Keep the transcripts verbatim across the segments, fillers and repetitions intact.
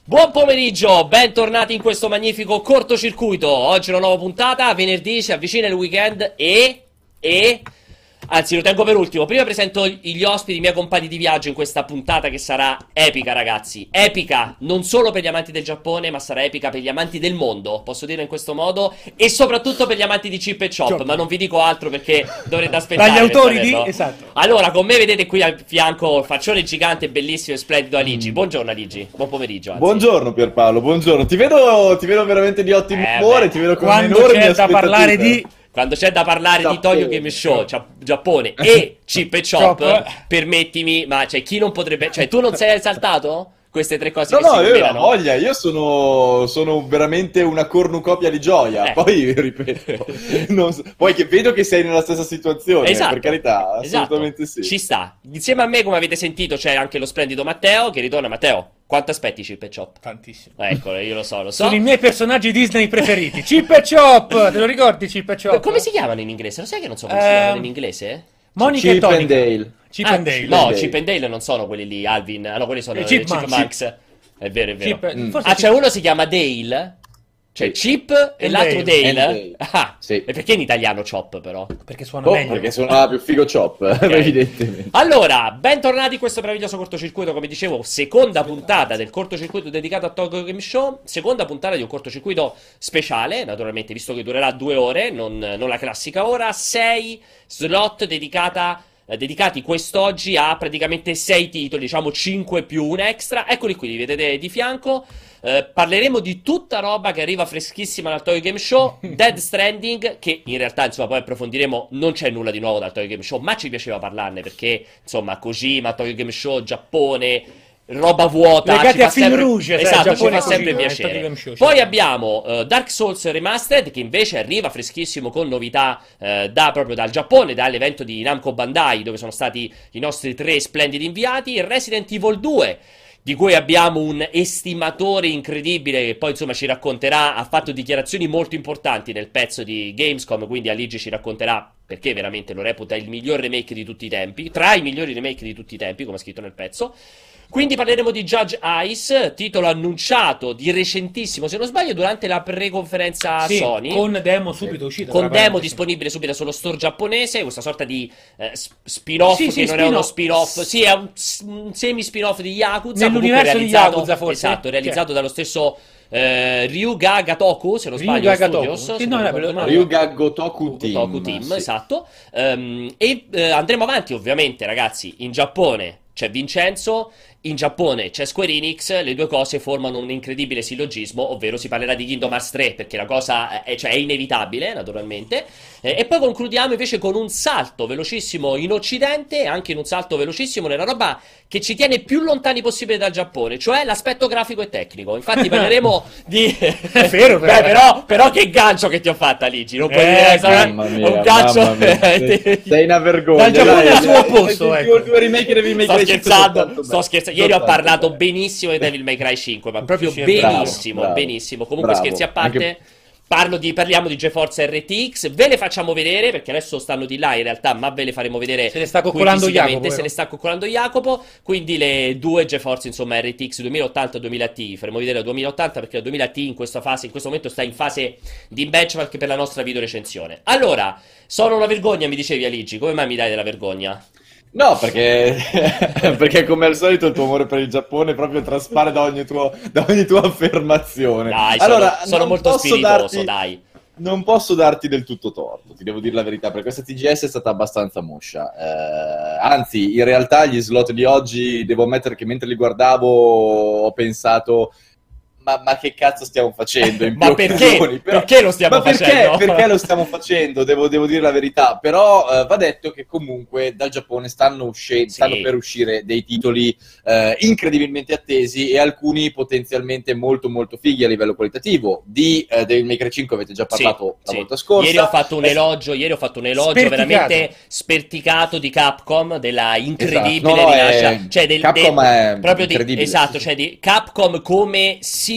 Buon pomeriggio, bentornati in questo magnifico cortocircuito. Oggi una nuova puntata, venerdì si avvicina il weekend e... e... Anzi, lo tengo per ultimo. Prima presento gli ospiti, i miei compagni di viaggio in questa puntata che sarà epica, ragazzi. Epica, non solo per gli amanti del Giappone, ma sarà epica per gli amanti del mondo, posso dire in questo modo, e soprattutto per gli amanti di Chip e Chop. Chop. Ma non vi dico altro perché dovrete aspettare. Dagli autori di... Esatto. Allora, con me vedete qui al fianco faccione gigante, bellissimo e splendido Aligi. Buongiorno Aligi, buon pomeriggio. Anzi. Buongiorno Pierpaolo, buongiorno. Ti vedo, ti vedo veramente di ottimo eh, umore, beh. ti vedo con Quando enormi c'è da parlare di... Quando c'è da parlare Giappone. di Tokyo Game Show, Giappone e Chip e Chop, Chop. permettimi, ma cioè chi non potrebbe... Cioè tu non sei esaltato? Queste tre cose No, che no, si io ho combinano? voglia, io sono, sono veramente una cornucopia di gioia. Eh. Poi, ripeto, non so- poi che vedo che sei nella stessa situazione, Esatto, per carità, assolutamente esatto. sì. Ci sta. Insieme a me, come avete sentito, c'è anche lo splendido Matteo, che ritorna. Matteo, quanto aspetti Chip e Chop? Tantissimo. Eccolo, io lo so, lo so. Sono i miei personaggi Disney preferiti. Chip e Chop! Te lo ricordi Chip e Chop? Come si chiamano in inglese? Lo sai che non so come si Ehm, chiamano in inglese? Monica e Chip and Tonica. Dale. Chip Ah, and Dale. No, Dale. Chip and Dale non sono quelli lì, Alvin. Ah, no, quelli sono Eh, i Chipmunks. Chipmunks. È vero, è vero. Chip- Mm. forse Ah, Chip- c'è uno si chiama Dale? Cioè Sì. Chip e E l'altro Dale. Dale? E Dale. Ah, Sì. e perché in italiano Chop però? Perché suona Oh, meglio. perché suonava più figo Chop, evidentemente. Allora, bentornati in questo meraviglioso cortocircuito, come dicevo, seconda puntata del cortocircuito dedicato a Tokyo Game Show, seconda puntata di un cortocircuito speciale, naturalmente, visto che durerà due ore, non, non la classica ora, sei slot dedicata... dedicati quest'oggi a praticamente sei titoli, diciamo cinque più un extra. Eccoli qui, li vedete di fianco. Eh, parleremo di tutta roba che arriva freschissima dal Tokyo Game Show. Dead Stranding, che in realtà insomma poi approfondiremo, non c'è nulla di nuovo dal Tokyo Game Show, ma ci piaceva parlarne perché insomma Kojima, Tokyo Game Show, Giappone, roba vuota, Legati ci fa a Film sempre... Rouge, sai, esatto, ci Giappone fa e sempre Kojima, piacere. Tokyo Game Show, Poi certo. abbiamo uh, Dark Souls Remastered, che invece arriva freschissimo con novità uh, da, proprio dal Giappone, dall'evento di Namco Bandai, dove sono stati i nostri tre splendidi inviati. Resident Evil due, di cui abbiamo un estimatore incredibile che poi insomma ci racconterà, ha fatto dichiarazioni molto importanti nel pezzo di Gamescom, quindi Aligi ci racconterà perché veramente lo reputa il miglior remake di tutti i tempi, tra i migliori remake di tutti i tempi, come è scritto nel pezzo. Quindi parleremo di Judge Ice, titolo annunciato di recentissimo, se non sbaglio, durante la pre-conferenza Sì, Sony. con demo subito uscita. Con tra demo parentesi. disponibile subito sullo store giapponese, questa sorta di eh, s- spin-off Sì, che sì, non è uno spin-off. spin-off, sì, è un, s- un semi-spin-off di Yakuza, Nell'universo comunque di realizzato- Yakuza, forse? Esatto, realizzato Cioè. dallo stesso eh, Ryuga Gatoku, se non sbaglio, Ryuga Gatoku. Studios, Sì, se no, non no, ricordo no, male. Ryuga Gotoku Team. Gotoku Team, sì. esatto. Ehm, e eh, andremo avanti ovviamente, ragazzi. In Giappone c'è Vincenzo, in Giappone c'è Square Enix, le due cose formano un incredibile sillogismo, ovvero si parlerà di Kingdom Hearts tre, perché la cosa è, cioè, è inevitabile, naturalmente. Eh, e poi concludiamo invece con un salto velocissimo in Occidente e anche in un salto velocissimo nella roba che ci tiene più lontani possibile dal Giappone, cioè l'aspetto grafico e tecnico. Infatti parleremo di... È vero, però. Beh, però, però che gancio che ti ho fatta, Ligi, non puoi Eh, dire... sarà Mamma mia, un gancio... mamma mia, sei, sei una vergogna. Dal Giappone dai, al suo dai, opposto, dai, ecco. due remake devi Sto scherzando, sto scherzando. Ieri ho parlato bene. benissimo di Devil May Cry cinque, ma proprio Sì, bravo, benissimo, bravo, benissimo. Comunque bravo. scherzi a parte, Anche- parlo di, parliamo di GeForce R T X, ve le facciamo vedere perché adesso stanno di là in realtà, ma ve le faremo vedere. Se le sta qui coccolando fisicamente, Jacopo, se vero? le sta coccolando Jacopo, quindi le due GeForce insomma R T X duemila ottanta e duemila Ti, faremo vedere la duemila ottanta perché la duemila Ti in questa fase, in questo momento sta in fase di benchmark per la nostra video recensione. Allora, sono una vergogna, mi dicevi Aligi, come mai mi dai della vergogna? No, perché, perché come al solito il tuo amore per il Giappone proprio traspare da ogni, tuo, da ogni tua affermazione. Dai, sono, allora, sono non molto posso spiritoso, darti- dai. Non posso darti del tutto torto, ti devo dire la verità, perché questa T G S è stata abbastanza moscia. Eh, anzi, in realtà gli slot di oggi, devo ammettere che mentre li guardavo ho pensato... Ma, ma che cazzo stiamo facendo in più Ma perché? occasioni? Però- Perché lo stiamo ma perché? facendo? Perché lo stiamo facendo? Devo, devo dire la verità. Però eh, va detto che comunque dal Giappone stanno, usci- Sì. stanno per uscire dei titoli eh, incredibilmente attesi e alcuni potenzialmente molto molto fighi a livello qualitativo. Di eh, Devil May Cry cinque avete già parlato Sì, la sì. volta scorsa. Ieri ho fatto un Eh, elogio, ieri ho fatto un elogio Sperticato. veramente sperticato di Capcom, della incredibile Esatto. No, no, rinascita, è- cioè del, Capcom del- è proprio di, incredibile, esatto, sì, cioè di Capcom come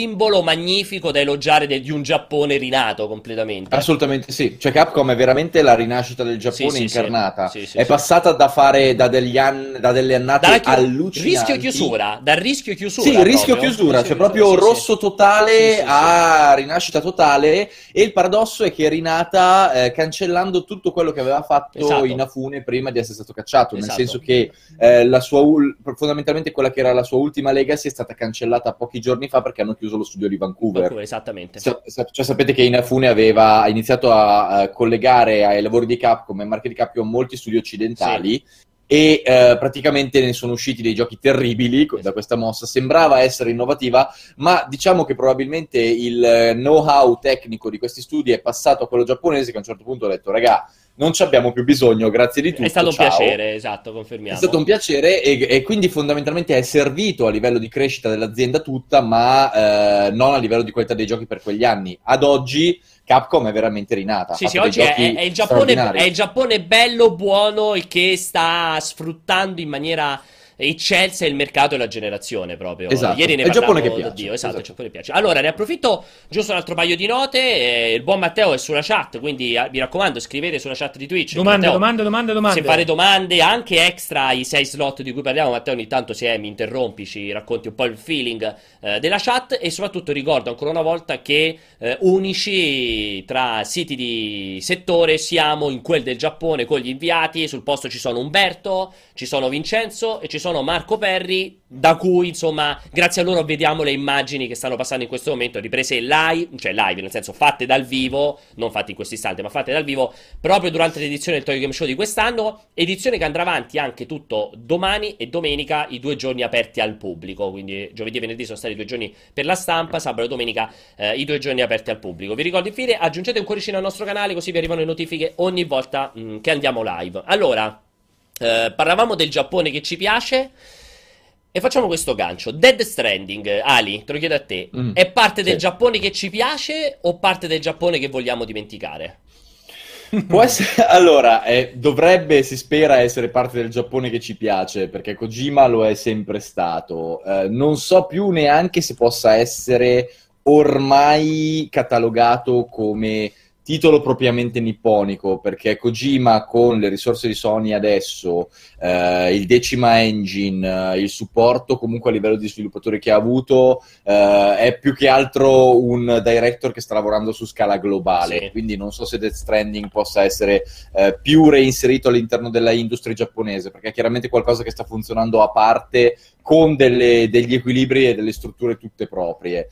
simbolo magnifico da elogiare de- di un Giappone rinato completamente. Assolutamente sì, cioè Capcom è veramente la rinascita del Giappone Sì, sì, incarnata, sì. Sì, sì, è sì. passata da fare da degli anni, da delle annate Dalla chi- allucinanti. rischio chiusura, dal rischio chiusura Sì, rischio proprio. chiusura, Rischio cioè proprio chiusura, sì, rosso sì. totale Sì, sì, sì. a rinascita totale, e il paradosso è che è rinata eh, cancellando tutto quello che aveva fatto Esatto. Inafune prima di essere stato cacciato, nel Esatto. senso che eh, la sua ul- fondamentalmente quella che era la sua ultima legacy è stata cancellata pochi giorni fa perché hanno chiuso lo studio di Vancouver. Vancouver, esattamente. Sa- sa- cioè, sapete che Inafune aveva iniziato a, a collegare ai lavori di Capcom e ai marchi di Capcom molti studi occidentali, e eh, praticamente ne sono usciti dei giochi terribili co- da questa mossa. Sembrava essere innovativa, ma diciamo che probabilmente il eh, know-how tecnico di questi studi è passato a quello giapponese, che a un certo punto ha detto: raga, non ci abbiamo più bisogno, grazie di tutto, È stato un ciao. piacere, esatto, confermiamo. È stato un piacere, e, e quindi fondamentalmente è servito a livello di crescita dell'azienda tutta, ma eh, non a livello di qualità dei giochi per quegli anni. Ad oggi Capcom è veramente rinata. Sì, ha sì, fatto oggi dei è, giochi è il Giappone, straordinari. è il Giappone bello, buono e che sta sfruttando in maniera eccelsa il mercato e la generazione proprio. Esatto, Ieri ne è il Giappone parlavo che da piace, Dio, esatto, esatto. il Giappone piace. Allora, ne approfitto, giusto un altro paio di note, eh, il buon Matteo è sulla chat, quindi eh, vi raccomando, scrivete sulla chat di Twitch. Domande, Matteo, domande, domande, domande. se fare domande, anche extra ai sei slot di cui parliamo, Matteo, ogni tanto se è, mi interrompi, ci racconti un po' il feeling eh, della chat, e soprattutto ricordo ancora una volta che eh, unici tra siti di settore siamo in quel del Giappone con gli inviati. Sul posto ci sono Umberto, ci sono Vincenzo e ci sono Marco Perri, da cui insomma grazie a loro vediamo le immagini che stanno passando in questo momento, riprese live, cioè live nel senso fatte dal vivo, non fatte in questo istante ma fatte dal vivo proprio durante l'edizione del Tokyo Game Show di quest'anno, edizione che andrà avanti anche tutto domani e domenica, i due giorni aperti al pubblico, quindi giovedì e venerdì sono stati due giorni per la stampa, sabato e domenica eh, i due giorni aperti al pubblico. Vi ricordo infine, aggiungete un cuoricino al nostro canale così vi arrivano le notifiche ogni volta mh, che andiamo live. Allora, eh, parlavamo del Giappone che ci piace e facciamo questo gancio. Death Stranding, Ali, te lo chiedo a te, Mm, è parte del sì. Giappone che ci piace o parte del Giappone che vogliamo dimenticare? Può essere, allora, eh, dovrebbe, si spera, essere parte del Giappone che ci piace, perché Kojima lo è sempre stato. Eh, non so più neanche se possa essere ormai catalogato come titolo propriamente nipponico, perché Kojima con le risorse di Sony adesso, eh, il Decima Engine, eh, il supporto comunque a livello di sviluppatori che ha avuto, eh, è più che altro un director che sta lavorando su scala globale, Sì. quindi non so se Death Stranding possa essere eh, più reinserito all'interno della industria giapponese, perché è chiaramente qualcosa che sta funzionando a parte, con delle, degli equilibri e delle strutture tutte proprie.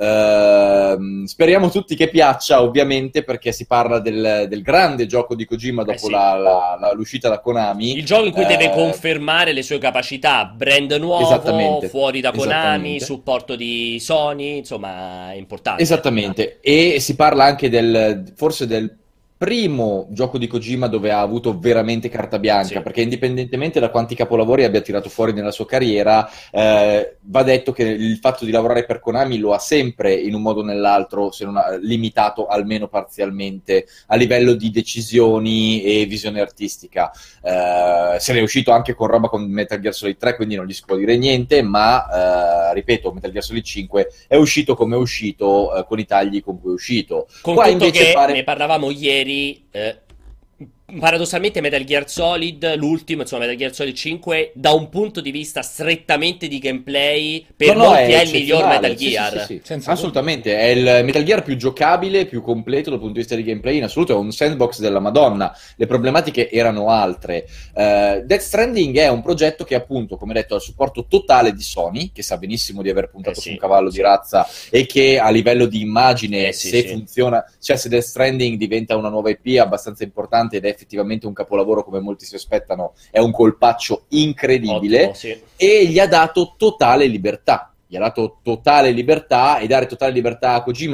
Uh, speriamo tutti che piaccia, ovviamente, perché si parla del, del grande gioco di Kojima dopo Eh sì. la, la, la, l'uscita da Konami. Il gioco in cui deve Eh, confermare le sue capacità, brand nuovo, Esattamente, fuori da Konami, esattamente. supporto di Sony, insomma è importante. Esattamente, e si parla anche del, forse del primo gioco di Kojima dove ha avuto veramente carta bianca, Sì. perché indipendentemente da quanti capolavori abbia tirato fuori nella sua carriera, eh, va detto che il fatto di lavorare per Konami lo ha sempre in un modo o nell'altro, se non ha, limitato almeno parzialmente a livello di decisioni e visione artistica. Eh, se ne è uscito anche con roba con Metal Gear Solid tre, quindi non gli si può dire niente, ma eh, ripeto, Metal Gear Solid cinque è uscito come è uscito, eh, con i tagli con cui è uscito. Con Qua tutto invece che pare... ne parlavamo ieri, eh, paradossalmente Metal Gear Solid, l'ultimo, insomma Metal Gear Solid cinque, da un punto di vista strettamente di gameplay, per No, no, molti è, il miglior eccezionale. Metal Sì, Gear. sì, sì, sì. Senza Assolutamente, è il Metal Gear più giocabile, più completo dal punto di vista di gameplay in assoluto, è un sandbox della Madonna, le problematiche erano altre. Uh, Death Stranding è un progetto che appunto, come detto, ha il supporto totale di Sony, che sa benissimo di aver puntato Eh sì, su un cavallo sì. di razza e che a livello di immagine, Eh sì, se sì. funziona, cioè se Death Stranding diventa una nuova I P abbastanza importante ed è effettivamente un capolavoro come molti si aspettano, è un colpaccio incredibile. Ottimo, sì. E gli ha dato totale libertà. Gli ha dato totale libertà, e dare totale libertà a Kojima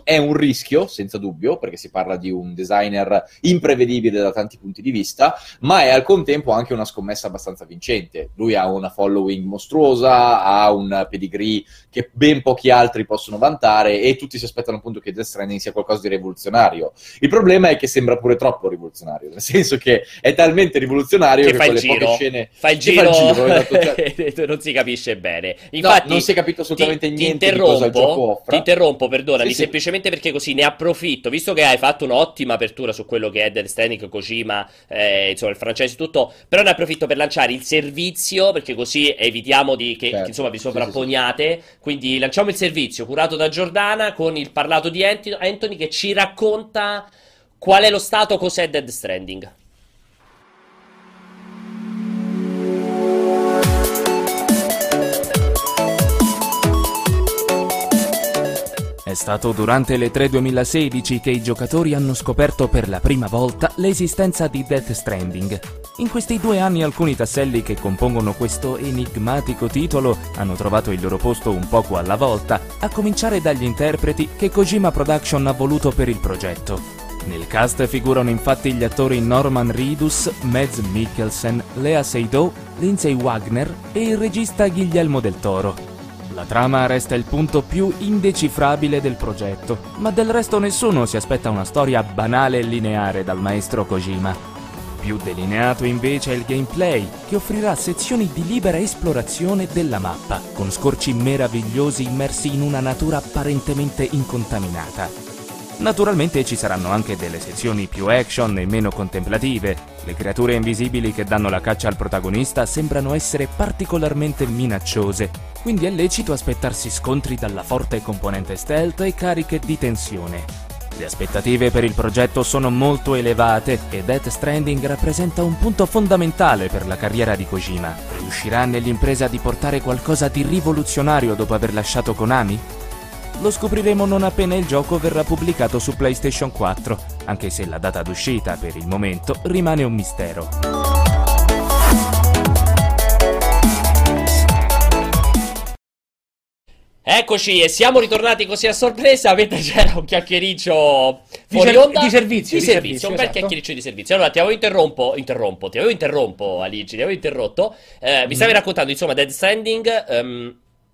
è un rischio, senza dubbio, perché si parla di un designer imprevedibile da tanti punti di vista, ma è al contempo anche una scommessa abbastanza vincente. Lui ha una following mostruosa, ha un pedigree che ben pochi altri possono vantare e tutti si aspettano appunto che Death Stranding sia qualcosa di rivoluzionario. Il problema è che sembra pure troppo rivoluzionario, nel senso che è talmente rivoluzionario che, che con il le giro, poche scene fa il giro, fa il giro esatto, cioè... non si capisce bene. Infatti, no, non si è capito assolutamente ti, niente ti di cosa il gioco offra. Ti interrompo, perdonami, sì, semplicemente sì. perché così ne approfitto, visto che hai fatto un'ottima apertura su quello che è Death Stranding, Kojima, eh, insomma il francese tutto, però ne approfitto per lanciare il servizio, perché così evitiamo di che, certo. che insomma vi sì, sovrapponiate, sì, sì. Quindi lanciamo il servizio curato da Giordana con il parlato di Anthony che ci racconta qual è lo stato, cos'è Death Stranding. È stato durante le tre duemilasedici che i giocatori hanno scoperto per la prima volta l'esistenza di Death Stranding. In questi due anni alcuni tasselli che compongono questo enigmatico titolo hanno trovato il loro posto un poco alla volta, a cominciare dagli interpreti che Kojima Production ha voluto per il progetto. Nel cast figurano infatti gli attori Norman Reedus, Mads Mikkelsen, Lea Seydoux, Lindsay Wagner e il regista Guillermo del Toro. La trama resta il punto più indecifrabile del progetto, ma del resto nessuno si aspetta una storia banale e lineare dal maestro Kojima. Più delineato invece è il gameplay, che offrirà sezioni di libera esplorazione della mappa, con scorci meravigliosi immersi in una natura apparentemente incontaminata. Naturalmente ci saranno anche delle sezioni più action e meno contemplative. Le creature invisibili che danno la caccia al protagonista sembrano essere particolarmente minacciose, quindi è lecito aspettarsi scontri dalla forte componente stealth e cariche di tensione. Le aspettative per il progetto sono molto elevate e Death Stranding rappresenta un punto fondamentale per la carriera di Kojima. Riuscirà nell'impresa di portare qualcosa di rivoluzionario dopo aver lasciato Konami? Lo scopriremo non appena il gioco verrà pubblicato su PlayStation quattro, anche se la data d'uscita per il momento rimane un mistero. Eccoci, e siamo ritornati così a sorpresa, mentre c'era un chiacchiericcio fuori Di, onda. di servizio, di di servizio, servizio, un bel esatto. chiacchiericcio di servizio. Allora, ti avevo interrompo, interrompo, ti avevo interrompo, Aligi, ti avevo interrotto. Eh, mi stavi raccontando, insomma, Death Stranding, um,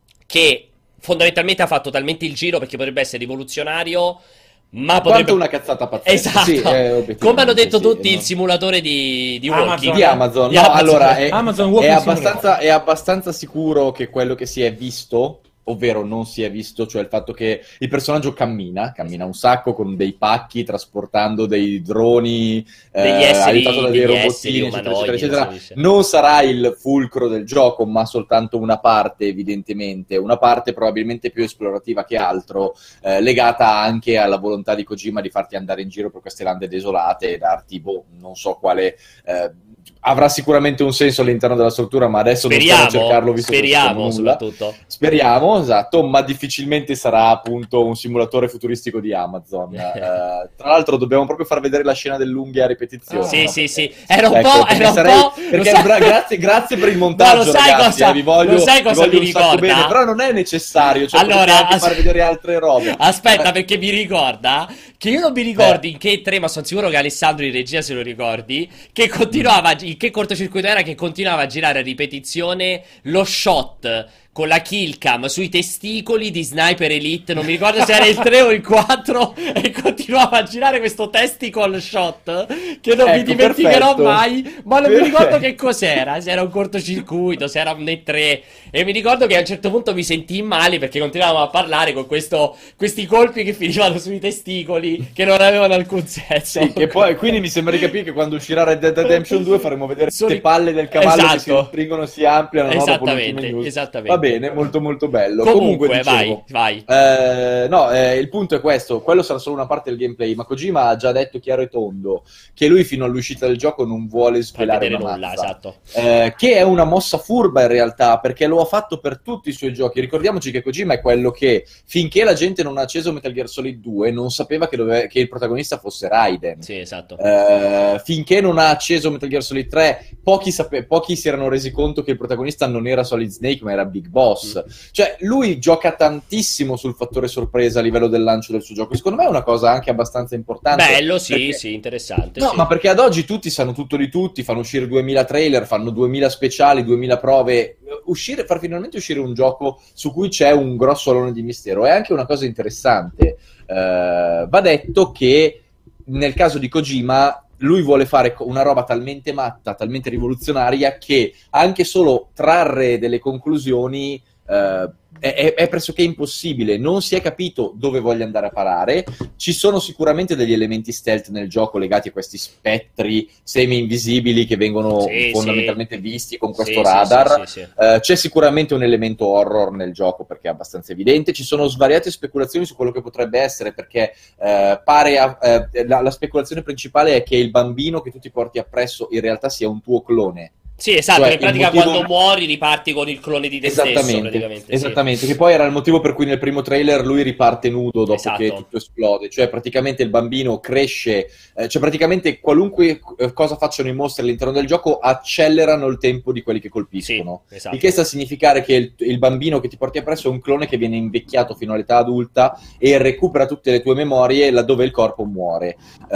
che fondamentalmente ha fatto talmente il giro perché potrebbe essere rivoluzionario, ma Quanto potrebbe... una cazzata pazzesca. Esatto, Sì, eh, come hanno detto sì, tutti, no. il simulatore di, di Amazon. walking. Di Amazon. Di No, Amazon. allora è, Amazon è, Walking abbastanza, è abbastanza sicuro che quello che si è visto, ovvero non si è visto, cioè il fatto che il personaggio cammina, cammina un sacco con dei pacchi, trasportando dei droni, Degli eh, esseri- aiutato da dei degli robottini, esseri eccetera, umanoidi, eccetera, non si eccetera. dice. Non sarà il fulcro del gioco, ma soltanto una parte, evidentemente, una parte probabilmente più esplorativa che altro, eh, legata anche alla volontà di Kojima di farti andare in giro per queste lande desolate e darti, boh, non so quale... Eh, avrà sicuramente un senso all'interno della struttura, ma adesso Speriamo, non stiamo a cercarlo visto che non speriamo sappiamo nulla. soprattutto. Speriamo, esatto, ma difficilmente sarà appunto un simulatore futuristico di Amazon. Eh, tra l'altro dobbiamo proprio far vedere la scena dell'unghie a ripetizione. Ah. Sì, no? sì, Perché- sì. Era un ecco, po', perché era un sarei- po'... perché lo sai- bra- grazie, grazie per il montaggio, No, lo sai ragazzi, cosa- eh, vi voglio, lo sai cosa vi voglio mi un sacco ricorda? bene, però non è necessario, cioè Allora, potete anche as- far vedere altre robe. Aspetta, Eh, perché mi ricorda che io non mi ricordi in che tre, ma sono sicuro che Alessandro in regia se lo ricordi, che continuava, in che cortocircuito era che continuava a girare a ripetizione lo shot con la killcam sui testicoli di Sniper Elite, non mi ricordo se era il tre o il quattro, e continuava a girare questo testicle shot che non mi Ecco, dimenticherò perfetto. mai, ma non mi Perfetto. ricordo che cos'era, se era un cortocircuito, se era un E tre, e mi ricordo che a un certo punto mi sentii male perché continuavamo a parlare con questo, questi colpi che finivano sui testicoli che non avevano alcun senso. Sì, che poi, quindi mi sembra di capire che quando uscirà Red Dead Redemption due faremo vedere Sono- queste palle del cavallo che si Esatto. restringono, si ampliano, no, dopo Esattamente, l'ultima news. esattamente. Va bene, molto molto bello. Comunque, Comunque, dicevo, vai, vai. eh, no, eh, il punto è questo, quello sarà solo una parte del gameplay, ma Kojima ha già detto chiaro e tondo che lui fino all'uscita del gioco non vuole Far svelare vedere una nulla, mazza. esatto. Eh, che è una mossa furba in realtà, perché lo ha fatto per tutti i suoi giochi. Ricordiamoci che Kojima è quello che, finché la gente non ha acceso Metal Gear Solid due, non sapeva che, dove- che il protagonista fosse Raiden. Sì, esatto. Eh, finché non ha acceso Metal Gear Solid tre, pochi, sape- pochi si erano resi conto che il protagonista non era Solid Snake, ma era Big boss. Mm. Cioè, lui gioca tantissimo sul fattore sorpresa a livello del lancio del suo gioco. Secondo me è una cosa anche abbastanza importante. Bello, sì, perché... sì, interessante. No, sì. ma perché ad oggi tutti sanno tutto di tutti, fanno uscire duemila trailer, fanno duemila speciali, duemila prove. Uscire, far finalmente uscire un gioco su cui c'è un grosso alone di mistero è anche una cosa interessante. Uh, va detto che nel caso di Kojima lui vuole fare una roba talmente matta, talmente rivoluzionaria che anche solo trarre delle conclusioni uh, è, è pressoché impossibile. Non si è capito dove voglia andare a parare. Ci sono sicuramente degli elementi stealth nel gioco legati a questi spettri semi-invisibili che vengono sì, fondamentalmente sì. visti con questo sì, radar. sì, sì, sì. Uh, c'è sicuramente un elemento horror nel gioco perché è abbastanza evidente. Ci sono svariate speculazioni su quello che potrebbe essere, perché uh, pare a, uh, la, la speculazione principale è che il bambino che tu ti porti appresso in realtà sia un tuo clone. Sì, esatto, Cioè, in pratica motivo... quando muori riparti con il clone di te esattamente, stesso, praticamente. Esattamente, sì. che poi era il motivo per cui nel primo trailer lui riparte nudo dopo esatto. che tutto esplode. Cioè praticamente il bambino cresce, eh, cioè praticamente qualunque cosa facciano i mostri all'interno del gioco accelerano il tempo di quelli che colpiscono. Sì, esatto. Il che sta a significare che il, il bambino che ti porti appresso è un clone che viene invecchiato fino all'età adulta e recupera tutte le tue memorie laddove il corpo muore. Uh,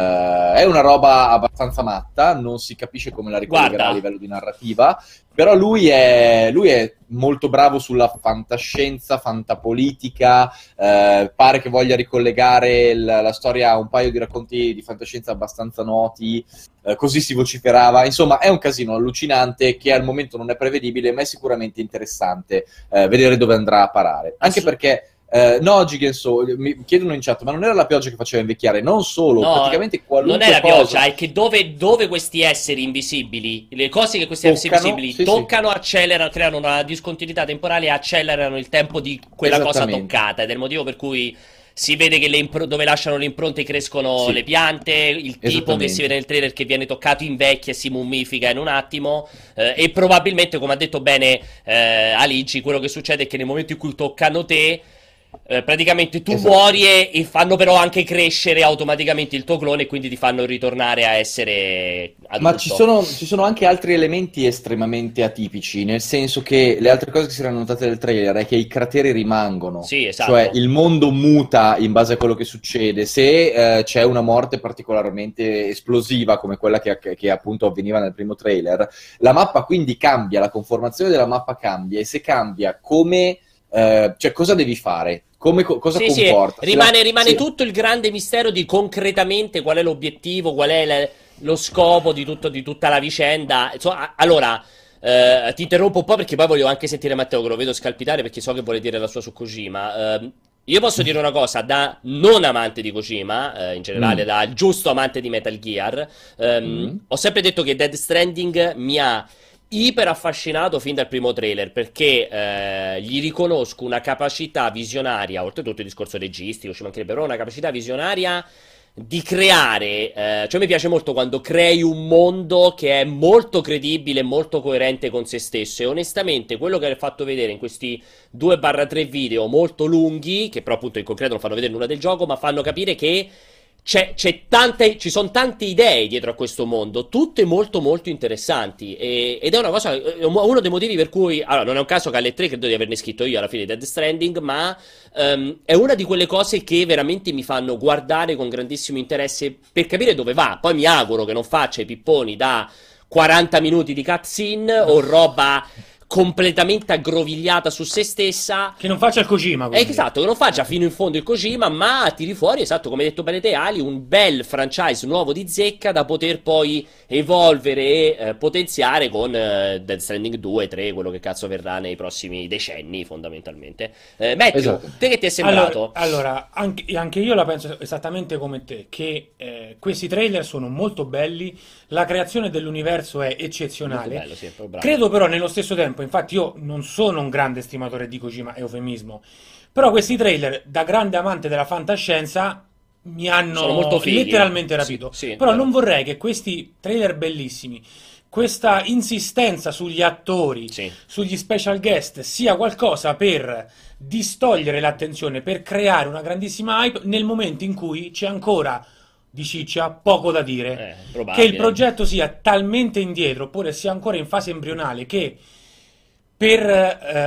è una roba abbastanza matta, non si capisce come la ricollegherà a livello di narrativa. Però lui è, lui è molto bravo sulla fantascienza, fantapolitica, eh, pare che voglia ricollegare la, la storia a un paio di racconti di fantascienza abbastanza noti, eh, così si vociferava. Insomma, è un casino allucinante che al momento non è prevedibile, ma è sicuramente interessante eh, vedere dove andrà a parare. Anche Assu- perché... Uh, no, Gigenso, mi chiedono in chat, ma non era la pioggia che faceva invecchiare? Non solo, no, praticamente qualunque non è la cosa... pioggia, è che dove, dove questi esseri invisibili, le cose che questi esseri Toccano, invisibili sì, toccano, sì. accelerano, creano una discontinuità temporale e accelerano il tempo di quella cosa toccata, ed è il motivo per cui si vede che le impr- dove lasciano le impronte crescono sì. le piante, il tipo che si vede nel trailer che viene toccato invecchia e si mummifica in un attimo, eh, e probabilmente, come ha detto bene eh, Aligi, quello che succede è che nel momento in cui toccano te, Eh, praticamente tu esatto. muori e, e fanno però anche crescere automaticamente il tuo clone e quindi ti fanno ritornare a essere adulto. Ma ci sono, ci sono anche altri elementi estremamente atipici, nel senso che le altre cose che si erano notate nel trailer è che i crateri rimangono, sì, esatto. cioè il mondo muta in base a quello che succede. Se eh, c'è una morte particolarmente esplosiva come quella che, che, che appunto avveniva nel primo trailer, la mappa quindi cambia, la conformazione della mappa cambia, e se cambia, come... Uh, cioè cosa devi fare? Come, co- cosa sì, comporta? Sì, rimane, la... rimane sì. tutto il grande mistero di concretamente qual è l'obiettivo, qual è le, lo scopo di, tutto, di tutta la vicenda. Insomma, allora, eh, ti interrompo un po' perché poi voglio anche sentire Matteo, che lo vedo scalpitare perché so che vuole dire la sua su Kojima. Uh, io posso dire una cosa, da non amante di Kojima, eh, in generale, mm. da giusto amante di Metal Gear, um, mm. ho sempre detto che Death Stranding mi ha iper affascinato fin dal primo trailer, perché eh, gli riconosco una capacità visionaria, oltretutto il discorso registico ci mancherebbe, però una capacità visionaria di creare, eh, cioè mi piace molto quando crei un mondo che è molto credibile e molto coerente con se stesso, e onestamente quello che hai fatto vedere in questi due tre video molto lunghi, che però appunto in concreto non fanno vedere nulla del gioco, ma fanno capire che C'è, c'è tante, ci sono tante idee dietro a questo mondo, tutte molto molto interessanti, e, ed è una cosa, è uno dei motivi per cui, allora non è un caso che alle tre credo di averne scritto io alla fine di Death Stranding, ma um, è una di quelle cose che veramente mi fanno guardare con grandissimo interesse per capire dove va. Poi mi auguro che non faccia i pipponi da quaranta minuti di cutscene o roba completamente aggrovigliata su se stessa, che non faccia il Kojima, eh, esatto, che non faccia fino in fondo il Kojima, ma tiri fuori, esatto, come hai detto bene te Ali, un bel franchise nuovo di zecca da poter poi evolvere e eh, potenziare con eh, Death Stranding due, tre, quello che cazzo verrà nei prossimi decenni fondamentalmente. eh, Matthew, esatto. te che ti è sembrato? Allora, allora anche, anche io la penso esattamente come te, che eh, questi trailer sono molto belli, la creazione dell'universo è eccezionale. Bello, sì, credo però nello stesso tempo, infatti io non sono un grande stimatore di Kojima, è eufemismo, però questi trailer da grande amante della fantascienza mi hanno molto fighi, letteralmente rapito. sì, sì, però vero. non vorrei che questi trailer bellissimi, questa insistenza sugli attori, Sì. sugli special guest, sia qualcosa per distogliere l'attenzione, per creare una grandissima hype nel momento in cui c'è ancora di ciccia poco da dire, Eh, che il progetto sia talmente indietro oppure sia ancora in fase embrionale che per eh,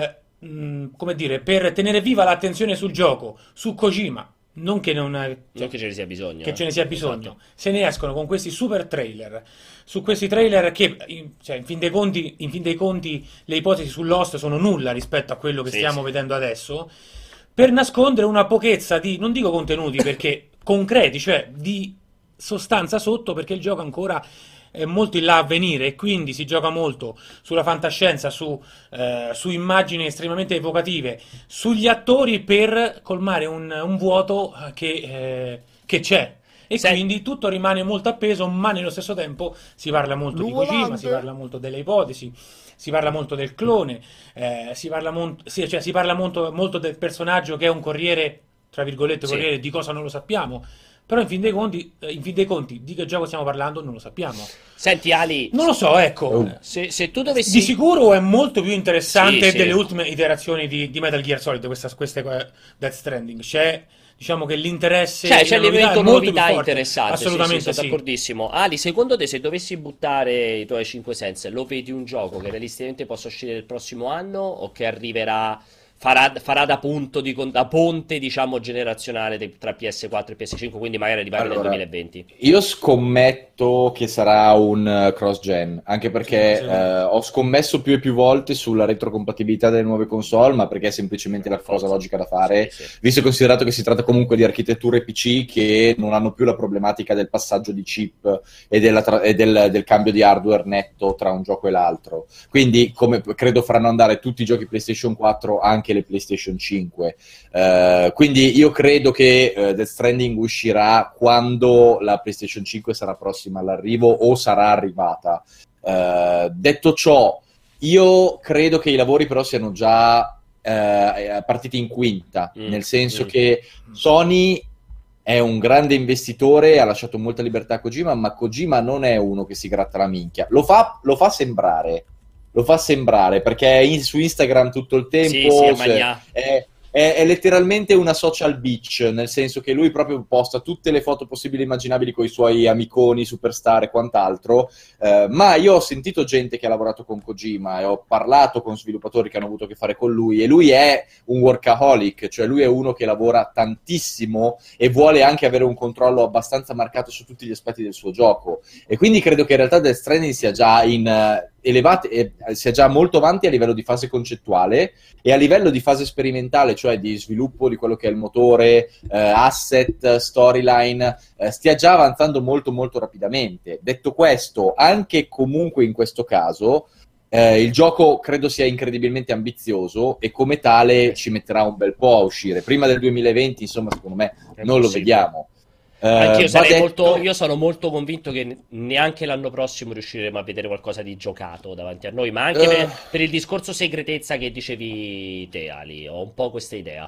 mh, come dire, per tenere viva l'attenzione sul gioco, su Kojima, non che non, cioè, non che ce ne sia bisogno. che eh. ce ne sia bisogno, Esatto. se ne escono con questi super trailer, su questi trailer che in, cioè, in fin dei conti, in fin dei conti le ipotesi su Lost sono nulla rispetto a quello che Sì, stiamo sì. vedendo adesso, per nascondere una pochezza di, non dico contenuti perché concreti, cioè di sostanza sotto, perché il gioco ancora è molto in là a venire e quindi si gioca molto sulla fantascienza, su, eh, su immagini estremamente evocative, sugli attori per colmare un, un vuoto che, eh, che c'è. E Se- quindi tutto rimane molto appeso, ma nello stesso tempo si parla molto di Kojima, si parla molto delle ipotesi, si parla molto del clone, eh, si parla, mon- sì, cioè, si parla molto, molto del personaggio che è un corriere, tra virgolette, Sì. corriere di cosa non lo sappiamo. Però in fin dei conti, eh, in fin dei conti, di che gioco stiamo parlando non lo sappiamo. Senti Ali, Non lo so, ecco. Oh. se, se tu dovessi... Di sicuro è molto più interessante Sì, sì. delle ultime iterazioni di, di Metal Gear Solid, questa, queste eh, Death Stranding. C'è, diciamo che l'interesse, Cioè, c'è la novità è l'elemento molto più novità forte. interessante. Assolutamente sì, sì, sono sì. d'accordissimo. Ali, secondo te, se dovessi buttare i tuoi cinque sense, lo vedi un gioco che realisticamente possa uscire il prossimo anno o che arriverà, farà, farà da punto di, con- da ponte, diciamo, generazionale de- tra P S quattro e P S cinque, quindi magari arrivare nel Allora, duemilaventi? io scommetto che sarà un eh, cross-gen, anche perché Sì, sì. eh, ho scommesso più e più volte sulla retrocompatibilità delle nuove console, ma perché è semplicemente la Per cosa forza. logica da fare, Sì, sì. visto e considerato che si tratta comunque di architetture P C che non hanno più la problematica del passaggio di chip e, della tra- e del, del cambio di hardware netto tra un gioco e l'altro. Quindi, come credo faranno andare tutti i giochi PlayStation quattro, anche le PlayStation cinque. Eh, quindi io credo che eh, Death Stranding uscirà quando la PlayStation cinque sarà prossima all'arrivo o sarà arrivata. Eh, detto ciò, io credo che i lavori però siano già eh, partiti in quinta, Mm, nel senso mm. che Sony è un grande investitore, ha lasciato molta libertà a Kojima, ma Kojima non è uno che si gratta la minchia. Lo fa, lo fa sembrare, lo fa sembrare, perché è in- su Instagram tutto il tempo, Sì, sì, è cioè, magna. è, è- è letteralmente una social bitch, nel senso che lui proprio posta tutte le foto possibili e immaginabili con i suoi amiconi, superstar e quant'altro, eh, ma io ho sentito gente che ha lavorato con Kojima e ho parlato con sviluppatori che hanno avuto a che fare con lui e lui è un workaholic, cioè lui è uno che lavora tantissimo e vuole anche avere un controllo abbastanza marcato su tutti gli aspetti del suo gioco, e quindi credo che in realtà Death Stranding sia già in eh, elevati, eh, sia già molto avanti a livello di fase concettuale e a livello di fase sperimentale, cioè di sviluppo di quello che è il motore, eh, asset, storyline, eh, stia già avanzando molto molto rapidamente. Detto questo, anche comunque in questo caso eh, il gioco credo sia incredibilmente ambizioso e come tale ci metterà un bel po' a uscire. Prima del duemilaventi, insomma, secondo me È non lo possibile. vediamo. Eh, Anch'io va sarei detto- molto, io sono molto convinto che ne- neanche l'anno prossimo riusciremo a vedere qualcosa di giocato davanti a noi, ma anche Eh. per, per il discorso segretezza che dicevi te, Ali, ho un po' questa idea.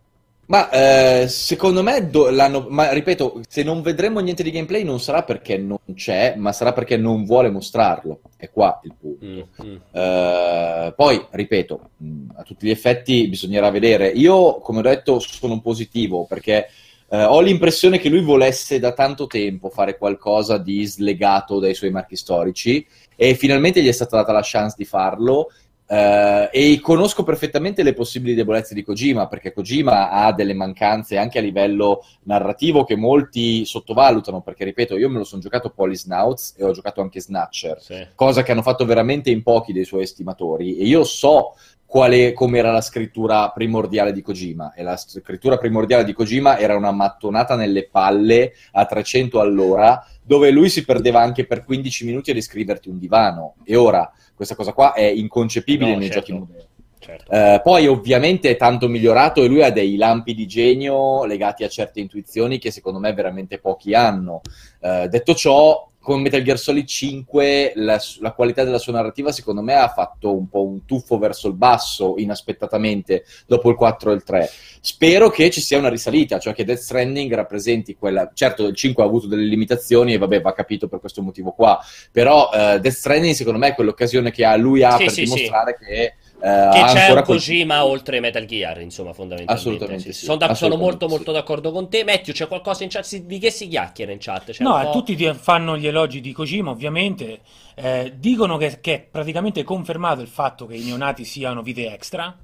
Ma eh, secondo me, do- l'hanno- ma ripeto, se non vedremo niente di gameplay non sarà perché non c'è, ma sarà perché non vuole mostrarlo. È qua il punto. Mm, mm. Eh, poi, ripeto, mh, a tutti gli effetti bisognerà vedere. Io, come ho detto, sono positivo perché eh, ho l'impressione che lui volesse da tanto tempo fare qualcosa di slegato dai suoi marchi storici e finalmente gli è stata data la chance di farlo. Eh, e conosco perfettamente le possibili debolezze di Kojima, perché Kojima ha delle mancanze anche a livello narrativo che molti sottovalutano, perché ripeto, io me lo sono giocato Policenauts e ho giocato anche Snatcher, Sì. cosa che hanno fatto veramente in pochi dei suoi estimatori, e io so quale, com'era la scrittura primordiale di Kojima, e la scrittura primordiale di Kojima era una mattonata nelle palle a trecento all'ora, dove lui si perdeva anche per quindici minuti a riscriverti un divano, e ora questa cosa qua è inconcepibile No, nei certo. giochi moderni. Certo. Eh, poi ovviamente è tanto migliorato e lui ha dei lampi di genio legati a certe intuizioni che secondo me veramente pochi hanno. Eh, detto ciò, con Metal Gear Solid cinque la, la qualità della sua narrativa secondo me ha fatto un po' un tuffo verso il basso inaspettatamente dopo il quattro e il tre. Spero che ci sia una risalita, cioè che Death Stranding rappresenti quella. Certo, il cinque ha avuto delle limitazioni e vabbè, va capito per questo motivo qua, però eh, Death Stranding secondo me è quell'occasione che ha, lui ha Sì, per sì, dimostrare che eh, Che ha c'è ancora un quel- Kojima oltre Metal Gear, insomma, fondamentalmente. Assolutamente Sì, sì, Sono, da- sono assolutamente molto sì. molto d'accordo con te. Matthew, c'è qualcosa in chat? Si- Di che si chiacchiera in chat? C'è No, un eh, po'- tutti ti fanno gli elogi di Kojima, ovviamente. Eh, dicono che, che è praticamente confermato il fatto che i neonati siano vite extra,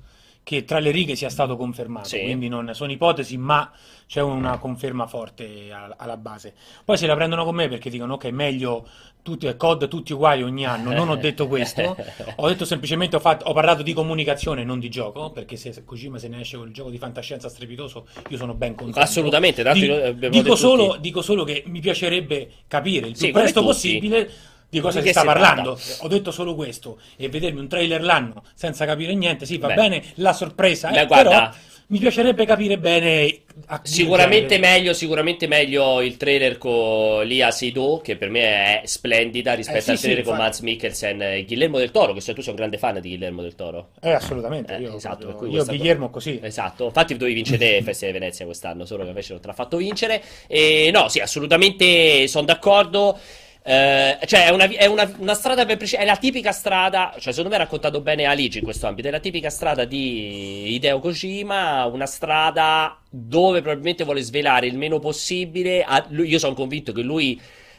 che tra le righe sia stato confermato, Sì. quindi non sono ipotesi, ma c'è una conferma forte a- alla base. Poi se la prendono con me perché dicono ok, meglio tutti, C O D tutti uguali ogni anno, non ho detto questo, ho detto semplicemente, ho, fatto, ho parlato di comunicazione, non di gioco, perché se Kojima se ne esce con il gioco di fantascienza strepitoso, io sono ben contento. Assolutamente, tra Di- l'altro, eh, abbiamo dico, detto solo, tutti. dico solo che mi piacerebbe capire il più Sì, come presto tutti. possibile di cosa Di si che sta si parlando. tratta. Ho detto solo questo, e vedermi un trailer l'anno senza capire niente, sì, va Beh. bene la sorpresa, eh, Beh, guarda, però mi piacerebbe capire bene a- di Sicuramente genere. meglio, sicuramente meglio il trailer con Lia Seydoux, che per me è splendida rispetto Eh, sì, al sì, trailer con infatti. Mads Mikkelsen e Guillermo del Toro, che so, tu sei un grande fan di Guillermo del Toro. Eh, assolutamente, Eh, io, esatto, per proprio- cui io questa Guillermo cosa- così. Esatto, infatti dovevi vincere te il Festival di Venezia quest'anno, solo che invece non te l'ha fatto vincere. E no, sì, assolutamente sono d'accordo. Eh, cioè, è, una, è una, una strada ben precisa, è la tipica strada, cioè, secondo me ha raccontato bene Aligi in questo ambito, è la tipica strada di Hideo Kojima, una strada dove probabilmente vuole svelare il meno possibile. A- lui- io sono convinto che lui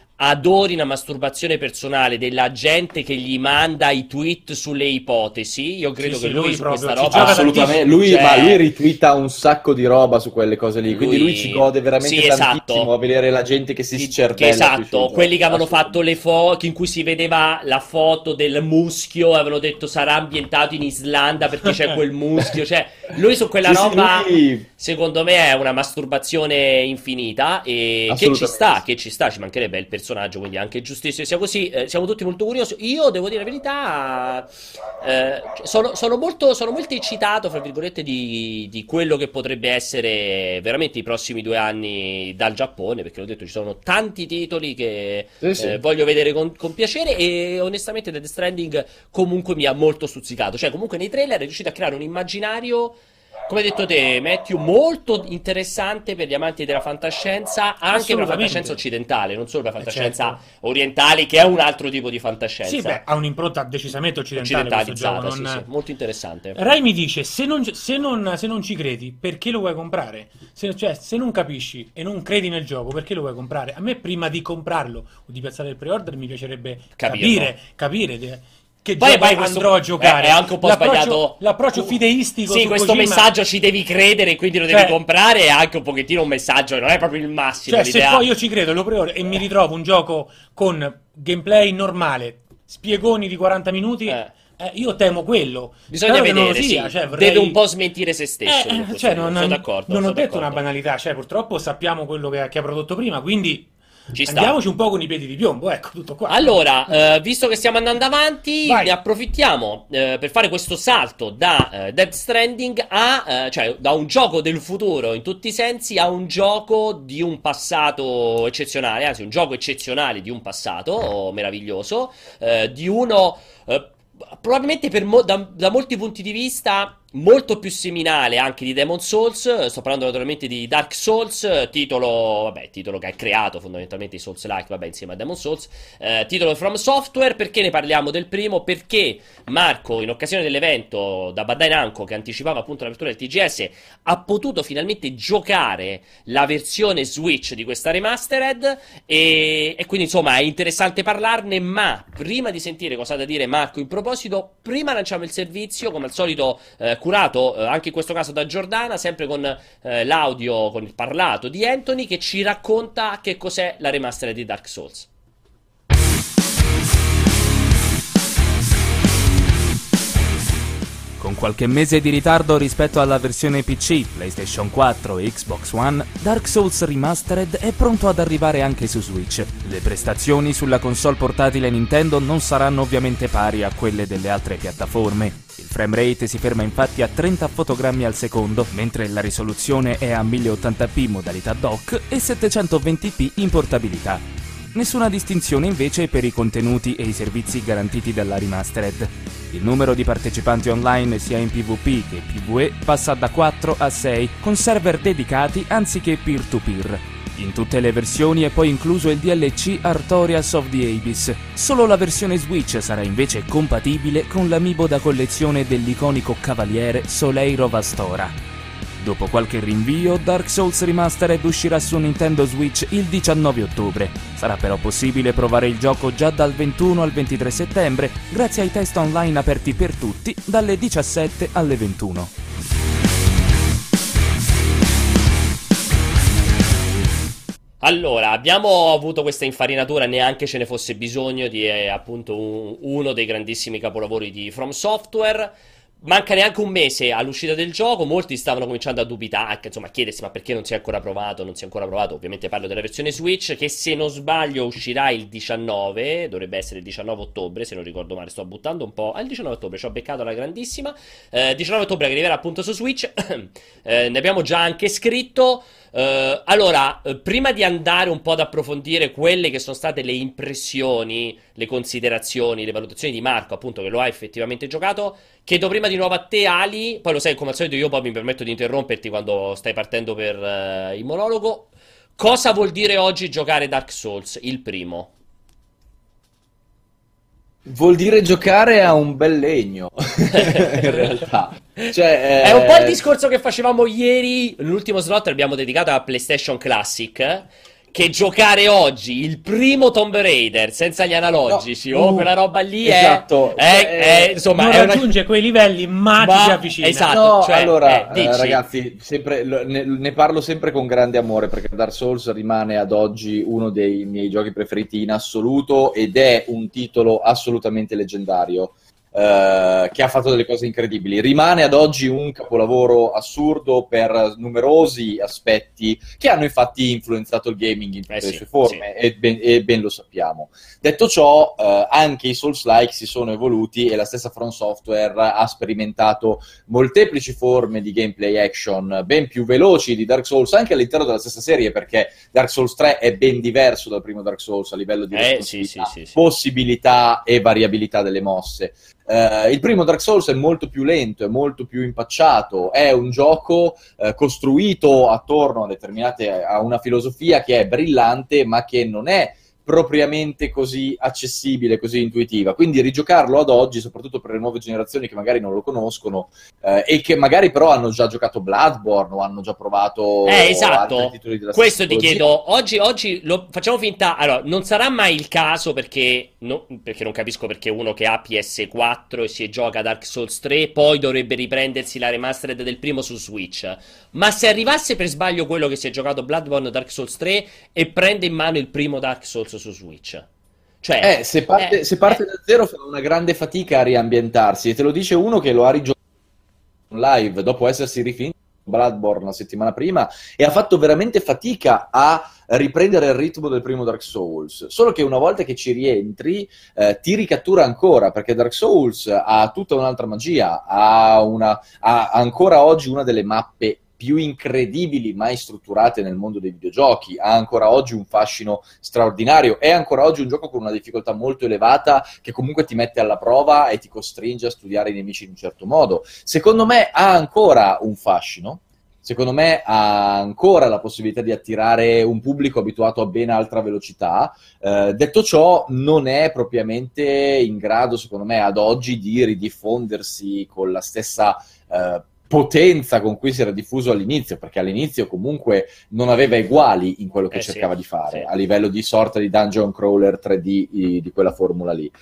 adori una masturbazione personale della gente che gli manda i tweet sulle ipotesi. Io credo Sì, che sì, lui, lui su proprio questa ci roba gioca Assolutamente, tantissimo. lui, Cioè- ma lui ritwitta un sacco di roba su quelle cose lì, quindi Lui- lui ci gode veramente sì, esatto. tantissimo a vedere la gente che si Che- scervella che sui suoi esatto, giochi. quelli che avevano Assolutamente. fatto le foto in cui si vedeva la foto del muschio, avevano detto sarà ambientato in Islanda perché c'è quel muschio, cioè lui su quella Sì, sì, roba lui- secondo me è una masturbazione infinita e che ci Assolutamente. sta, che ci sta, ci mancherebbe il personaggio, quindi è anche giustissimo che sia così. Eh, siamo tutti molto curiosi. Io devo dire la verità, eh, sono, sono molto, sono molto eccitato, fra virgolette, di, di quello che potrebbe essere veramente i prossimi due anni dal Giappone, perché l'ho detto, ci sono tanti titoli che Sì, sì. eh, voglio vedere con, con piacere e onestamente Death Stranding comunque mi ha molto stuzzicato. Cioè, comunque nei trailer è riuscito a creare un immaginario, come hai detto te, Matthew, molto interessante per gli amanti della fantascienza, anche per la Assolutamente. fantascienza occidentale, non solo per la Eh, fantascienza certo. orientale, che è un altro tipo di fantascienza. Sì, beh, ha un'impronta decisamente occidentale questo gioco. occidentalizzata, sì, non- sì, molto interessante. Rai mi dice, se non, se, non, se non ci credi, perché lo vuoi comprare? Se, cioè, se non capisci e non credi nel gioco, perché lo vuoi comprare? A me prima di comprarlo o di piazzare il pre-order mi piacerebbe Capirlo. capire, capire de- che Poi, gioco poi questo andrò a giocare. è, è anche un po' L'approccio- sbagliato. L'approccio fideistico Sì, su questo Kojima- messaggio ci devi credere e quindi lo devi Cioè- comprare. È anche un pochettino un messaggio, non è proprio il massimo. Cioè, se l'idea. poi io ci credo, lo pre-order e mi ritrovo un gioco con gameplay normale, spiegoni di quaranta minuti, Eh. eh, io temo quello. Bisogna Spero che non vedere, lo sia, sì. cioè, vorrei- Deve un po' smentire se stesso. Eh, io eh, questo cioè, dico. non, sono d'accordo. non ho sono detto una d'accordo. banalità, cioè purtroppo sappiamo quello che, che ha prodotto prima, quindi Ci sta. andiamoci un po' con i piedi di piombo, ecco, tutto qua. Allora, eh, visto che stiamo andando avanti, Vai. ne approfittiamo eh, per fare questo salto da eh, Death Stranding a, eh, cioè, da un gioco del futuro in tutti i sensi a un gioco di un passato eccezionale, anzi un gioco eccezionale di un passato oh, meraviglioso, eh, di uno eh, probabilmente per mo- da, da molti punti di vista molto più seminale anche di Demon Souls. Sto parlando naturalmente di Dark Souls, titolo, vabbè, titolo che ha creato fondamentalmente i Souls-like, vabbè, insieme a Demon Souls, eh, titolo From Software. Perché ne parliamo del primo? Perché Marco, in occasione dell'evento da Bandai Namco che anticipava appunto l'apertura del T G S, ha potuto finalmente giocare la versione Switch di questa remastered e, e quindi insomma è interessante parlarne. Ma prima di sentire cosa ha da dire Marco in proposito, prima lanciamo il servizio come al solito, eh, curato eh, anche in questo caso da Giordana, sempre con eh, l'audio, con il parlato di Anthony, che ci racconta che cos'è la remastered di Dark Souls. Con qualche mese di ritardo rispetto alla versione P C, PlayStation quattro e Xbox One, Dark Souls Remastered è pronto ad arrivare anche su Switch. Le prestazioni sulla console portatile Nintendo non saranno ovviamente pari a quelle delle altre piattaforme. Il framerate si ferma infatti a trenta fotogrammi al secondo, mentre la risoluzione è a mille ottanta p modalità dock e settecentoventi p in portabilità. Nessuna distinzione invece per i contenuti e i servizi garantiti dalla remastered. Il numero di partecipanti online sia in PvP che PvE passa da quattro a sei, con server dedicati anziché peer-to-peer. In tutte le versioni è poi incluso il D L C Artorias of the Abyss. Solo la versione Switch sarà invece compatibile con l'amiibo da collezione dell'iconico cavaliere Soleil Rovastora. Dopo qualche rinvio, Dark Souls Remastered uscirà su Nintendo Switch il diciannove ottobre. Sarà però possibile provare il gioco già dal ventuno al ventitré settembre, grazie ai test online aperti per tutti dalle diciassette alle ventuno. Allora, abbiamo avuto questa infarinatura, neanche ce ne fosse bisogno, di eh, appunto un- uno dei grandissimi capolavori di From Software. Manca neanche un mese all'uscita del gioco, molti stavano cominciando a dubitare, anche, insomma, a chiedersi ma perché non si è ancora provato, non si è ancora provato, ovviamente parlo della versione Switch, che se non sbaglio uscirà il diciannove, dovrebbe essere il diciannove ottobre, se non ricordo male, sto buttando un po', ah, il diciannove ottobre, ci ho beccato alla grandissima, eh, diciannove ottobre che arriverà appunto su Switch, eh, ne abbiamo già anche scritto. Uh, allora, uh, prima di andare un po' ad approfondire quelle che sono state le impressioni, le considerazioni, le valutazioni di Marco, appunto, che lo ha effettivamente giocato, chiedo prima di nuovo a te, Ali, poi lo sai, come al solito io poi mi permetto di interromperti quando stai partendo per uh, il monologo. Cosa vuol dire oggi giocare Dark Souls, il primo? Vuol dire giocare a un bel legno, in realtà. Cioè, È un po' il eh, discorso che facevamo ieri, l'ultimo slot l'abbiamo dedicato a PlayStation Classic, che giocare oggi il primo Tomb Raider senza gli analogici No, o uh, quella roba lì esatto, è, è, cioè, è- insomma, non è una... raggiunge quei livelli, ma, Ma- ci si avvicina. esatto. No, cioè, allora, eh, dici. eh, ragazzi, sempre, lo- ne, ne parlo sempre con grande amore perché Dark Souls rimane ad oggi uno dei miei giochi preferiti in assoluto ed è un titolo assolutamente leggendario. eh, che ha fatto delle cose incredibili. Rimane ad oggi un capolavoro assurdo per numerosi aspetti che hanno infatti influenzato il gaming in tutte Eh le sì, sue forme e, ben, e ben lo sappiamo. Detto ciò, eh, anche i Souls-like si sono evoluti e la stessa From Software ha sperimentato molteplici forme di gameplay action ben più veloci di Dark Souls anche all'interno della stessa serie, perché Dark Souls tre è ben diverso dal primo Dark Souls a livello di Eh, sì, responsabilità, sì, sì, sì. possibilità e variabilità delle mosse. Uh, il primo Dark Souls è molto più lento, è molto più impacciato, è un gioco uh, costruito attorno a determinate a una filosofia che è brillante, ma che non è propriamente così accessibile, così intuitiva. Quindi rigiocarlo ad oggi, soprattutto per le nuove generazioni che magari non lo conoscono eh, e che magari però hanno già giocato Bloodborne o hanno già provato Eh, esatto. altri titoli della Questo stessa ti tipologia. chiedo. Oggi, oggi lo facciamo finta. Allora, non sarà mai il caso perché, no- perché non capisco perché uno che ha P S quattro e si gioca Dark Souls tre poi dovrebbe riprendersi la remastered del primo su Switch. Ma se arrivasse per sbaglio quello che si è giocato Bloodborne Dark Souls tre e prende in mano il primo Dark Souls su Switch, cioè, Eh, se parte, eh, se parte eh, da zero fa una grande fatica a riambientarsi, e te lo dice uno che lo ha rigiocato live dopo essersi rifinito Bloodborne la settimana prima e ha fatto veramente fatica a riprendere il ritmo del primo Dark Souls. Solo che una volta che ci rientri eh, ti ricattura ancora, perché Dark Souls ha tutta un'altra magia, ha, una, ha ancora oggi una delle mappe più incredibili mai strutturate nel mondo dei videogiochi, ha ancora oggi un fascino straordinario, è ancora oggi un gioco con una difficoltà molto elevata che comunque ti mette alla prova e ti costringe a studiare i nemici in un certo modo. Secondo me ha ancora un fascino, secondo me ha ancora la possibilità di attirare un pubblico abituato a ben altra velocità. Eh, detto ciò, non è propriamente in grado, secondo me, ad oggi di ridiffondersi con la stessa eh, potenza con cui si era diffuso all'inizio, perché all'inizio comunque non aveva eguali in quello che Eh, cercava sì, di fare, sì. a livello di sorta di dungeon crawler tre D di, di quella formula lì.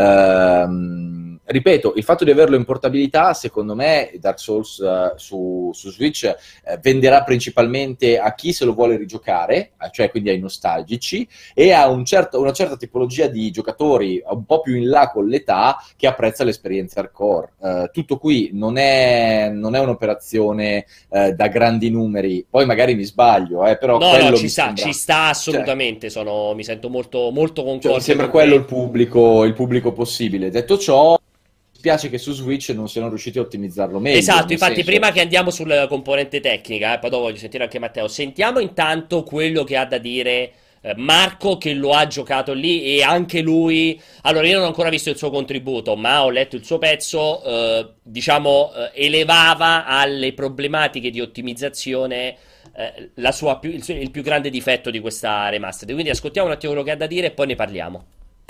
Ehm, ripeto, il fatto di averlo in portabilità, secondo me, Dark Souls eh, su, su Switch eh, venderà principalmente a chi se lo vuole rigiocare, eh, cioè quindi ai nostalgici, e a un certo, una certa tipologia di giocatori un po' più in là con l'età che apprezza l'esperienza hardcore. Eh, tutto qui non è, non è un'operazione eh, da grandi numeri, poi magari mi sbaglio, eh, però no, quello no, ci mi sta, sembra- ci sta assolutamente. Sono, mi sento molto, molto cioè, concorde mi sembra con quello te. il pubblico, il pubblico possibile. Detto ciò, mi spiace che su Switch non siano riusciti a ottimizzarlo meglio. Esatto, nel infatti senso- prima che andiamo sulla componente tecnica, eh, poi dopo voglio sentire anche Matteo, sentiamo intanto quello che ha da dire eh, Marco, che lo ha giocato lì e anche lui. Allora, io non ho ancora visto il suo contributo, ma ho letto il suo pezzo, eh, diciamo, eh, elevava alle problematiche di ottimizzazione eh, la sua più- il, suo- il più grande difetto di questa remastered. Quindi ascoltiamo un attimo quello che ha da dire e poi ne parliamo.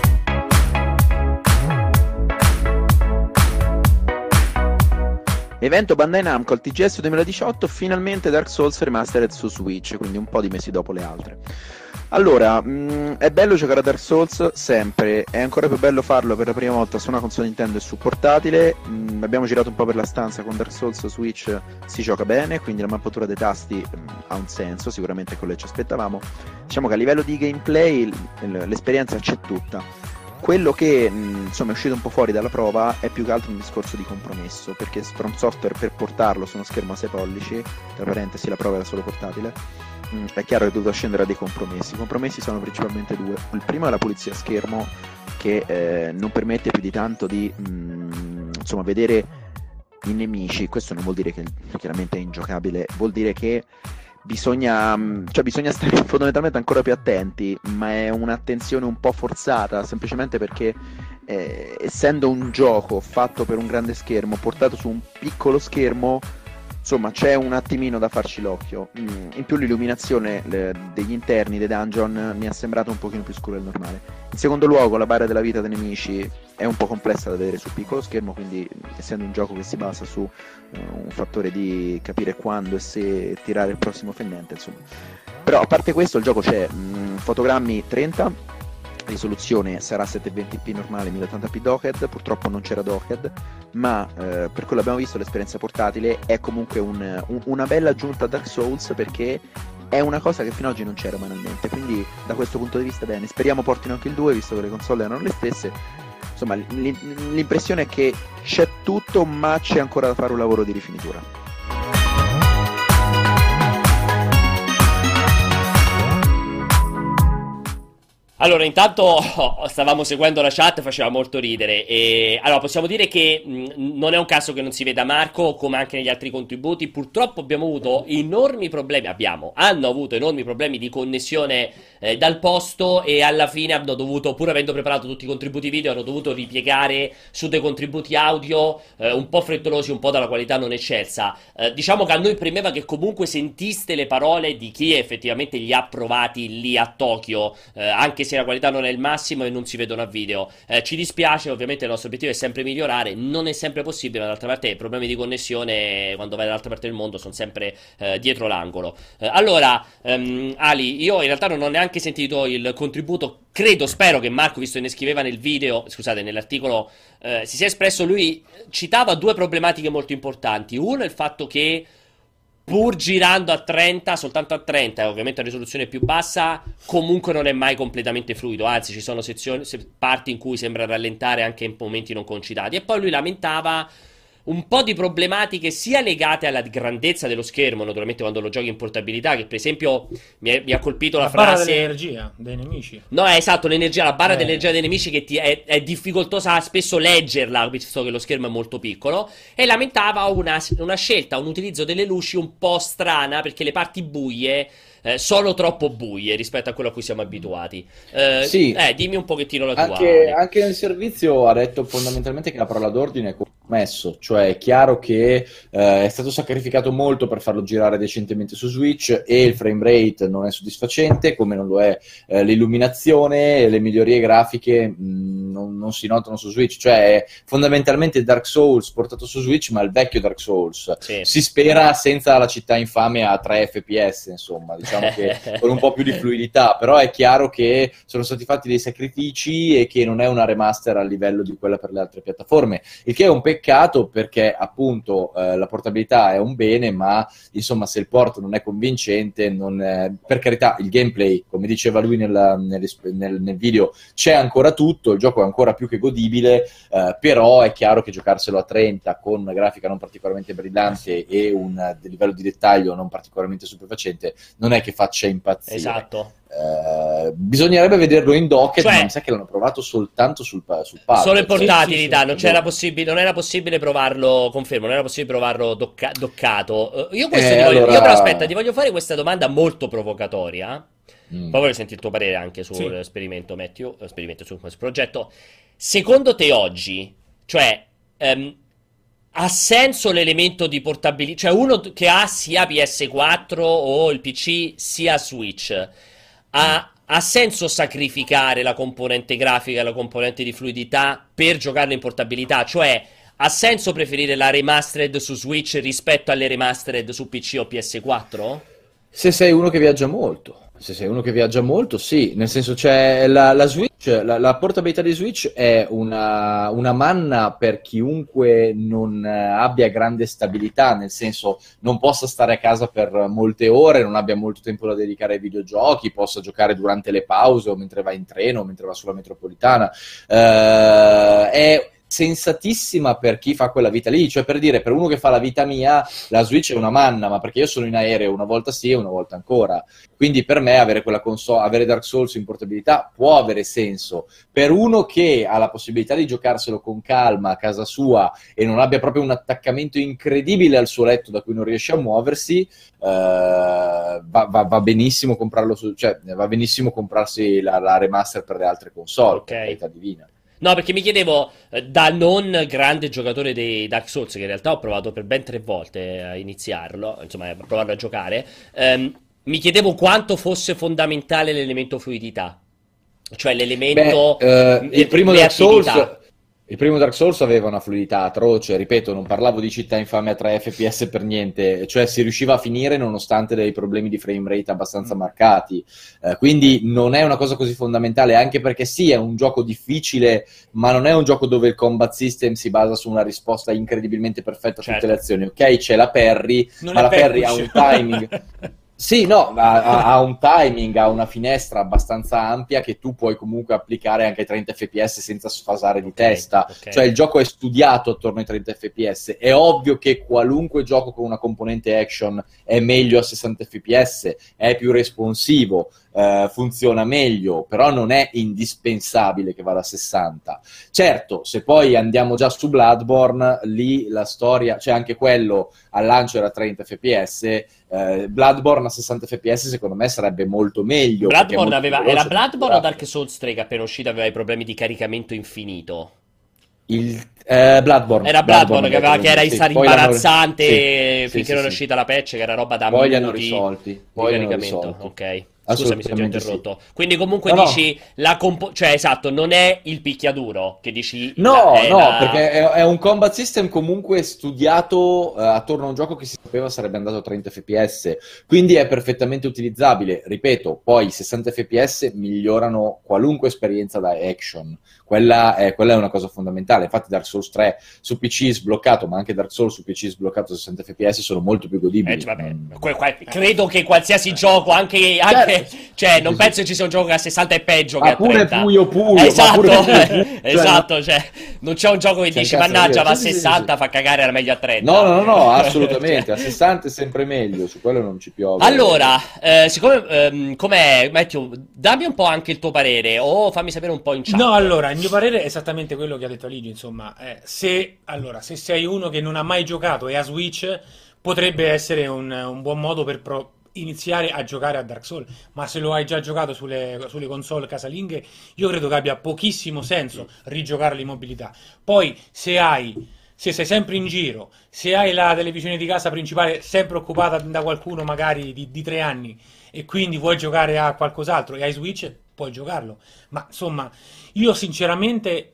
Evento Bandai Namco al T G S duemiladiciotto, finalmente Dark Souls Remastered su Switch, quindi un po' di mesi dopo le altre. Allora, mh, è bello giocare a Dark Souls sempre, è ancora più bello farlo per la prima volta su una console Nintendo e su portatile. Mh, abbiamo girato un po' per la stanza con Dark Souls su Switch, si gioca bene, quindi la mappatura dei tasti mh, ha un senso, sicuramente quello che ci aspettavamo. Diciamo che a livello di gameplay l- l'esperienza c'è tutta. Quello che mh, insomma è uscito un po' fuori dalla prova è più che altro un discorso di compromesso, perché From Software per portarlo su uno schermo a sei pollici, tra parentesi la prova era solo portatile, Mm, è chiaro che è dovuto scendere a dei compromessi. I compromessi sono principalmente due. Il primo è la pulizia a schermo, che eh, non permette più di tanto di mm, insomma vedere i nemici. Questo non vuol dire che chiaramente è ingiocabile, vuol dire che bisogna, mm, cioè bisogna stare fondamentalmente ancora più attenti, ma è un'attenzione un po' forzata, semplicemente perché eh, essendo un gioco fatto per un grande schermo, portato su un piccolo schermo, insomma c'è un attimino da farci l'occhio. Mm, in più l'illuminazione le, degli interni dei dungeon mi è sembrata un pochino più scura del normale. In secondo luogo la barra della vita dei nemici è un po' complessa da vedere sul piccolo schermo, quindi essendo un gioco che si basa su uh, un fattore di capire quando e se tirare il prossimo fendente, insomma. Però a parte questo il gioco c'è, mm, fotogrammi trenta, risoluzione sarà settecentoventi p normale, mille ottanta p docked, purtroppo non c'era docked, ma eh, per quello abbiamo visto l'esperienza portatile è comunque un, un, una bella aggiunta a Dark Souls, perché è una cosa che fino ad oggi non c'era banalmente, quindi da questo punto di vista bene. Speriamo portino anche il due, visto che le console erano le stesse. Insomma, l'impressione è che c'è tutto, ma c'è ancora da fare un lavoro di rifinitura. Allora, intanto stavamo seguendo la chat, faceva molto ridere. E allora possiamo dire che mh, non è un caso che non si veda Marco, come anche negli altri contributi. Purtroppo abbiamo avuto enormi problemi. Abbiamo, hanno avuto enormi problemi di connessione eh, dal posto, e alla fine hanno dovuto, pur avendo preparato tutti i contributi video, hanno dovuto ripiegare su dei contributi audio eh, un po' frettolosi, un po' dalla qualità non eccelsa. Eh, diciamo che a noi premeva che comunque sentiste le parole di chi effettivamente li ha provati lì a Tokyo, eh, anche se la qualità non è il massimo e non si vedono a video. Eh, ci dispiace, ovviamente il nostro obiettivo è sempre migliorare, non è sempre possibile, ma d'altra parte i problemi di connessione quando vai dall'altra parte del mondo sono sempre eh, dietro l'angolo. Eh, allora, um, Ali, io in realtà non ho neanche sentito il contributo, credo, spero che Marco, visto che ne scriveva nel video, scusate, nell'articolo, eh, si sia espresso. Lui citava due problematiche molto importanti. Uno è il fatto che pur girando a trenta, soltanto a trenta, e ovviamente a risoluzione più bassa, comunque non è mai completamente fluido, anzi ci sono sezioni, parti in cui sembra rallentare anche in momenti non concitati. E poi lui lamentava un po' di problematiche sia legate alla grandezza dello schermo, naturalmente quando lo giochi in portabilità, che per esempio mi, è, mi ha colpito la, la frase... barra dell'energia dei nemici. No, è esatto, l'energia, la barra Eh. dell'energia dei nemici che ti è, è difficoltosa spesso leggerla, visto che lo schermo è molto piccolo, e lamentava una, una scelta, un utilizzo delle luci un po' strana, perché le parti buie eh, sono troppo buie rispetto a quello a cui siamo abituati. Eh, Sì. eh, dimmi un pochettino la tua. Anche, anche nel servizio ha detto fondamentalmente che la parola d'ordine è compromesso, cioè è chiaro che eh, è stato sacrificato molto per farlo girare decentemente su Switch, e il frame rate non è soddisfacente, come non lo è eh, l'illuminazione, e le migliorie grafiche mh, non, non si notano su Switch, cioè è fondamentalmente Dark Souls portato su Switch, ma il vecchio Dark Souls. Sì. Si spera senza la città infame a tre F P S, insomma, diciamo che con un po' più di fluidità, però è chiaro che sono stati fatti dei sacrifici e che non è una remaster a livello di quella per le altre piattaforme, il che è un peccato, perché appunto eh, la portabilità è un bene, ma insomma se il port non è convincente, non è... per carità il gameplay, come diceva lui nella, nel, nel, nel video, c'è ancora tutto, il gioco è ancora più che godibile, eh, però è chiaro che giocarselo a trenta con una grafica non particolarmente brillante e un livello di dettaglio non particolarmente stupefacente non è che faccia impazzire. Esatto. Uh, bisognerebbe vederlo in docket, Cioè, ma mi sa che l'hanno provato soltanto sul, sul pad. solo in Cioè, portatilità, sì, sì, non, sì. c'era possibile, non era possibile provarlo, confermo, non era possibile provarlo docca- doccato. Uh, io questo Eh, ti voglio, allora- io però aspetta, ti voglio fare questa domanda molto provocatoria. Mm. Poi voglio sentire il tuo parere anche sull'esperimento, Sì. Matthew, esperimento su questo progetto. Secondo te oggi, cioè, ehm, ha senso l'elemento di portabilità? Cioè uno che ha sia P S quattro o il P C sia Switch, ha, ha senso sacrificare la componente grafica e la componente di fluidità per giocarlo in portabilità? Cioè ha senso preferire la remastered su Switch rispetto alle remastered su P C o P S quattro? Se sei uno che viaggia molto. Se sei uno che viaggia molto, sì, nel senso c'è la, la Switch, la, la portabilità di Switch è una, una manna per chiunque non eh, abbia grande stabilità, nel senso non possa stare a casa per molte ore, non abbia molto tempo da dedicare ai videogiochi, possa giocare durante le pause o mentre va in treno o mentre va sulla metropolitana. Eh, è sensatissima per chi fa quella vita lì, cioè per dire, per uno che fa la vita mia, la Switch è una manna, ma perché io sono in aereo una volta sì e una volta ancora. Quindi per me avere quella console, avere Dark Souls in portabilità può avere senso. Per uno che ha la possibilità di giocarselo con calma a casa sua e non abbia proprio un attaccamento incredibile al suo letto da cui non riesce a muoversi, eh, va, va, va benissimo comprarlo su, cioè va benissimo comprarsi la, la remaster per le altre console, Ok. per carità divina. No, perché mi chiedevo, eh, da non grande giocatore dei Dark Souls, che in realtà ho provato per ben tre volte a iniziarlo, insomma, a provarlo a giocare, ehm, mi chiedevo quanto fosse fondamentale l'elemento fluidità, cioè l'elemento, Beh, eh, il primo le Dark Souls, attività. il primo Dark Souls aveva una fluidità atroce, ripeto, non parlavo di città infame a tre F P S per niente, cioè si riusciva a finire nonostante dei problemi di frame rate abbastanza marcati, eh, quindi non è una cosa così fondamentale, anche perché sì, è un gioco difficile, ma non è un gioco dove il combat system si basa su una risposta incredibilmente perfetta a tutte Certo. le azioni, ok? C'è la parry, Non ma è la parry ha Perpush. un timing... Sì, no, ha, ha- ha un timing, ha una finestra abbastanza ampia che tu puoi comunque applicare anche ai trenta F P S senza sfasare di Ok, testa. ok. Cioè il gioco è studiato attorno ai trenta F P S. È ovvio che qualunque gioco con una componente action è meglio a sessanta F P S, è più responsivo, eh, funziona meglio, però non è indispensabile che vada a sessanta. Certo, se poi andiamo già su Bloodborne, lì la storia, cioè anche quello al lancio era trenta F P S, eh, Bloodborne a sessanta F P S secondo me sarebbe molto meglio. perché è Bloodborne molto aveva, più era veloce, Bloodborne o più Dark Souls tre che appena uscito aveva i problemi di caricamento infinito? Il, eh, Bloodborne. Era Bloodborne che, aveva, aveva che era sì. stare Poi l'hanno- imbarazzante sì, sì, finché sì, non è sì. uscita la patch, che era roba da Poi li hanno minuti risolti. di Poi li hanno caricamento. risolti. Ok. Scusami se ti ho Assolutamente interrotto. Quindi comunque No, no. dici la compo- cioè esatto, non è il picchiaduro che dici No, la- è no, la- perché è, è un combat system comunque studiato eh, attorno a un gioco che si sapeva sarebbe andato a trenta F P S, quindi è perfettamente utilizzabile. Ripeto, poi i sessanta F P S migliorano qualunque esperienza da action. Quella è, quella è una cosa fondamentale. Infatti Dark Souls tre su P C sbloccato, ma anche Dark Souls su P C sbloccato a sessanta F P S sono molto più godibili. Eh, cioè, vabbè, Non- que- que- credo che qualsiasi gioco, anche, anche cioè, non Sì, penso sì. che ci sia un gioco che a sessanta è peggio che Ma a pure trenta. Puyo Puyo, ma esatto, pure Puyo Puyo. Cioè, esatto, cioè, non c'è un gioco che Cioè, dici, cazzo, mannaggia, io- va a sì, sì, sì, sessanta, sì. fa cagare, era meglio a trenta. No, no, no, no, assolutamente. Cioè. A sessanta è sempre meglio, su quello non ci piove. Allora, eh, siccome, ehm, com'è, Matthew, dammi un po' anche il tuo parere, o fammi sapere un po' in chat. No, allora, il mio parere è esattamente quello che ha detto Luigi, insomma, eh, se, allora, se sei uno che non ha mai giocato e ha Switch, potrebbe essere un, un buon modo per pro- iniziare a giocare a Dark Souls, ma se lo hai già giocato sulle, sulle console casalinghe, io credo che abbia pochissimo senso rigiocarlo in mobilità. Poi, se hai, se sei sempre in giro, se hai la televisione di casa principale sempre occupata da qualcuno magari di, di tre anni, e quindi vuoi giocare a qualcos'altro e hai Switch, puoi giocarlo. Ma insomma, io sinceramente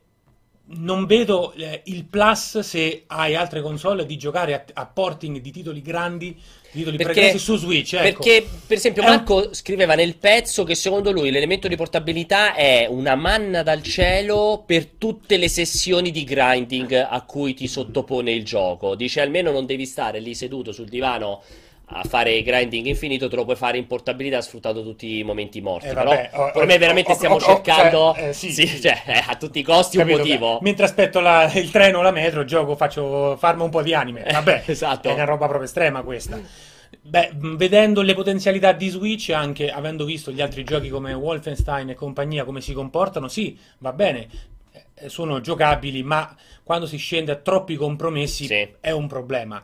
non vedo eh, il plus, se hai altre console, di giocare a, a porting di titoli grandi, di titoli Perché- pregressi su Switch. Ecco. Perché, per esempio, È un- Marco scriveva nel pezzo che secondo lui l'elemento di portabilità è una manna dal cielo per tutte le sessioni di grinding a cui ti sottopone il gioco. Dice almeno non devi stare lì seduto sul divano a fare grinding infinito, te lo puoi fare in portabilità sfruttando tutti i momenti morti. Eh, Però vabbè, oh, per oh, me veramente oh, stiamo oh, oh, cercando cioè, eh, sì, sì, sì. cioè, eh, a tutti i costi un Capito? motivo. Mentre aspetto la- il treno o la metro, gioco, faccio farmo un po' di anime. Vabbè, Esatto. è una roba proprio estrema questa. Beh, mh, vedendo le potenzialità di Switch, anche avendo visto gli altri giochi come Wolfenstein e compagnia come si comportano, sì, va bene, eh, sono giocabili, ma quando si scende a troppi compromessi Sì. è un problema.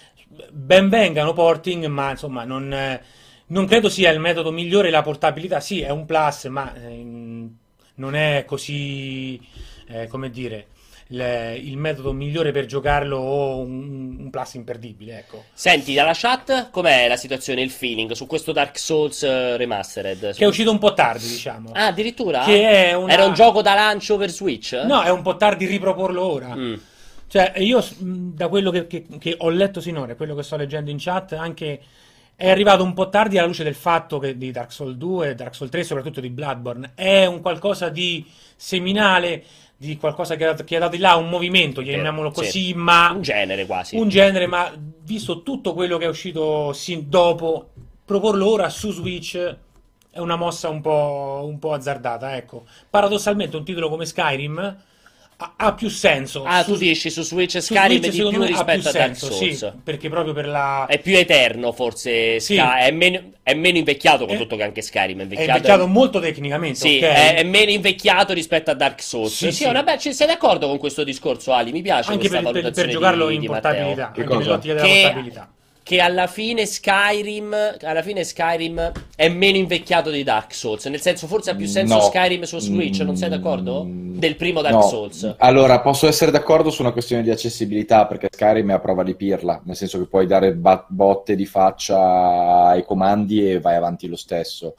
Ben vengano porting, ma insomma non, eh, non credo sia il metodo migliore. La portabilità sì, è un plus, ma ehm, non è così, eh, come dire, il, il metodo migliore per giocarlo o un, un plus imperdibile, ecco. Senti, dalla chat, com'è la situazione, il feeling su questo Dark Souls eh, Remastered? Che è uscito un po' tardi, diciamo. Ah, addirittura? Che è una- Era un gioco da lancio per Switch? No, è un po' tardi riproporlo ora. Mm. Cioè, io mh, da quello che, che- che ho letto sinora, quello che sto leggendo in chat, anche è arrivato un po' tardi alla luce del fatto che di Dark Souls due, Dark Souls tre, soprattutto di Bloodborne, è un qualcosa di seminale, di qualcosa che ha, che ha dato di là un movimento, chiamiamolo così, sì. ma Un genere quasi. un genere, ma visto tutto quello che è uscito sin dopo, proporlo ora su Switch è una mossa un po', un po' azzardata, ecco. Paradossalmente un titolo come Skyrim ha, ha più senso. Ah, su, tu dici su Switch su Skyrim Switch, di secondo più me, ha più rispetto a Dark senso, Souls. sì, perché proprio per la... È più eterno forse, Sì. Sky- è, meno, è meno invecchiato, con È- tutto che anche Skyrim è È invecchiato. invecchiato molto tecnicamente, Sì, ok? è, è meno invecchiato rispetto a Dark Souls. Sì, Sì, sì. vabbè, ci- sei d'accordo con questo discorso, Ali? Mi piace Anche questa per, per- per valutazione giocarlo di, in di Matteo. portabilità, Che anche cosa? nell'ottica della Che- portabilità. Che alla fine Skyrim alla fine Skyrim è meno invecchiato di Dark Souls, nel senso forse ha più senso No. Skyrim su Switch, non sei d'accordo? Mm, Del primo Dark no. Souls. Allora, posso essere d'accordo su una questione di accessibilità, perché Skyrim è a prova di pirla, nel senso che puoi dare ba- botte di faccia ai comandi e vai avanti lo stesso.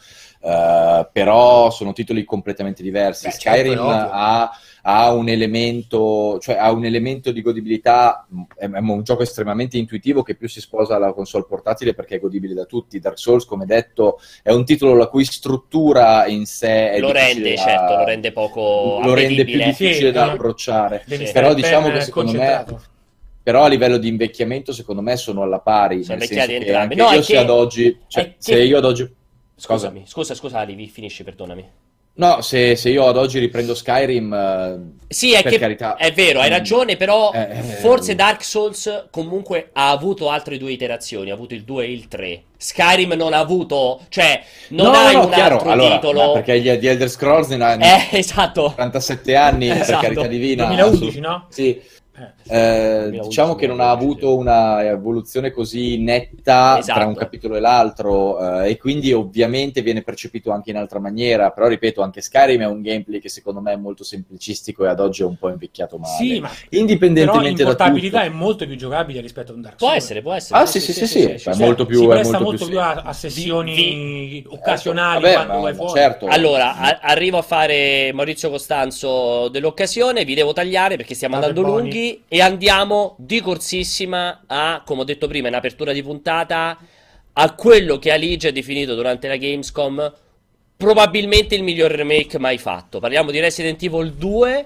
Uh, però sono titoli completamente diversi. Beh, certo, Skyrim è ovvio. ha, ha un elemento, cioè ha un elemento di godibilità, è, è un gioco estremamente intuitivo che più si sposa alla console portatile perché è godibile da tutti. Dark Souls, come detto, è un titolo la cui struttura in sé è Lo difficile rende, da- certo, lo rende poco lo rende più appetibile. difficile Sì, da no. approcciare. Devi Sì. stare Però diciamo ben che secondo me concentrato. però a livello di invecchiamento secondo me sono alla pari, Sono nel invecchiati senso che entrambi. anche No, è io se che- ad oggi, cioè, è se che- io ad oggi Scusami, scusa, scusa Ali, vi- finisci, perdonami. no, se, se io ad oggi riprendo Skyrim, eh, Sì, è per che carità. è vero, hai Mm. ragione, però Eh, eh, forse eh. Dark Souls comunque ha avuto altre due iterazioni, ha avuto il due e il tre. Skyrim non ha avuto, cioè non no, hai no, un chiaro, altro allora, titolo. ma perché gli, di Elder Scrolls ne hanno Eh, esatto. quarantasette anni, per Esatto. carità divina. duemilaundici, no? Sì. Eh. Eh, diciamo che non ha avuto una evoluzione così netta Esatto. tra un capitolo e l'altro, eh, e quindi ovviamente viene percepito anche in altra maniera. Però ripeto, anche Skyrim è un gameplay che secondo me è molto semplicistico e ad oggi è un po' invecchiato male. Sì, ma però indipendentemente in da portabilità tutto. è molto più giocabile rispetto a un Dark Può Souls. essere, può essere. Ah, sì, sì, sì, sì, sì, è sì. molto più, si è presta molto molto più più sì. a, a sessioni Vi- occasionali Vabbè, quando ma- vai ma fuori. certo. Allora, a- arrivo a fare Maurizio Costanzo dell'occasione, vi devo tagliare perché stiamo State andando buoni. lunghi e andiamo di corsissima a, come ho detto prima in apertura di puntata, a quello che Aligi ha definito durante la Gamescom probabilmente il miglior remake mai fatto. Parliamo di Resident Evil due,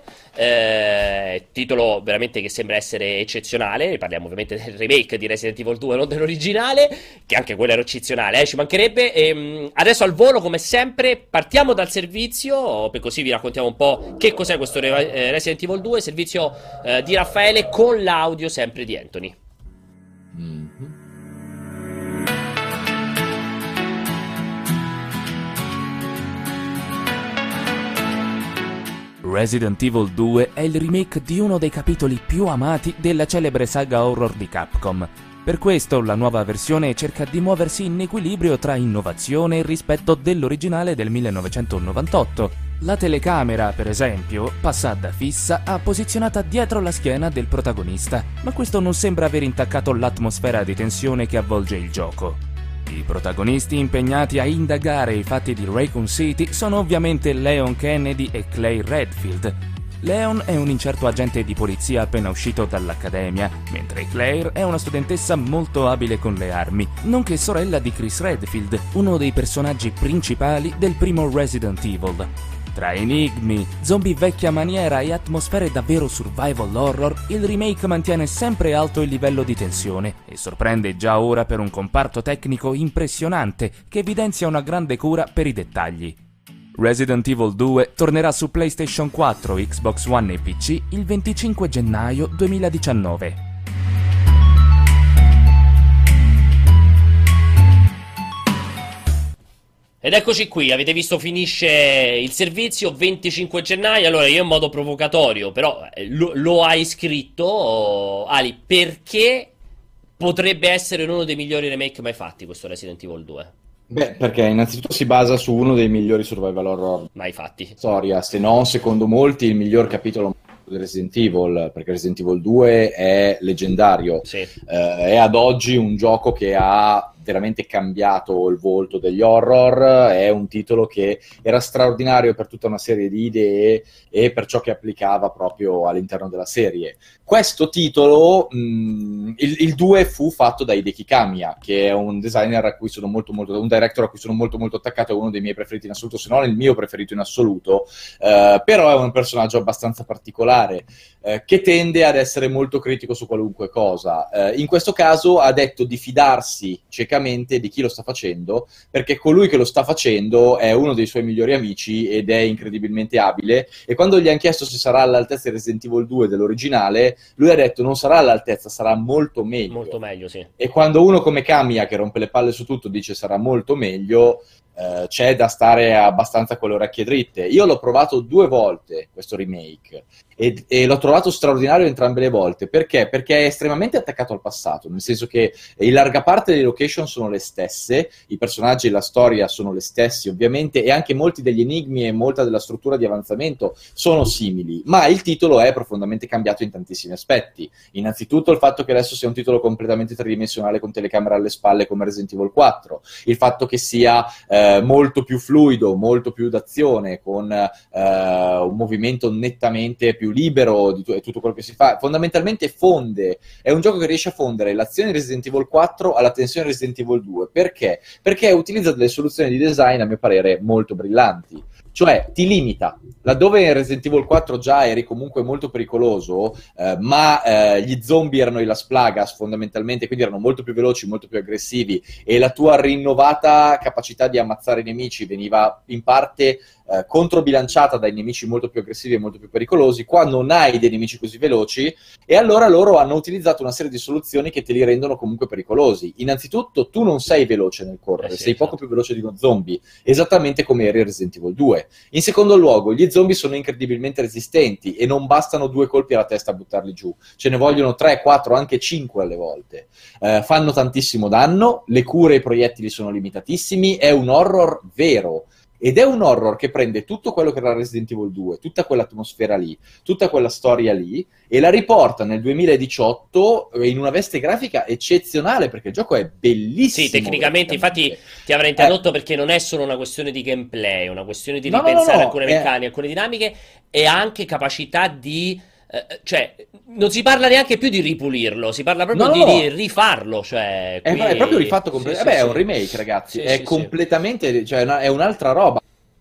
eh, titolo veramente che sembra essere eccezionale. Parliamo ovviamente del remake di Resident Evil due, non dell'originale, che anche quello era eccezionale, eh, ci mancherebbe. E, adesso al volo, come sempre, partiamo dal servizio, per così vi raccontiamo un po' che cos'è questo Re- eh, Resident Evil due, servizio eh, di Raffaele con l'audio sempre di Anthony. Mhm. Resident Evil due è il remake di uno dei capitoli più amati della celebre saga horror di Capcom. Per questo la nuova versione cerca di muoversi in equilibrio tra innovazione e rispetto dell'originale del millenovecentonovantotto. La telecamera, per esempio, passata fissa, ha posizionata dietro la schiena del protagonista, ma questo non sembra aver intaccato l'atmosfera di tensione che avvolge il gioco. I protagonisti impegnati a indagare i fatti di Raccoon City sono ovviamente Leon Kennedy e Clay Redfield. Leon è un incerto agente di polizia appena uscito dall'accademia, mentre Claire è una studentessa molto abile con le armi, nonché sorella di Chris Redfield, uno dei personaggi principali del primo Resident Evil. Tra enigmi, zombie vecchia maniera e atmosfere davvero survival horror, il remake mantiene sempre alto il livello di tensione e sorprende già ora per un comparto tecnico impressionante che evidenzia una grande cura per i dettagli. Resident Evil due tornerà su PlayStation quattro, Xbox One e P C il venticinque gennaio duemiladiciannove. Ed eccoci qui, avete visto finisce il servizio venticinque gennaio. Allora io in modo provocatorio, però eh, lo, lo hai scritto, Ali, perché potrebbe essere uno dei migliori remake mai fatti questo Resident Evil due? Beh, perché innanzitutto si basa su uno dei migliori survival horror Mai fatti. storia, se non secondo molti il miglior capitolo di Resident Evil, perché Resident Evil due è leggendario. Sì. Eh, è ad oggi un gioco che ha veramente cambiato il volto degli horror, è un titolo che era straordinario per tutta una serie di idee e per ciò che applicava proprio all'interno della serie. Questo titolo, mh, il, il due fu fatto da Hideki Kamiya, che è un designer a cui sono molto molto, un director a cui sono molto molto attaccato, è uno dei miei preferiti in assoluto, se non il mio preferito in assoluto, eh, però è un personaggio abbastanza particolare, eh, che tende ad essere molto critico su qualunque cosa. Eh, in questo caso ha detto di fidarsi ciecamente di chi lo sta facendo, perché colui che lo sta facendo è uno dei suoi migliori amici ed è incredibilmente abile, e quando gli hanno chiesto se sarà all'altezza di Resident Evil due dell'originale, lui ha detto non sarà all'altezza, sarà molto meglio. Molto meglio, sì. E quando uno come Kamiya, che rompe le palle su tutto, dice sarà molto meglio, eh, c'è da stare abbastanza con le orecchie dritte. Io l'ho provato due volte, questo remake, e, e l'ho trovato straordinario entrambe le volte. Perché? Perché è estremamente attaccato al passato, nel senso che in larga parte le location sono le stesse, i personaggi e la storia sono le stessi ovviamente, e anche molti degli enigmi e molta della struttura di avanzamento sono simili, ma il titolo è profondamente cambiato in tantissimi aspetti. Innanzitutto il fatto che adesso sia un titolo completamente tridimensionale con telecamera alle spalle come Resident Evil quattro, il fatto che sia eh, molto più fluido, molto più d'azione, con eh, un movimento nettamente più libero di t- tutto quello che si fa, fondamentalmente fonde, è un gioco che riesce a fondere l'azione di Resident Evil quattro alla tensione di Resident Evil due. Perché? Perché utilizza delle soluzioni di design a mio parere molto brillanti. Cioè ti limita, laddove in Resident Evil quattro già eri comunque molto pericoloso, eh, ma eh, gli zombie erano i Las Plagas fondamentalmente, quindi erano molto più veloci, molto più aggressivi, e la tua rinnovata capacità di ammazzare i nemici veniva in parte eh, controbilanciata dai nemici molto più aggressivi e molto più pericolosi. Qua non hai dei nemici così veloci, e allora loro hanno utilizzato una serie di soluzioni che te li rendono comunque pericolosi. Innanzitutto tu non sei veloce nel correre, eh sì, sei esatto. poco più veloce di uno zombie, esattamente come eri in Resident Evil due. In secondo luogo, gli zombie sono incredibilmente resistenti e non bastano due colpi alla testa a buttarli giù, ce ne vogliono tre, quattro, anche cinque alle volte. Eh, fanno tantissimo danno, le cure e i proiettili sono limitatissimi, è un horror vero. Ed è un horror che prende tutto quello che era Resident Evil due, tutta quell'atmosfera lì, tutta quella storia lì, e la riporta nel duemiladiciotto in una veste grafica eccezionale, perché il gioco è bellissimo. Sì, tecnicamente, infatti ti avrei interrotto eh. perché non è solo una questione di gameplay, è una questione di no, ripensare no, no, alcune è... meccaniche, alcune dinamiche, e anche capacità di... Eh, cioè, non si parla neanche più di ripulirlo, si parla proprio no, di, no. di rifarlo, cioè... Qui... È, è proprio rifatto completamente, sì, sì, beh, sì. è un remake, ragazzi, Sì, è sì, completamente, cioè, una, è un'altra roba.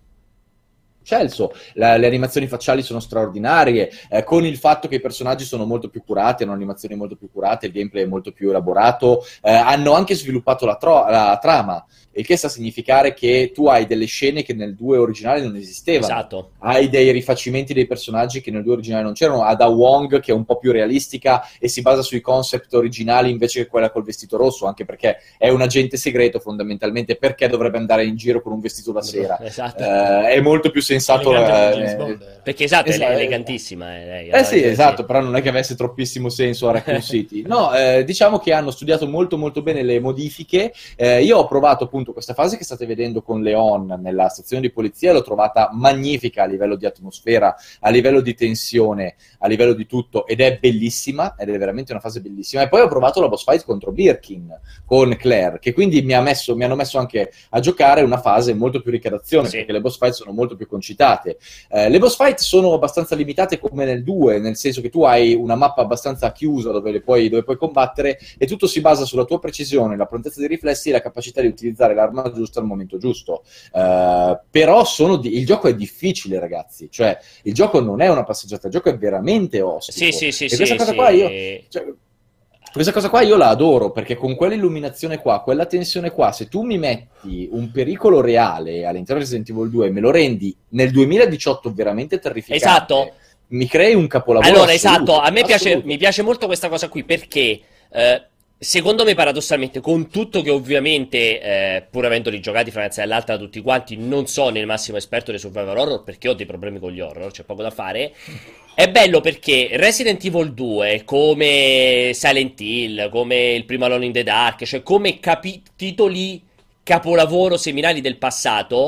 Celso, la, le animazioni facciali sono straordinarie, eh, con il fatto che i personaggi sono molto più curati, hanno animazioni molto più curate, il gameplay è molto più elaborato, eh, hanno anche sviluppato la, tro- la trama, il che sta a significare che tu hai delle scene che nel due originale non esistevano. Esatto. Hai dei rifacimenti dei personaggi che nel due originale non c'erano, Ada Wong che è un po' più realistica e si basa sui concept originali invece che quella col vestito rosso, anche perché è un agente segreto fondamentalmente, perché dovrebbe andare in giro con un vestito da sera. Esatto. Eh, è molto più sensato, eh, perché esatto, esatto, è elegantissima eh, lei, eh sì, sì, esatto, sì. Però non è che avesse troppissimo senso a Raccoon City. No, eh, diciamo che hanno studiato molto molto bene le modifiche. Eh, io ho provato appunto questa fase che state vedendo con Leon nella stazione di polizia, l'ho trovata magnifica a livello di atmosfera, a livello di tensione, a livello di tutto, ed è bellissima, ed è veramente una fase bellissima. E poi ho provato la boss fight contro Birkin con Claire, che quindi mi, ha messo, mi hanno messo anche a giocare una fase molto più ricca d'azione, sì. Perché le boss fight sono molto più concitate. Eh, le boss fight sono abbastanza limitate come nel due, nel senso che tu hai una mappa abbastanza chiusa dove, le puoi, dove puoi combattere, e tutto si basa sulla tua precisione, la prontezza dei riflessi e la capacità di utilizzare l'arma giusta al momento giusto. Uh, però sono di- il gioco è difficile, ragazzi, cioè il gioco non è una passeggiata, il gioco è veramente ostico. Sì, sì, sì, e sì, questa cosa sì. qua io... Cioè, questa cosa qua io la adoro, perché con quell'illuminazione qua, quella tensione qua, se tu mi metti un pericolo reale all'interno di Resident Evil due e me lo rendi nel duemiladiciotto veramente terrificante, esatto, mi crei un capolavoro allora assoluto, esatto, a me piace, assoluto. mi piace molto questa cosa qui, perché eh, secondo me paradossalmente, con tutto che ovviamente eh, pur avendoli giocati fra mezzo all'altra tutti quanti, non sono il massimo esperto dei survival horror, perché ho dei problemi con gli horror, c'è poco da fare. È bello perché Resident Evil due, come Silent Hill, come il primo Alone in the Dark, cioè come capi- titoli capolavoro seminali del passato,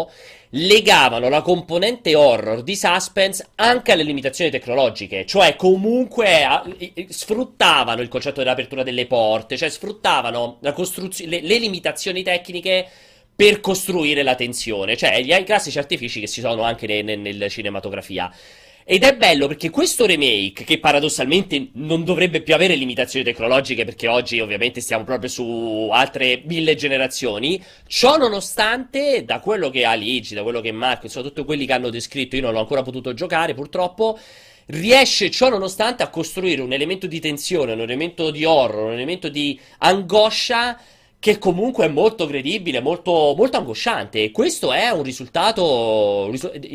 legavano la componente horror di suspense anche alle limitazioni tecnologiche, cioè comunque a, sfruttavano il concetto dell'apertura delle porte, cioè sfruttavano la costruzio- le, le limitazioni tecniche per costruire la tensione, cioè gli, i classici artifici che si sono anche ne, ne, nella cinematografia. Ed è bello perché questo remake, che paradossalmente non dovrebbe più avere limitazioni tecnologiche, perché oggi ovviamente stiamo proprio su altre mille generazioni, ciò nonostante, da quello che ha Luigi, da quello che Marco, insomma tutti quelli che hanno descritto, io non l'ho ancora potuto giocare purtroppo, riesce ciò nonostante a costruire un elemento di tensione, un elemento di horror, un elemento di angoscia che comunque è molto credibile, molto, molto angosciante. E questo è un risultato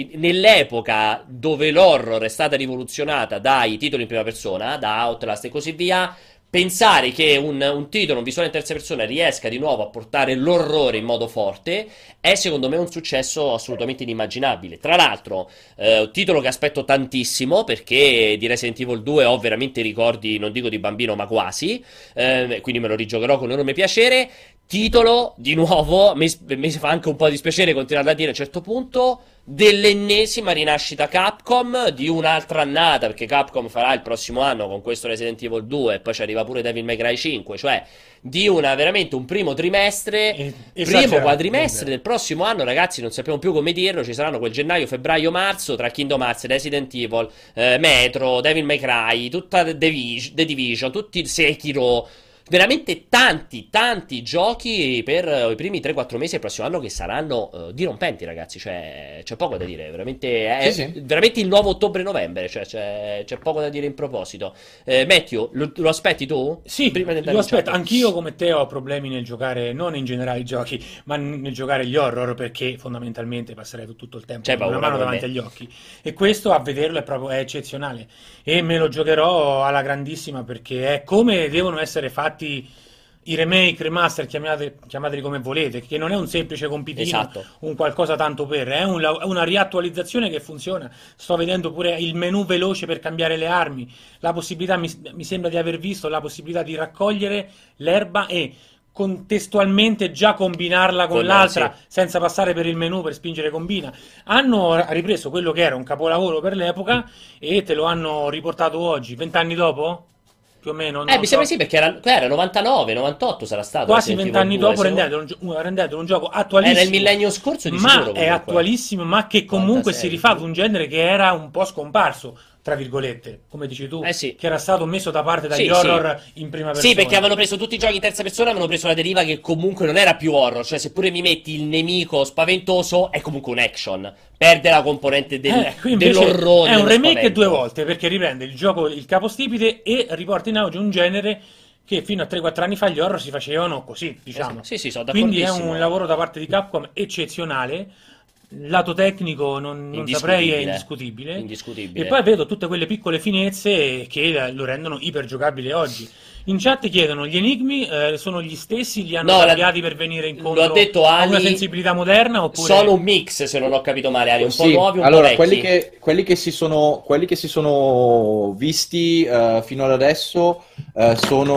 nell'epoca dove l'horror è stata rivoluzionata dai titoli in prima persona, da Outlast e così via. Pensare che un, un titolo, un visuale in terza persona riesca di nuovo a portare l'orrore in modo forte è secondo me un successo assolutamente inimmaginabile. Tra l'altro, eh, un titolo che aspetto tantissimo perché di Resident Evil due ho veramente ricordi, non dico di bambino ma quasi, eh, quindi me lo rigiocherò con enorme piacere. Titolo, di nuovo, mi, mi fa anche un po' dispiacere continuare a dire a un certo punto, dell'ennesima rinascita Capcom, di un'altra annata, perché Capcom farà il prossimo anno con questo Resident Evil due e poi ci arriva pure Devil May Cry cinque, cioè di una veramente un primo trimestre, E- primo esagerato, quadrimestre davvero. del prossimo anno, ragazzi, non sappiamo più come dirlo, ci saranno quel gennaio, febbraio, marzo, tra Kingdom Hearts, Resident Evil, eh, Metro, Devil May Cry, tutta The Division, The Division, tutti il Sekiro. Veramente tanti, tanti giochi per eh, i primi tre quattro mesi del prossimo anno che saranno eh, dirompenti, ragazzi. Cioè, c'è poco da dire. Veramente, è Sì, sì. veramente il nuovo ottobre-novembre. Cioè, c'è, c'è poco da dire in proposito. Eh, Matthew, lo, lo aspetti tu? Sì, Prima di andare lo in aspetto. chat. Anch'io come te ho problemi nel giocare, non in generale i giochi, ma nel giocare gli horror perché fondamentalmente passerei tutto il tempo C'hai con una paura mano come davanti me. agli occhi. E questo a vederlo è proprio è eccezionale. E me lo giocherò alla grandissima perché è come devono essere fatti i remake, remaster, chiamate, chiamateli come volete, che non è un semplice compitino, Esatto. un qualcosa tanto per, è un la- una riattualizzazione che funziona. Sto vedendo pure il menu veloce per cambiare le armi, la possibilità, mi, mi sembra di aver visto la possibilità di raccogliere l'erba e contestualmente già combinarla con Con, eh, l'altra sì. senza passare per il menu per spingere combina. Hanno ripreso quello che era un capolavoro per l'epoca e te lo hanno riportato oggi, vent'anni dopo? Più o meno, Eh, non mi so. sembra sì, perché era, era novantanove, novantotto sarà stato Quasi Resident Evil vent'anni due, dopo se no- rendetelo un, gio- un- rendetelo un gioco Era il attualissimo, millennio scorso di ma sicuro è comunque. attualissimo, ma che comunque si novantasei. rifà ad un genere che era un po' scomparso, tra virgolette, come dici tu, Eh sì. che era stato messo da parte dagli Sì, horror sì. in prima persona. Sì, perché avevano preso tutti i giochi in terza persona, avevano preso la deriva che comunque non era più horror, cioè seppure mi metti il nemico spaventoso, è comunque un action, perde la componente del, Eh, qui invece dell'orrore, è un dello remake spavento. due volte, perché riprende il gioco, il capostipite e riporta in auge un genere che fino a tre quattro anni fa gli horror si facevano così, diciamo. Sì, sì, sono Quindi è d'accordissimo. un lavoro da parte di Capcom eccezionale. Lato tecnico non, non saprei, è Indiscutibile. indiscutibile. Indiscutibile. E poi vedo tutte quelle piccole finezze che lo rendono ipergiocabile oggi. In chat chiedono: gli enigmi eh, sono gli stessi, li hanno No, la- cambiati per venire incontro lo ha detto a una Ali, sensibilità moderna? Oppure sono un mix, se non ho capito male, Ali, un po' Sì, nuovi, un allora, po' quelli vecchi. che, quelli che si sono, quelli che si sono visti eh, fino ad adesso eh,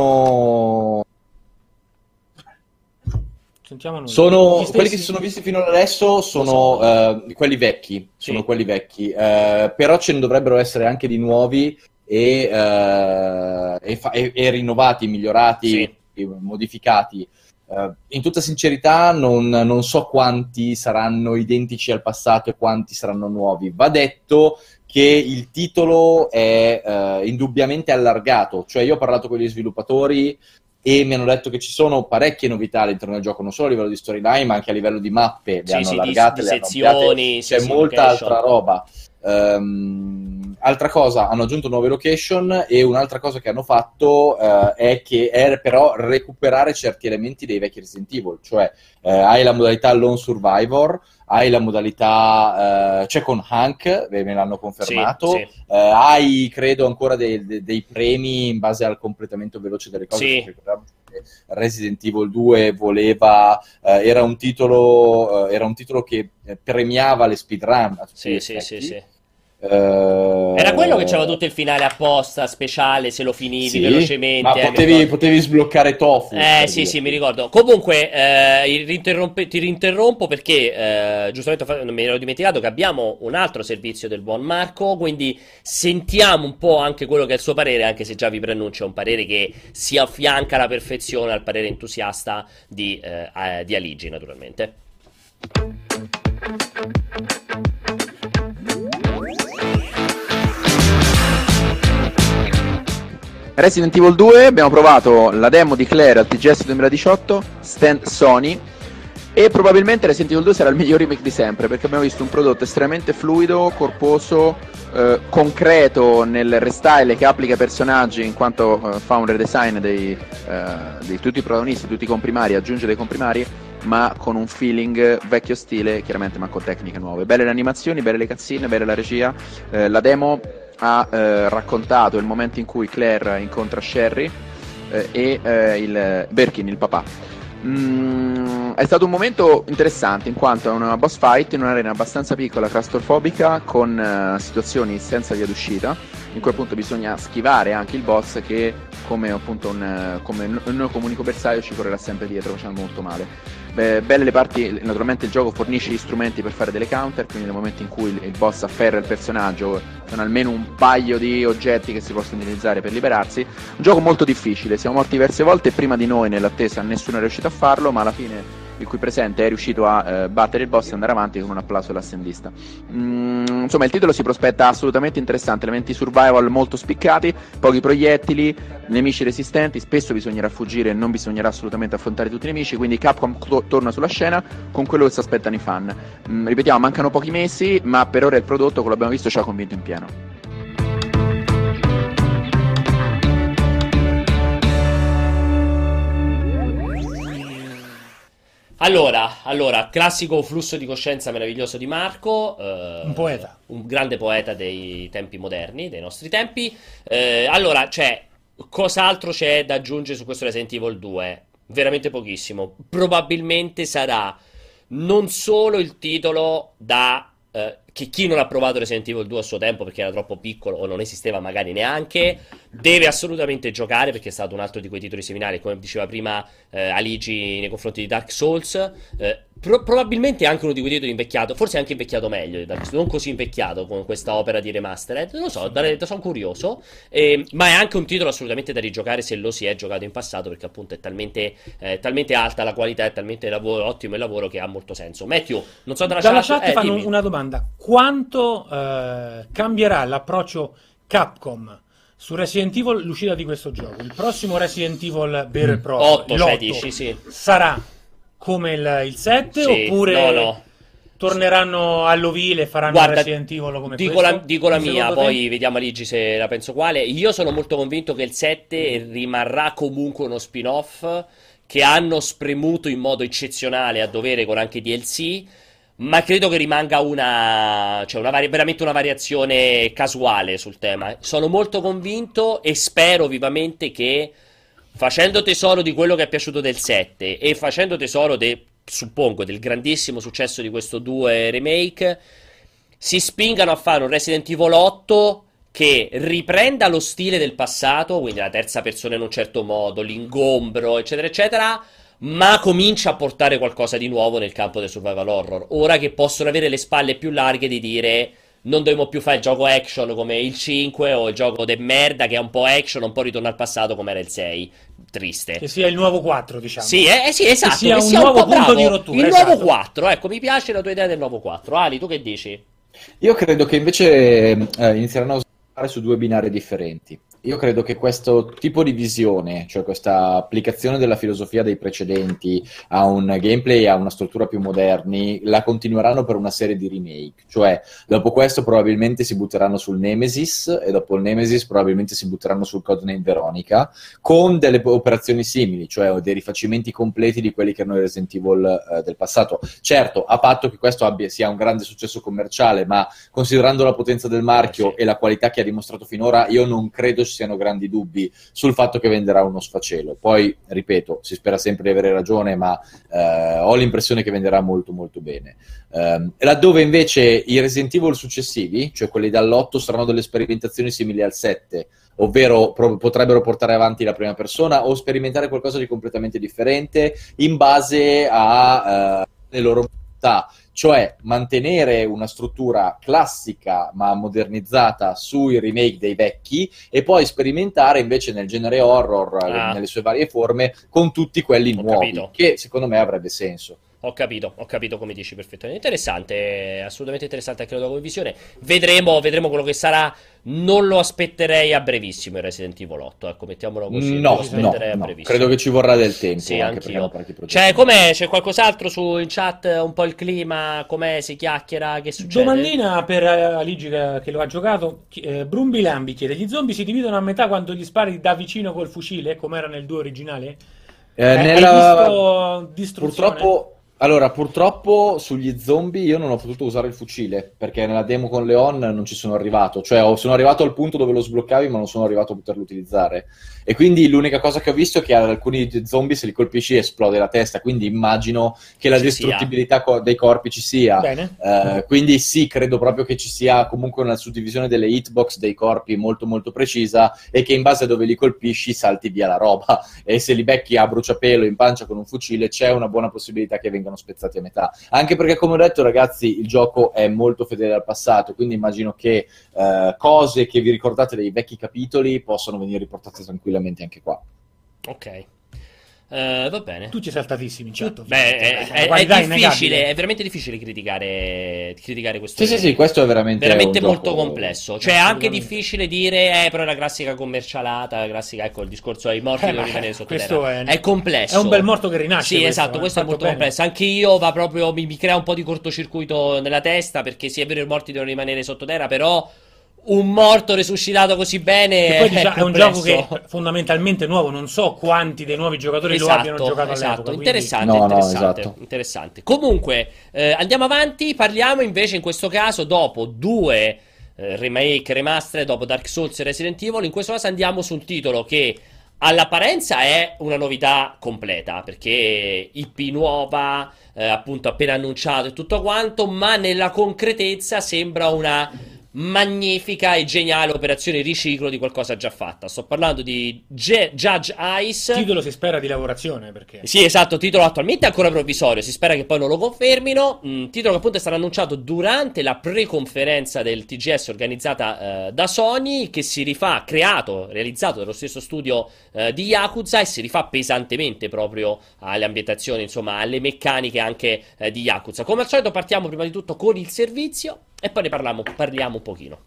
sono, sentiamo noi. sono Gli quelli che stessi? si sono visti fino ad adesso sono so. eh, quelli vecchi, sono Sì. quelli vecchi, eh, però ce ne dovrebbero essere anche di nuovi e, eh, e, fa- e- e rinnovati, migliorati, Sì. e modificati. Eh, in tutta sincerità non, non so quanti saranno identici al passato e quanti saranno nuovi. Va detto che il titolo è eh, indubbiamente allargato, cioè io ho parlato con gli sviluppatori e mi hanno detto che ci sono parecchie novità all'interno del gioco, non solo a livello di storyline ma anche a livello di mappe, le Sì, hanno sì, di, allargate, di le hanno ampliate, sezioni, sì, c'è sì, molta location. altra roba. Ehm, altra cosa, hanno aggiunto nuove location e un'altra cosa che hanno fatto eh, è che è però recuperare certi elementi dei vecchi Resident Evil, cioè eh, hai la modalità Lone Survivor, hai la modalità eh, c'è con Hank, eh, me l'hanno confermato, Sì, eh, hai credo ancora dei, dei- dei premi in base al completamento veloce delle cose. Sì. perché ricordiamo che Resident Evil due voleva eh, era un titolo eh, era un titolo che eh, premiava le speedrun a tutti sì, gli sì, effetti. sì, sì. Uh, Era quello che c'aveva tutto il finale apposta, speciale, se lo finivi sì, velocemente. ma potevi, potevi sbloccare Tofu. Eh sì, sì, mi ricordo. Comunque, eh, rinterrompe- ti rinterrompo perché, eh, giustamente fa- mi ero dimenticato che abbiamo un altro servizio del buon Marco, quindi sentiamo un po' anche quello che è il suo parere, anche se già vi preannuncio, è un parere che si affianca alla perfezione al parere entusiasta di, eh, eh, di Aligi, naturalmente. Resident Evil due, abbiamo provato la demo di Claire al T G S duemiladiciotto, stand Sony, e probabilmente Resident Evil due sarà il miglior remake di sempre, perché abbiamo visto un prodotto estremamente fluido, corposo, eh, concreto nel restyle che applica ai personaggi, in quanto eh, fa un redesign dei, eh, di tutti i protagonisti, tutti i comprimari, aggiunge dei comprimari, ma con un feeling vecchio stile, chiaramente, ma con tecniche nuove. Belle le animazioni, belle le cutscene, bella la regia. Eh, la demo ha eh, raccontato il momento in cui Claire incontra Sherry eh, e eh, il Birkin, il papà. Mm, è stato un momento interessante, in quanto è una boss fight in un'arena abbastanza piccola, claustrofobica, con uh, situazioni senza via d'uscita, in cui appunto bisogna schivare anche il boss che, come appunto un, come un, come unico bersaglio, ci correrà sempre dietro, facendo molto male. Beh, belle le parti, naturalmente il gioco fornisce gli strumenti per fare delle counter, quindi nel momento in cui il, il boss afferra il personaggio sono almeno un paio di oggetti che si possono utilizzare per liberarsi. Un gioco molto difficile, siamo morti diverse volte, prima di noi nell'attesa nessuno è riuscito a farlo, ma alla fine il cui presente è riuscito a eh, battere il boss e andare avanti con un applauso all'assendista. Mm, insomma, il titolo si prospetta assolutamente interessante, elementi survival molto spiccati, pochi proiettili, nemici resistenti, spesso bisognerà fuggire e non bisognerà assolutamente affrontare tutti i nemici, quindi Capcom to- torna sulla scena con quello che si aspettano i fan. Mm, ripetiamo, mancano pochi mesi, ma per ora il prodotto, come abbiamo visto, ci ha convinto in pieno. Allora, allora, classico flusso di coscienza meraviglioso di Marco, eh, Un poeta. un grande poeta dei tempi moderni, dei nostri tempi. Eh, allora, c'è, cos'altro c'è da aggiungere su questo Resident Evil due? Veramente pochissimo. Probabilmente sarà non solo il titolo da eh, che chi non ha provato Resident Evil due a suo tempo perché era troppo piccolo o non esisteva magari neanche, deve assolutamente giocare, perché è stato un altro di quei titoli seminali, come diceva prima eh, Aligi nei confronti di Dark Souls. eh, pro- probabilmente anche uno di quei titoli invecchiato, forse anche invecchiato meglio di Dark Souls, non così invecchiato con questa opera di remastered, non lo so, da, sono curioso. eh, ma è anche un titolo assolutamente da rigiocare se lo si è giocato in passato, perché appunto è talmente, eh, talmente alta la qualità, è talmente lavoro, ottimo il lavoro, che ha molto senso. Matthew, non so dalla, Dalla chat, chat eh, fanno dimmi. una domanda: quanto eh, cambierà l'approccio Capcom su Resident Evil, l'uscita di questo gioco? Il prossimo Resident Evil vero e proprio, otto, cioè l'otto, dici, sì. sarà come il, il sette, Sì, oppure no, no. torneranno all'ovile e faranno Guarda, Resident Evil come dico questo? la, dico la mia, Secondo te? poi vediamo Aligi se la penso quale. Io sono molto convinto che il sette rimarrà comunque uno spin-off che hanno spremuto in modo eccezionale a dovere con anche D L C, ma credo che rimanga una, cioè una vari- veramente una variazione casuale sul tema. Sono molto convinto e spero vivamente che, facendo tesoro di quello che è piaciuto del sette e facendo tesoro, de, suppongo, del grandissimo successo di questo due remake, si spingano a fare un Resident Evil otto che riprenda lo stile del passato, quindi la terza persona in un certo modo, l'ingombro, eccetera, eccetera, ma comincia a portare qualcosa di nuovo nel campo del survival horror. Ora che possono avere le spalle più larghe di dire: non dobbiamo più fare il gioco action come il cinque o il gioco de merda che è un po' action, un po' ritorno al passato come era il sei. Triste. Che sia il nuovo quattro, diciamo. Sì, eh, eh, sì, esatto. Che sia che un sia nuovo un po' punto bravo. di rottura, Il esatto. nuovo quattro, ecco, mi piace la tua idea del nuovo quattro. Ali, tu che dici? Io credo che invece eh, inizieranno a usare su due binari differenti. Io credo che questo tipo di visione, cioè questa applicazione della filosofia dei precedenti a un gameplay e a una struttura più moderni, la continueranno per una serie di remake. Cioè, dopo questo probabilmente si butteranno sul Nemesis, e dopo il Nemesis probabilmente si butteranno sul Codename Veronica, con delle operazioni simili, cioè dei rifacimenti completi di quelli che erano i Resident Evil eh, del passato. Certo, a patto che questo abbia, sia un grande successo commerciale, ma considerando la potenza del marchio Eh sì. e la qualità che ha dimostrato finora, io non credo siano grandi dubbi sul fatto che venderà uno sfacelo. Poi, ripeto, si spera sempre di avere ragione, ma eh, ho l'impressione che venderà molto molto bene. Eh, laddove invece i Resident Evil successivi, cioè quelli dall'otto, saranno delle sperimentazioni simili al sette, ovvero pro- potrebbero portare avanti la prima persona o sperimentare qualcosa di completamente differente in base a uh, le loro modalità, cioè mantenere una struttura classica ma modernizzata sui remake dei vecchi e poi sperimentare invece nel genere horror, ah. nelle sue varie forme, con tutti quelli Ho nuovi, capito. che secondo me avrebbe senso. Ho capito, ho capito come dici perfettamente. Interessante, assolutamente interessante anche la tua visione. Vedremo, vedremo quello che sarà. Non lo aspetterei a brevissimo il Resident Evil otto, ecco, mettiamolo così. non lo No, no, aspetterei a no, brevissimo. credo che ci vorrà del tempo. Sì, anche perché hanno anch'io. parecchi progetti. Cioè, com'è? C'è qualcos'altro su in chat? Un po' il clima? Com'è? Si chiacchiera? Che succede? Domandina per eh, Aligi che, che lo ha giocato. Chi- eh, Brumbi Lambi chiede: gli zombie si dividono a metà quando gli spari da vicino col fucile, come era nel due originale? Eh, Eh, nella- Hai visto distruzione? Purtroppo, allora, purtroppo sugli zombie io non ho potuto usare il fucile perché nella demo con Leon non ci sono arrivato, cioè ho- sono arrivato al punto dove lo sbloccavi ma non sono arrivato a poterlo utilizzare e quindi l'unica cosa che ho visto è che ad alcuni zombie se li colpisci esplode la testa, quindi immagino che la Ci sia. distruttibilità co- dei corpi ci sia. Bene. Eh, quindi sì, credo proprio che ci sia comunque una suddivisione delle hitbox dei corpi molto molto precisa e che in base a dove li colpisci salti via la roba e se li becchi a bruciapelo in pancia con un fucile c'è una buona possibilità che vengano spezzati a metà, anche perché come ho detto ragazzi il gioco è molto fedele al passato, quindi immagino che eh, cose che vi ricordate dei vecchi capitoli possano venire riportate tranquillamente anche qua. Ok. Eh, va bene. Tu ci sei saltatissimi in chat. Beh, è, ovviamente. è- La qualità è innegabile. difficile, è veramente difficile criticare, criticare questo Sì, sì, gioco. sì, questo è veramente Veramente un molto gioco- complesso. Cioè, è anche Assolutamente. difficile dire, eh, però è la classica commercialata, la classica, ecco, il discorso ai morti Eh, devono ma rimanere sotto questo terra. è- È complesso. è un bel morto che rinasce Sì, questo, esatto, eh, questo è fatto molto bene. complesso. Anche io va proprio, mi, mi crea un po' di cortocircuito nella testa, perché sì, è vero, i morti devono rimanere sotto terra, però un morto resuscitato così bene Che poi diciamo, è un complesso. gioco che fondamentalmente è nuovo, non so quanti dei nuovi giocatori lo abbiano giocato esatto, all'epoca. quindi- interessante, No, no, interessante, esatto. interessante. Comunque, eh, andiamo avanti, parliamo invece in questo caso dopo due eh, remake, remaster, dopo Dark Souls e Resident Evil, in questo caso andiamo su un titolo che all'apparenza è una novità completa, perché I P nuova, eh, appunto appena annunciato e tutto quanto, ma nella concretezza sembra una magnifica e geniale operazione riciclo di qualcosa già fatta. Sto parlando di Ge- Judge Ice. Titolo si spera di lavorazione perché Sì, esatto, titolo attualmente ancora provvisorio, si spera che poi non lo confermino. Mm, titolo che appunto è stato annunciato durante la pre-conferenza del T G S organizzata eh, da Sony, che si rifà, creato, realizzato dallo stesso studio eh, di Yakuza e si rifà pesantemente proprio alle ambientazioni, insomma, alle meccaniche anche eh, di Yakuza. Come al solito partiamo prima di tutto con il servizio e poi ne parliamo, parliamo un pochino.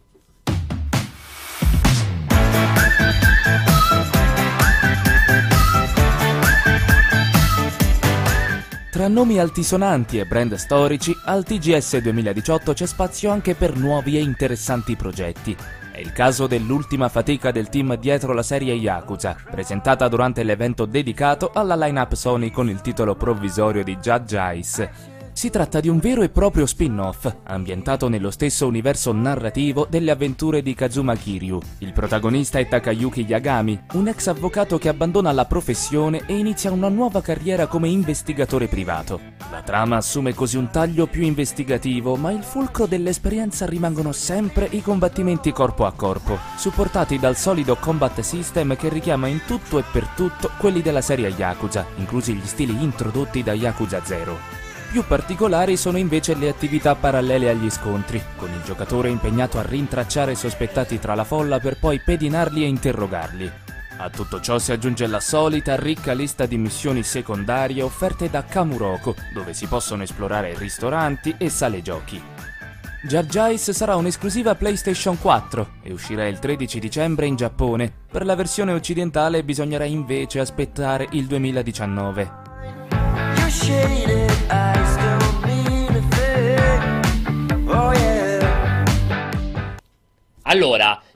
Tra nomi altisonanti e brand storici, al T G S duemiladiciotto c'è spazio anche per nuovi e interessanti progetti. È il caso dell'ultima fatica del team dietro la serie Yakuza, presentata durante l'evento dedicato alla line-up Sony con il titolo provvisorio di Judge Ice. Si tratta di un vero e proprio spin-off, ambientato nello stesso universo narrativo delle avventure di Kazuma Kiryu. Il protagonista è Takayuki Yagami, un ex avvocato che abbandona la professione e inizia una nuova carriera come investigatore privato. La trama assume così un taglio più investigativo, ma il fulcro dell'esperienza rimangono sempre i combattimenti corpo a corpo, supportati dal solido combat system che richiama in tutto e per tutto quelli della serie Yakuza, inclusi gli stili introdotti da Yakuza zero. Più particolari sono invece le attività parallele agli scontri, con il giocatore impegnato a rintracciare sospettati tra la folla per poi pedinarli e interrogarli. A tutto ciò si aggiunge la solita ricca lista di missioni secondarie offerte da Kamuroko, dove si possono esplorare ristoranti e sale giochi. Judge Ice sarà un'esclusiva PlayStation quattro e uscirà il tredici dicembre in Giappone. Per la versione occidentale bisognerà invece aspettare il duemiladiciannove. Allora,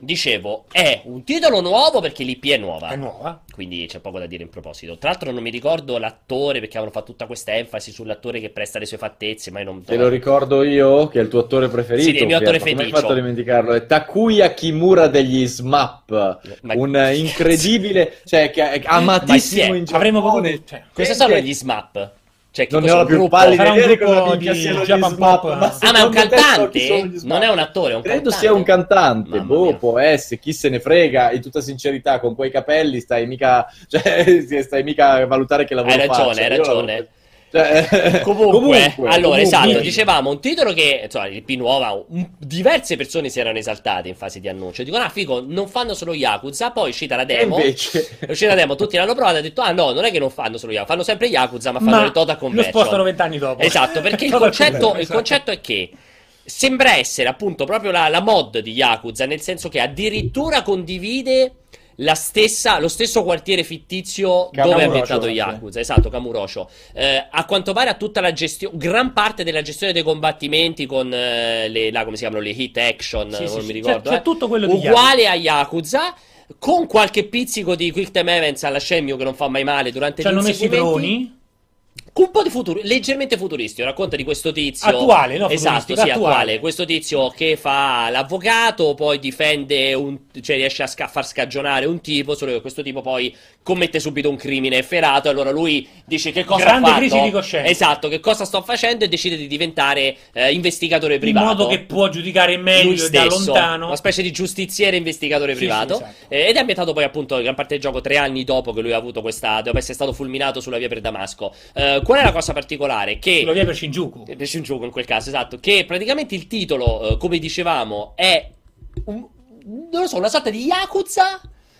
Dicevo, è un titolo nuovo perché l'I P è nuova. È nuova. Quindi c'è poco da dire in proposito. Tra l'altro non mi ricordo l'attore, perché avevano fatto tutta questa enfasi sull'attore che presta le sue fattezze, ma io non... Te lo ricordo io, che è il tuo attore preferito. Sì, il mio attore Come hai feticcio. fatto a dimenticarlo? È Takuya Kimura degli S M A P, Ma- un incredibile, cioè che è Ma chi è? amatissimo in Giappone. Avremo proprio... Cioè, Cosa sono gli S M A P? Cioè, che Non ne cosa ho è la un più gruppo? pallida Sarà un idea di gruppo cosa minchia di siano gli Japan S M A P, Pop. ma Ah, Ah, ma è un secondo te so chi cantante? sono gli S M A P? Non è un attore, è un Credo cantante. sia un cantante, Mamma boh, mia. può essere, chi se ne frega, in tutta sincerità, con quei capelli stai mica, cioè, stai mica a valutare che lavoro Hai ragione, faccia. hai Io lavoro- ragione. Cioè, Comunque, allora, comunque. esatto, dicevamo un titolo che, insomma, il P nuova, un- diverse persone si erano esaltate in fase di annuncio. Dicono, ah, figo, non fanno solo Yakuza, poi è uscita la E demo. invece... È uscita la demo, tutti l'hanno provata e hanno detto, ah no, non è che non fanno solo Yakuza, fanno sempre Yakuza, ma fanno ma le Total lo Conversion. spostano vent'anni dopo. Esatto, perché il Total concetto, Conversion, il esatto. concetto è che sembra essere appunto proprio la, la mod di Yakuza, nel senso che addirittura condivide la stessa, lo stesso quartiere fittizio dove è Kamurocho, ambientato sì. Yakuza, esatto, Kamurocho. Eh, a quanto pare ha tutta la gestione, gran parte della gestione dei combattimenti con eh, le, là, come si chiamano, le hit action, Sì, non sì, mi sì. ricordo. C'è- c'è eh. tutto quello di Uguale a Yakuza, con qualche pizzico di quick time events alla scemmio che non fa mai male durante Ci hanno gli messo i inseguimenti. droni. Un po' di futuro, leggermente futuristico, racconta di questo tizio Attuale, no? esatto, Futuristico, sì, attuale. attuale. Questo tizio che fa l'avvocato, poi difende un, cioè riesce a sca- far scagionare un tipo, solo che questo tipo poi commette subito un crimine efferato, e allora lui dice che cosa Grande ha fatto? crisi di coscienza. Esatto, che cosa sto facendo, e decide di diventare eh, investigatore In privato. modo che può giudicare meglio Lui e da stesso, lontano. una specie di giustiziere investigatore Sì, privato. sì, esatto. Eh, ed è ambientato poi appunto in gran parte del gioco tre anni dopo che lui ha avuto questa, dopo essere stato fulminato sulla via per Damasco. Eh, qual è la cosa particolare? Che Sulla via per Shinjuku. per Shinjuku in quel caso, esatto, che praticamente il titolo, eh, come dicevamo, è un- non lo so, una sorta di Yakuza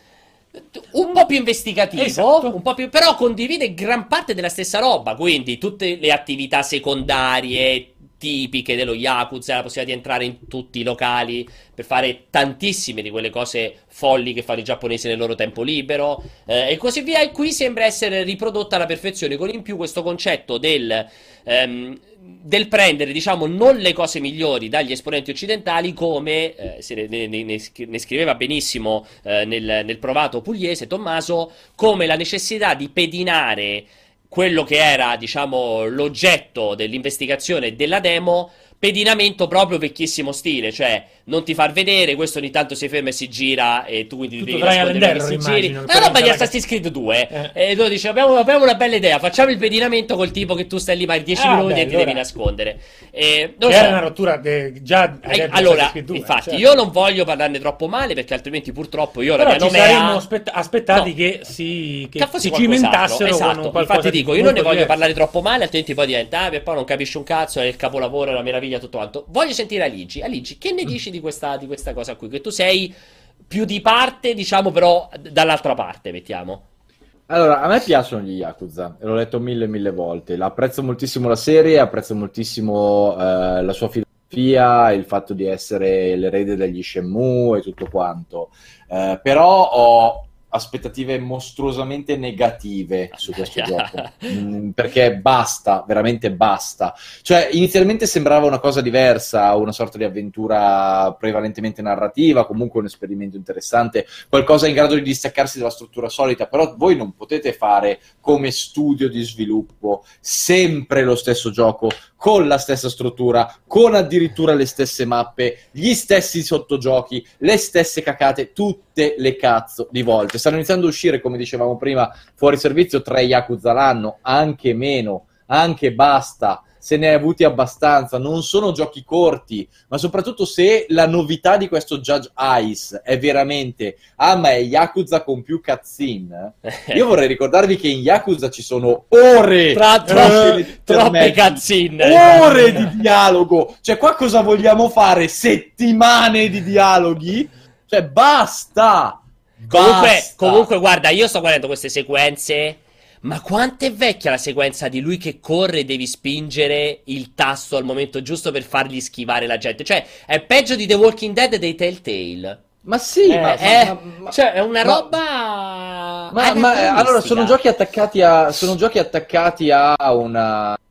un po' più investigativo, Esatto. un po' più, però condivide gran parte della stessa roba, quindi tutte le attività secondarie tipiche dello Yakuza, la possibilità di entrare in tutti i locali per fare tantissime di quelle cose folli che fanno i giapponesi nel loro tempo libero, eh, e così via. E qui sembra essere riprodotta alla perfezione, con in più questo concetto del, ehm, del prendere, diciamo, non le cose migliori dagli esponenti occidentali, come eh, se ne, ne- ne- ne scriveva benissimo eh, nel, nel provato pugliese Tommaso, come la necessità di pedinare quello che era, diciamo, l'oggetto dell'investigazione e della demo, pedinamento proprio vecchissimo stile, cioè non ti far vedere, questo ogni tanto si ferma e si gira e tu quindi Tutto devi trial nascondere and che si error, giri. immagino, È per una roba di iniziare a- Assassin's Creed due. Eh. E tu dici, abbiamo, abbiamo una bella idea, facciamo il pedinamento col tipo che tu stai lì per dieci Ah, minuti beh, e ti allora- devi nascondere. E, non Che lo so. era una rottura de- già ai Eh, tempi di allora, Assassin's Creed due, infatti, certo. io non voglio parlarne troppo male, perché altrimenti purtroppo io la Però mia ci nomea... saremmo aspett- aspettati No. che si, che Che fosse si qualcos'altro. cimentassero Esatto, con un qualcosa infatti di dico, io non ne molto voglio diverso. parlare troppo male, altrimenti poi diventa, ah, e poi non capisci un cazzo, è il capolavoro, è una meraviglia, tutto quanto. Voglio sentire Aligi. Aligi, che ne dici di questa, di questa cosa qui? Che tu sei più di parte, diciamo, però dall'altra parte, mettiamo. Allora, a me piacciono gli Yakuza, e l'ho letto mille e mille volte. Apprezzo moltissimo la serie, apprezzo moltissimo eh, la sua filosofia, il fatto di essere l'erede degli Shenmue e tutto quanto. Eh, però ho aspettative mostruosamente negative su questo gioco, Mm, perché basta, veramente basta. Cioè, inizialmente sembrava una cosa diversa, una sorta di avventura prevalentemente narrativa, comunque un esperimento interessante, qualcosa in grado di distaccarsi dalla struttura solita, però voi non potete fare come studio di sviluppo sempre lo stesso gioco, con la stessa struttura, con addirittura le stesse mappe, gli stessi sottogiochi, le stesse cacate, tutte le cazzo di volte. Stanno iniziando a uscire, come dicevamo prima, fuori servizio tre Yakuza l'anno, anche meno, anche basta. Se ne hai avuti abbastanza, non sono giochi corti, ma soprattutto se la novità di questo Judge Ice è veramente, ah, ma è Yakuza con più cutscene, io vorrei ricordarvi che in Yakuza ci sono ore, Tra- tro- eh, troppe intermezzi, cutscene. ore di dialogo. Cioè, qua cosa vogliamo fare? Settimane di dialoghi? Cioè, basta! Comunque, Basta! comunque, guarda, io sto guardando queste sequenze. Ma quanto è vecchia la sequenza di lui che corre e devi spingere il tasto al momento giusto per fargli schivare la gente? Cioè, è peggio di The Walking Dead dei Telltale. Ma sì, Eh, ma, eh, ma- ma- cioè, è una ma- roba. Ma, ma, eh, allora sono giochi attaccati a sono giochi attaccati a una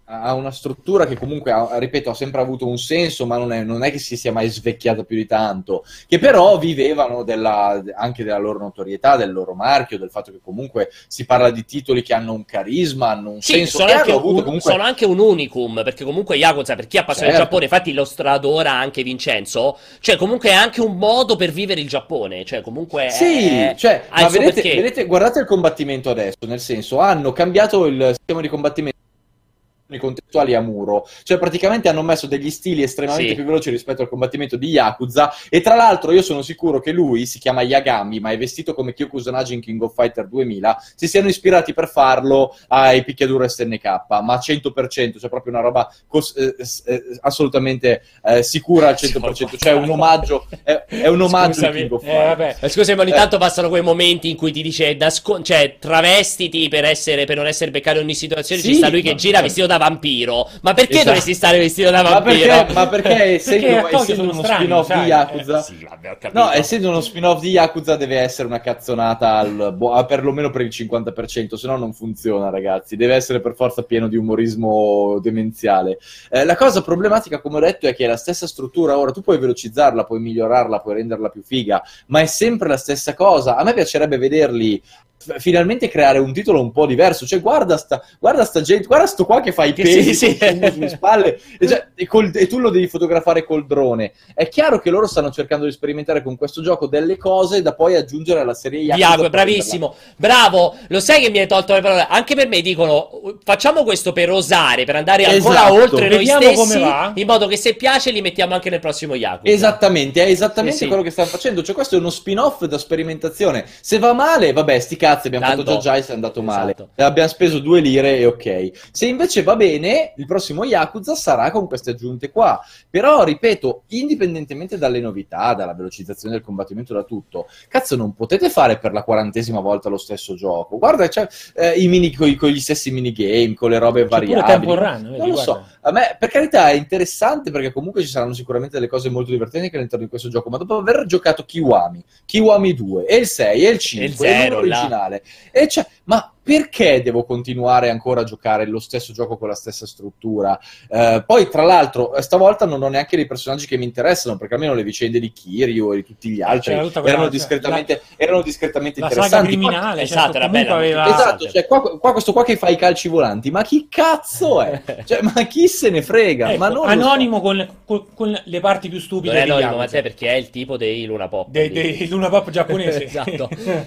ha una struttura che comunque, ha, ripeto, ha sempre avuto un senso, ma non è, non è che si sia mai svecchiata più di tanto, che però vivevano della, anche della loro notorietà, del loro marchio, del fatto che comunque si parla di titoli che hanno un carisma, hanno un sì, senso, sono e anche, hanno avuto un, comunque... sono anche un unicum, perché comunque Yakuza, per chi ha passione Certo. del Giappone, infatti lo stradora anche Vincenzo, cioè comunque è anche un modo per vivere il Giappone, cioè comunque Sì, è, cioè, ha ma il suo vedete, perché. vedete, guardate il combattimento adesso, nel senso, hanno cambiato il sistema di combattimento contestuali a muro, cioè praticamente hanno messo degli stili estremamente Sì. più veloci rispetto al combattimento di Yakuza, e tra l'altro io sono sicuro che lui, si chiama Yagami ma è vestito come Kyo Kusanagi in King of Fighter duemila, si siano ispirati per farlo ai picchiaduro S N K, ma cento per cento, cioè proprio una roba cos- eh, eh, assolutamente eh, sicura al cento per cento, cioè un omaggio, è, è un omaggio di Scusami, King of eh, Fighter. vabbè. Eh, Scusami, ma ogni Eh. tanto passano quei momenti in cui ti dice nasco- cioè travestiti per essere per non essere beccato in ogni situazione. Sì, ci sta lui che ma- gira vestito da vampiro. Ma perché Esatto. dovresti stare vestito da Ma vampiro? perché, ma perché essendo, Perché a Tokyo essendo sono uno strani, spin-off sai, di Yakuza, Eh, sì, vabbè, ho capito. no, essendo uno spin-off di Yakuza deve essere una cazzonata al, boh, ah, perlomeno per il cinquanta per cento, se no non funziona, ragazzi, deve essere per forza pieno di umorismo demenziale. Eh, la cosa problematica, come ho detto, è che è la stessa struttura. Ora tu puoi velocizzarla, puoi migliorarla, puoi renderla più figa, ma è sempre la stessa cosa. A me piacerebbe vederli finalmente creare un titolo un po' diverso, cioè guarda sta, guarda sta gente, guarda sto qua che fa i Che pesi sì, sì. sulle spalle e, cioè, e, col, e tu lo devi fotografare col drone. È chiaro che loro stanno cercando di sperimentare con questo gioco delle cose da poi aggiungere alla serie Yakuza. Yakuza, bravissimo, bravo, lo sai che mi hai tolto le parole, anche per me dicono facciamo questo per osare, per andare ancora Esatto. oltre noi Vediamo stessi, come va. in modo che se piace li mettiamo anche nel prossimo Yakuza. Esattamente, è esattamente Sì, sì. quello che stanno facendo. Cioè, questo è uno spin-off da sperimentazione. Se va male, vabbè, sti cazzi, abbiamo Tanto. fatto già Jai, è andato male. Esatto. Abbiamo speso due lire e ok. Se invece va bene, il prossimo Yakuza sarà con queste aggiunte qua. Però, ripeto, indipendentemente dalle novità, dalla velocizzazione del combattimento, da tutto, cazzo, non potete fare per la quarantesima volta lo stesso gioco. Guarda, c'è eh, i mini, con, con gli stessi minigame, con le robe C'è pure variabili. Temple Run, vedi, Non lo so. guarda. A me, per carità, è interessante perché comunque ci saranno sicuramente delle cose molto divertenti all'interno di questo gioco, ma dopo aver giocato Kiwami, Kiwami due, e il sei, e il cinque, E e il il zero, numero là. originale, e cioè, ma perché devo continuare ancora a giocare lo stesso gioco con la stessa struttura? Eh, poi, tra l'altro, stavolta non ho neanche dei personaggi che mi interessano, perché almeno le vicende di Kiryu e di tutti gli altri C'era tutta quella- erano cioè, discretamente, erano discretamente La saga interessanti. Poi- criminale, Esatto, certo, era comunque bella, aveva... Esatto, cioè qua, qua questo qua che fa i calci volanti, ma chi cazzo è? Cioè, ma chi se ne frega? Ecco, ma non lo so. anonimo con, con- con le parti più stupide Non è di anonimo, Yakuza. ma te perché è il tipo dei Luna Pop. dei, lì. dei Luna Pop giapponesi. Esatto.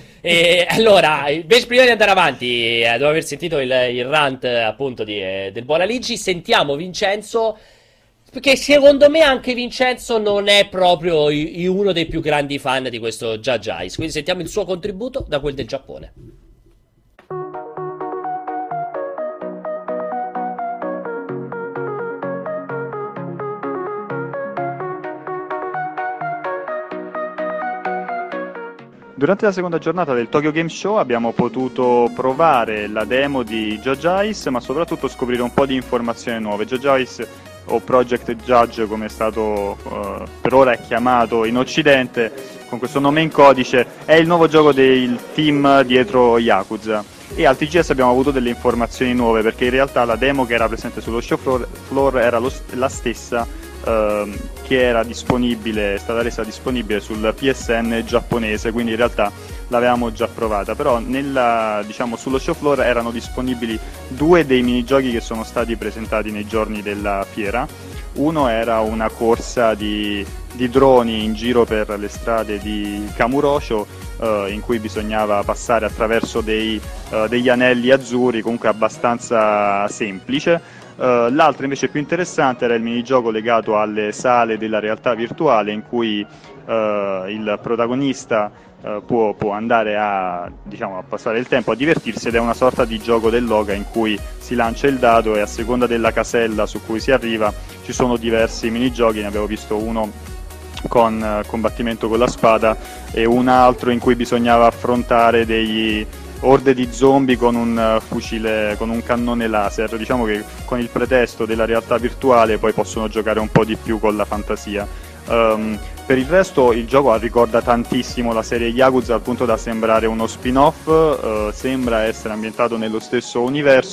E allora, invece prima di andare avanti, eh, dopo aver sentito il, il rant eh, appunto di, eh, del buon Aligi, sentiamo Vincenzo, perché secondo me anche Vincenzo non è proprio i- i- uno dei più grandi fan di questo Judge Ice, quindi sentiamo il suo contributo da quel del Giappone. Durante la seconda giornata del Tokyo Game Show abbiamo potuto provare la demo di Judge Ice, ma soprattutto scoprire un po' di informazioni nuove. Judge Ice, o Project Judge come è stato uh, per ora è chiamato in occidente, con questo nome in codice, è il nuovo gioco del team dietro Yakuza. E al T G S abbiamo avuto delle informazioni nuove, perché in realtà la demo che era presente sullo show floor, floor era lo, la stessa uh, che era disponibile, è stata resa disponibile sul P S N giapponese, quindi in realtà l'avevamo già provata. Però nella, diciamo, sullo show floor erano disponibili due dei minigiochi che sono stati presentati nei giorni della fiera. Uno era una corsa di, di droni in giro per le strade di Kamurocho, eh, in cui bisognava passare attraverso dei, eh, degli anelli azzurri, comunque abbastanza semplice. Uh, l'altro invece più interessante era il minigioco legato alle sale della realtà virtuale, in cui uh, il protagonista uh, può, può andare a, diciamo, a passare il tempo, a divertirsi, ed è una sorta di gioco dell'oca in cui si lancia il dado e a seconda della casella su cui si arriva ci sono diversi minigiochi. Ne avevo visto uno con uh, combattimento con la spada e un altro in cui bisognava affrontare degli orde di zombie con un uh, fucile, con un cannone laser. Diciamo che con il pretesto della realtà virtuale poi possono giocare un po' di più con la fantasia. Um, per il resto il gioco ricorda tantissimo la serie Yakuza, al punto da sembrare uno spin-off, uh, sembra essere ambientato nello stesso universo,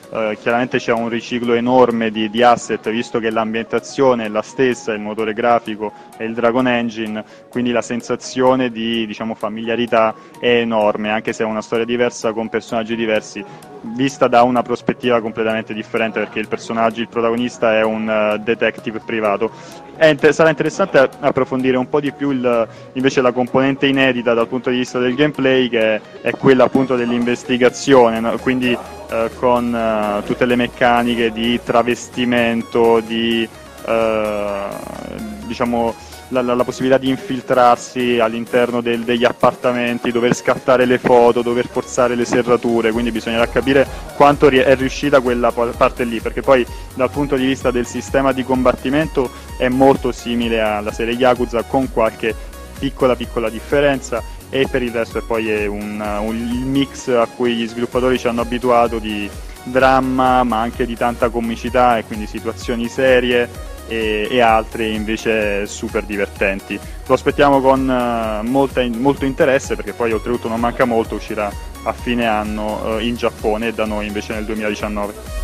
eh, chiaramente c'è un riciclo enorme di, di asset, visto che l'ambientazione è la stessa, il motore grafico è il Dragon Engine, quindi la sensazione di, diciamo, familiarità è enorme, anche se è una storia diversa con personaggi diversi, vista da una prospettiva completamente differente, perché il personaggio, il protagonista è un uh, detective privato. È inter- sarà interessante approfondire un po' di più il, invece la componente inedita dal punto di vista del gameplay, che è quella appunto dell'investigazione, no? Quindi uh, con uh, tutte le meccaniche di travestimento, di uh, diciamo La, la, la possibilità di infiltrarsi all'interno del, degli appartamenti, dover scattare le foto, dover forzare le serrature, quindi bisognerà capire quanto ri- è riuscita quella parte lì, perché poi dal punto di vista del sistema di combattimento è molto simile alla serie Yakuza, con qualche piccola piccola differenza, e per il resto è poi è un, un il mix a cui gli sviluppatori ci hanno abituato di dramma, ma anche di tanta comicità e quindi situazioni serie e, e altre invece super divertenti. Lo aspettiamo con uh, molta, molto interesse, perché poi oltretutto non manca molto, uscirà a fine anno uh, in Giappone e da noi invece nel duemiladiciannove.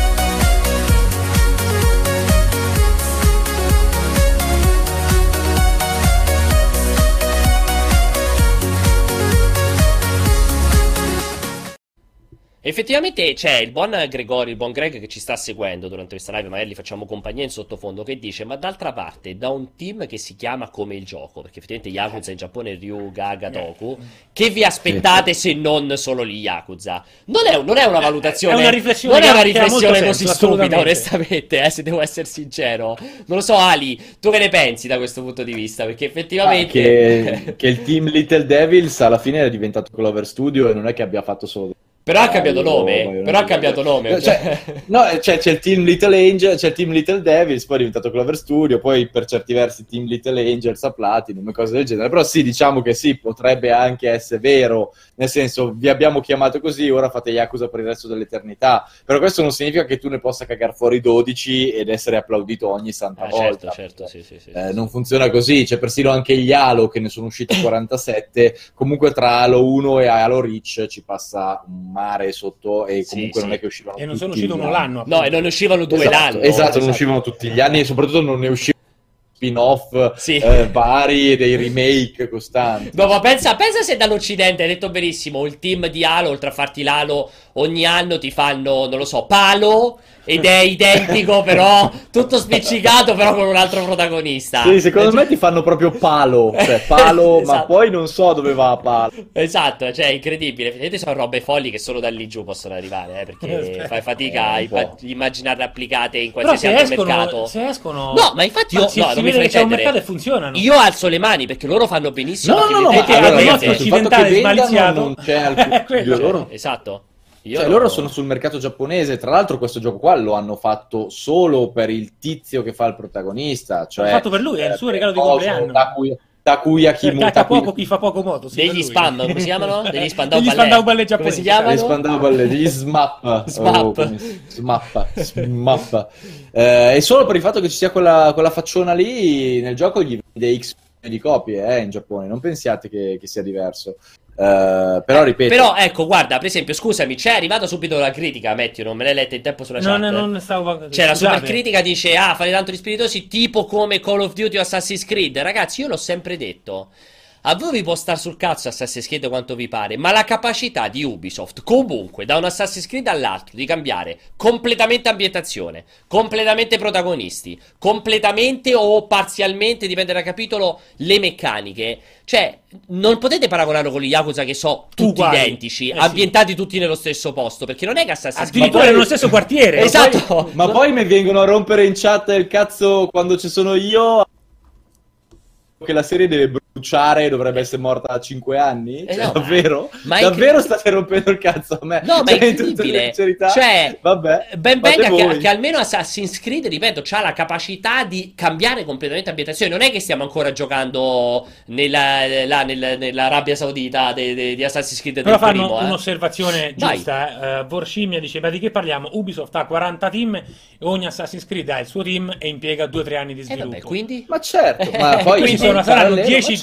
Effettivamente c'è il buon Gregorio, il buon Greg che ci sta seguendo durante questa live, magari gli facciamo compagnia in sottofondo, che dice: ma d'altra parte da un team che si chiama come il gioco, perché effettivamente Yakuza in Giappone è Ryu Gaga Toku, che vi aspettate se non solo gli Yakuza? Non è, non è una valutazione, è una riflessione, non è una che ha- che ha molto riflessione senso, così stupida, assolutamente. onestamente, eh, se devo essere sincero. Non lo so, Ali, tu che ne pensi da questo punto di vista? Perché Ah, effettivamente... che, che il team Little Devils alla fine è diventato Clover Studio e non è che abbia fatto solo... Però ha cambiato Ah, io- nome, io- però ha cambiato nome. No, cioè, no, cioè, c'è il team Little Angel, c'è il team Little Devils, poi è diventato Clover Studio, poi per certi versi team Little Angels a Platinum e cose del genere. Però sì, diciamo che sì, potrebbe anche essere vero, nel senso, vi abbiamo chiamato così, ora fate Yakuza per il resto dell'eternità. Però questo non significa che tu ne possa cagar fuori dodici ed essere applaudito ogni santa Ah, volta. certo, certo, sì, sì, sì, Eh, sì. non funziona così, c'è persino anche gli Halo che ne sono usciti quarantasette, comunque tra Halo uno e Halo Reach ci passa un mare sotto e Sì, comunque sì. non è che uscivano E non sono tutti usciti gli uno anni. l'anno. No, e non ne uscivano due Esatto, l'anno. esatto, non uscivano tutti gli anni e soprattutto non ne uscivano spin-off Sì. eh, vari e dei remake costanti. No, ma pensa, pensa se dall'Occidente, hai detto benissimo, il team di Halo, oltre a farti l'Halo, ogni anno ti fanno, non lo so, Palo, ed è identico, però, tutto spiccicato, però con un altro protagonista. Sì, secondo me ti fanno proprio palo, cioè palo, ma Esatto. poi non so dove va a palo. Esatto, cioè, incredibile. Effettivamente sono robe folli che solo da lì giù possono arrivare, eh, perché fai fatica a Eh, un po'. imma- immaginarle applicate in Però qualsiasi se altro escono, mercato. se escono... No, ma infatti io- si, no, si non mi vede fai che c'è un intendere. mercato e funzionano. Io alzo le mani perché loro fanno benissimo. No, no, no, l'attività ma di allora, cliente. ragazzi, il fatto che occidentale vendano smaliziato. non c'è alcun... Quello, loro... Esatto. Io Cioè, loro sono sul mercato giapponese. Tra l'altro, questo gioco qua lo hanno fatto solo per il tizio che fa il protagonista. Cioè, L'hanno fatto per lui, è il suo eh, regalo di coso, compleanno. Takuya, Takuya Per Kimu, cacca Takuya- poco chi fa poco moto. sì, per Degli lui. spam, come si chiamano? Degli Spandau Degli Ballet. Spandau Ballet Come giapponesi. si chiamano? Gli Spandau Ballet, gli SMAP. Smap. Oh, come si- smap. Smap. Eh, e solo per il fatto che ci sia quella, quella facciona lì, nel gioco gli vende X di copie eh, in Giappone. Non pensiate che, che sia diverso. Eh, però ripeto, Però ecco, guarda, per esempio, scusami, c'è arrivata subito la critica, Matthew, non me l'hai letta in tempo sulla No, chat. no, non stavo... C'è la super scusate. critica, dice: ah, fate tanto di spiritosi, tipo come Call of Duty o Assassin's Creed. Ragazzi, io l'ho sempre detto. A voi vi può star sul cazzo Assassin's Creed quanto vi pare, ma la capacità di Ubisoft, comunque, da un Assassin's Creed all'altro, di cambiare completamente ambientazione, completamente protagonisti, completamente o parzialmente, dipende dal capitolo, le meccaniche. Cioè, non potete paragonarlo con gli Yakuza che so tutti Uguali. identici, Eh sì. ambientati tutti nello stesso posto, perché non è che Assassin's Creed... Addirittura poi- nello stesso quartiere. Esatto. ma poi mi vengono a rompere in chat il cazzo quando ci sono io. Che la serie deve bruciare, dovrebbe essere morta da cinque anni? Eh Cioè, no, ma- davvero? ma è davvero incre- state rompendo il cazzo a me? No, ma è Cioè, in tutta incredibile. sincerità, Cioè, vabbè, ben fate venga che, voi. che almeno Assassin's Creed, ripeto, ha la capacità di cambiare completamente ambientazione. Non è che stiamo ancora giocando nella, là, nel- nell'Arabia Saudita de- de- di Assassin's Creed Però del fanno primo, eh. un'osservazione Vai. giusta. Eh. Uh, Vorscimmia dice: ma di che parliamo? Ubisoft ha quaranta team e ogni Assassin's Creed ha il suo team e impiega due o tre anni di E sviluppo. vabbè, quindi... Ma certo, ma poi Quindi sono- in saranno parallelo- dieci ma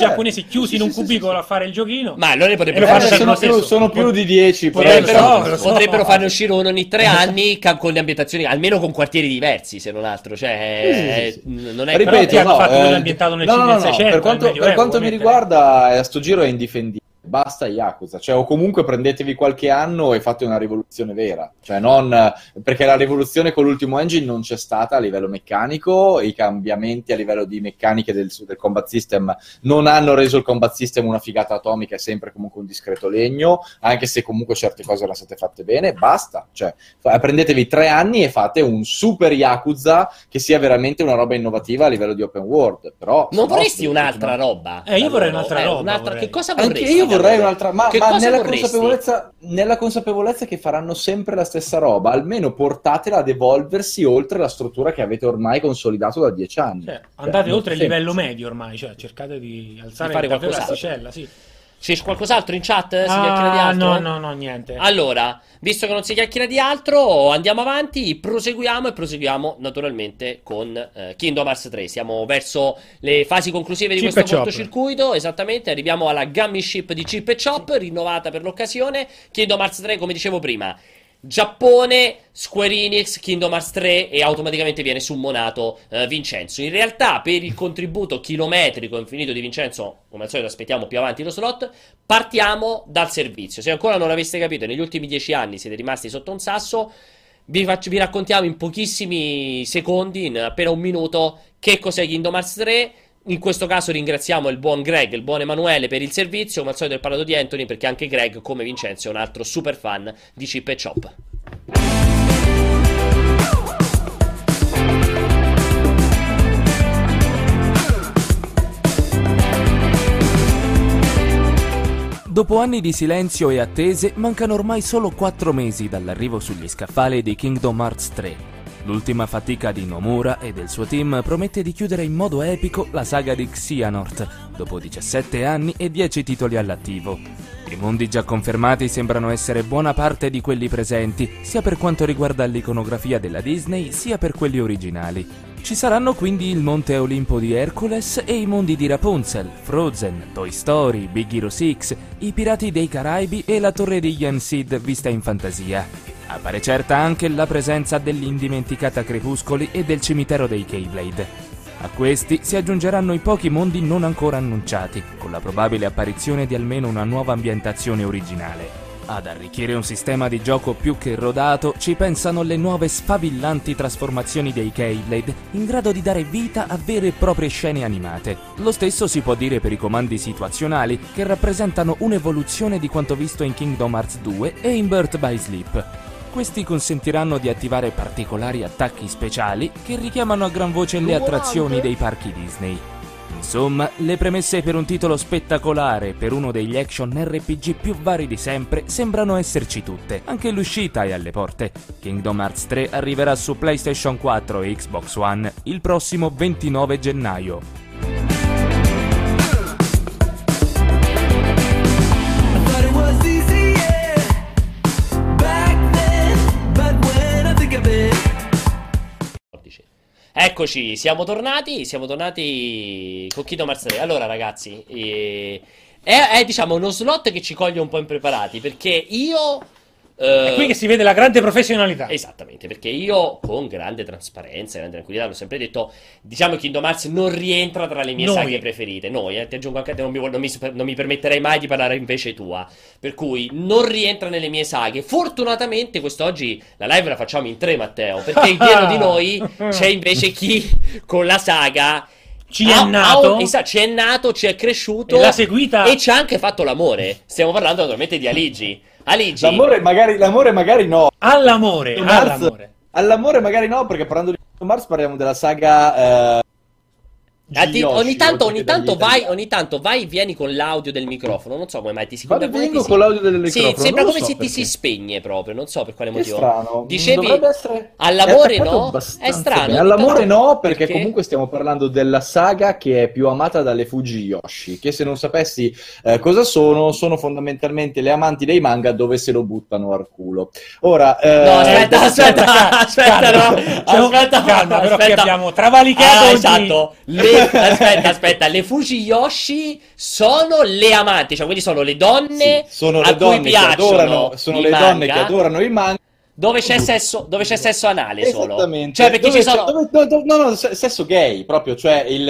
giapponesi chiusi sì, in un sì, cubicolo sì, a fare il giochino. Ma allora E potrebbero lo farne fanno sono, lo più, stesso. sono più di dieci, però Potrebbero, lo so, lo so. potrebbero farne uscire uno ogni tre anni ca- con le ambientazioni, almeno con quartieri diversi, se non altro. Cioè, Sì, sì, sì, eh, non è Però ripeto, ti hanno no, fatto quello eh, ambientato nel no, no, no, no, Seicento, per quanto, nel per Medioevo, quanto mi mettere. riguarda, a sto giro è indifendibile. Basta Yakuza, cioè, o comunque prendetevi qualche anno e fate una rivoluzione vera, cioè non perché la rivoluzione con l'ultimo engine non c'è stata a livello meccanico, i cambiamenti a livello di meccaniche del, del combat system non hanno reso il combat system una figata atomica, è sempre comunque un discreto legno, anche se comunque certe cose erano state fatte bene, basta, cioè prendetevi tre anni e fate un super Yakuza che sia veramente una roba innovativa a livello di open world, però Non no, vorresti se- un'altra roba? Eh, io vorrei Allora, un'altra eh, roba, un'altra- vorrei. Che cosa Anche vorresti? io vorrei Gabriele? un'altra, ma, Che ma cosa nella, vorresti? consapevolezza, nella consapevolezza che faranno sempre la stessa roba, almeno portatela ad evolversi oltre la struttura che avete ormai consolidato da dieci anni. Cioè, andate Cioè, oltre il molto livello semplice. medio ormai, cioè cercate di alzare Di fare davvero la qualcos'altro. sticella, sì. C'è qualcos'altro in chat? Si chiacchiera di Ah, altro? no, no, no, niente. Allora, visto che non si chiacchiera di altro, andiamo avanti, proseguiamo e proseguiamo naturalmente con eh, Kingdom Hearts tre. Siamo verso le fasi conclusive di Chip questo e Chop. cortocircuito, esattamente, arriviamo alla Gummy Ship di Chip e Chop, rinnovata per l'occasione. Kingdom Hearts tre, come dicevo prima, Giappone, Square Enix, Kingdom Hearts tre e automaticamente viene summonato eh, Vincenzo. In realtà per il contributo chilometrico infinito di Vincenzo, come al solito aspettiamo più avanti lo slot, partiamo dal servizio. Se ancora non aveste capito, negli ultimi dieci anni siete rimasti sotto un sasso, vi, faccio, vi raccontiamo in pochissimi secondi, in appena un minuto, che cos'è Kingdom Hearts tre. In questo caso ringraziamo il buon Greg, il buon Emanuele per il servizio, come al solito ho parlato di Anthony perché anche Greg, come Vincenzo, è un altro super fan di Chip e Chop. Dopo anni di silenzio e attese, mancano ormai solo quattro mesi dall'arrivo sugli scaffali di Kingdom Hearts tre. L'ultima fatica di Nomura e del suo team promette di chiudere in modo epico la saga di Xehanort, dopo diciassette anni e dieci titoli all'attivo. I mondi già confermati sembrano essere buona parte di quelli presenti, sia per quanto riguarda l'iconografia della Disney, sia per quelli originali. Ci saranno quindi il Monte Olimpo di Hercules e i mondi di Rapunzel, Frozen, Toy Story, Big Hero sei, i Pirati dei Caraibi e la Torre di Yensid vista in fantasia. Appare certa anche la presenza dell'indimenticata Crepuscoli e del cimitero dei Keyblade. A questi si aggiungeranno i pochi mondi non ancora annunciati, con la probabile apparizione di almeno una nuova ambientazione originale. Ad arricchire un sistema di gioco più che rodato ci pensano le nuove sfavillanti trasformazioni dei Keyblade, in grado di dare vita a vere e proprie scene animate. Lo stesso si può dire per i comandi situazionali, che rappresentano un'evoluzione di quanto visto in Kingdom Hearts due e in Birth by Sleep. Questi consentiranno di attivare particolari attacchi speciali che richiamano a gran voce le attrazioni dei parchi Disney. Insomma, le premesse per un titolo spettacolare per uno degli action R P G più vari di sempre sembrano esserci tutte, anche l'uscita è alle porte. Kingdom Hearts tre arriverà su PlayStation quattro e Xbox One il prossimo ventinove gennaio. Eccoci, siamo tornati, siamo tornati con Kingdom Hearts tre. Allora ragazzi, eh, è, è diciamo uno slot che ci coglie un po' impreparati, perché io... eh, È qui che si vede la grande professionalità. Esattamente, perché io con grande trasparenza, grande tranquillità, l'ho sempre detto, diciamo che Kingdom Hearts non rientra tra le mie Noi. saghe preferite. Noi, eh, ti aggiungo anche a te, non mi, non, mi, non mi permetterei mai di parlare invece tua. Per cui non rientra nelle mie saghe. Fortunatamente quest'oggi la live la facciamo in tre, Matteo, perché in pieno di noi c'è invece chi con la saga... Ci è nato. Esatto, ci è nato, ci è cresciuto E l'ha seguita. e ci ha anche fatto l'amore. Stiamo parlando naturalmente di Aligi. Aligi, L'amore magari, l'amore magari no. All'amore, Kingdom Hearts- all'amore. All'amore magari no, perché parlando di Kingdom Hearts parliamo della saga... eh, Ah, ti- Yoshi, ogni tanto, oltre ogni che dagli tanto vai, italiani. ogni tanto vai, vieni con l'audio del microfono. Non so come mai ti si Vado e come vengo ti si- con l'audio del Sì, microfono, sembra non lo come so se ti perché. si spegne proprio. Non so per quale Che motivo. strano. Dicevi Dovrebbe essere... all'amore è attaccato no? abbastanza È strano. bene. ogni All'amore tanto- no, perché, comunque stiamo parlando della saga che è più amata dalle Fuji Yoshi, che se non sapessi eh, cosa sono, sono fondamentalmente le amanti dei manga dove se lo buttano al culo. Ora... eh, No, aspetta, aspetta, calma, aspetta, calma. no. C'è un- Aspetta, calma, però qui aspetta. abbiamo travalicato Ah, oggi. esatto. Le aspetta, aspetta, le Fujiyoshi sono le amanti, cioè quindi sono le donne Sì, sono a le donne cui che piacciono adorano, sono i le manga, donne che adorano i manga. dove c'è sesso, dove c'è sesso anale solo. Esattamente. Cioè perché Dove ci c'è- sono dove- no, no, no, no, se- sesso gay, proprio, cioè il, il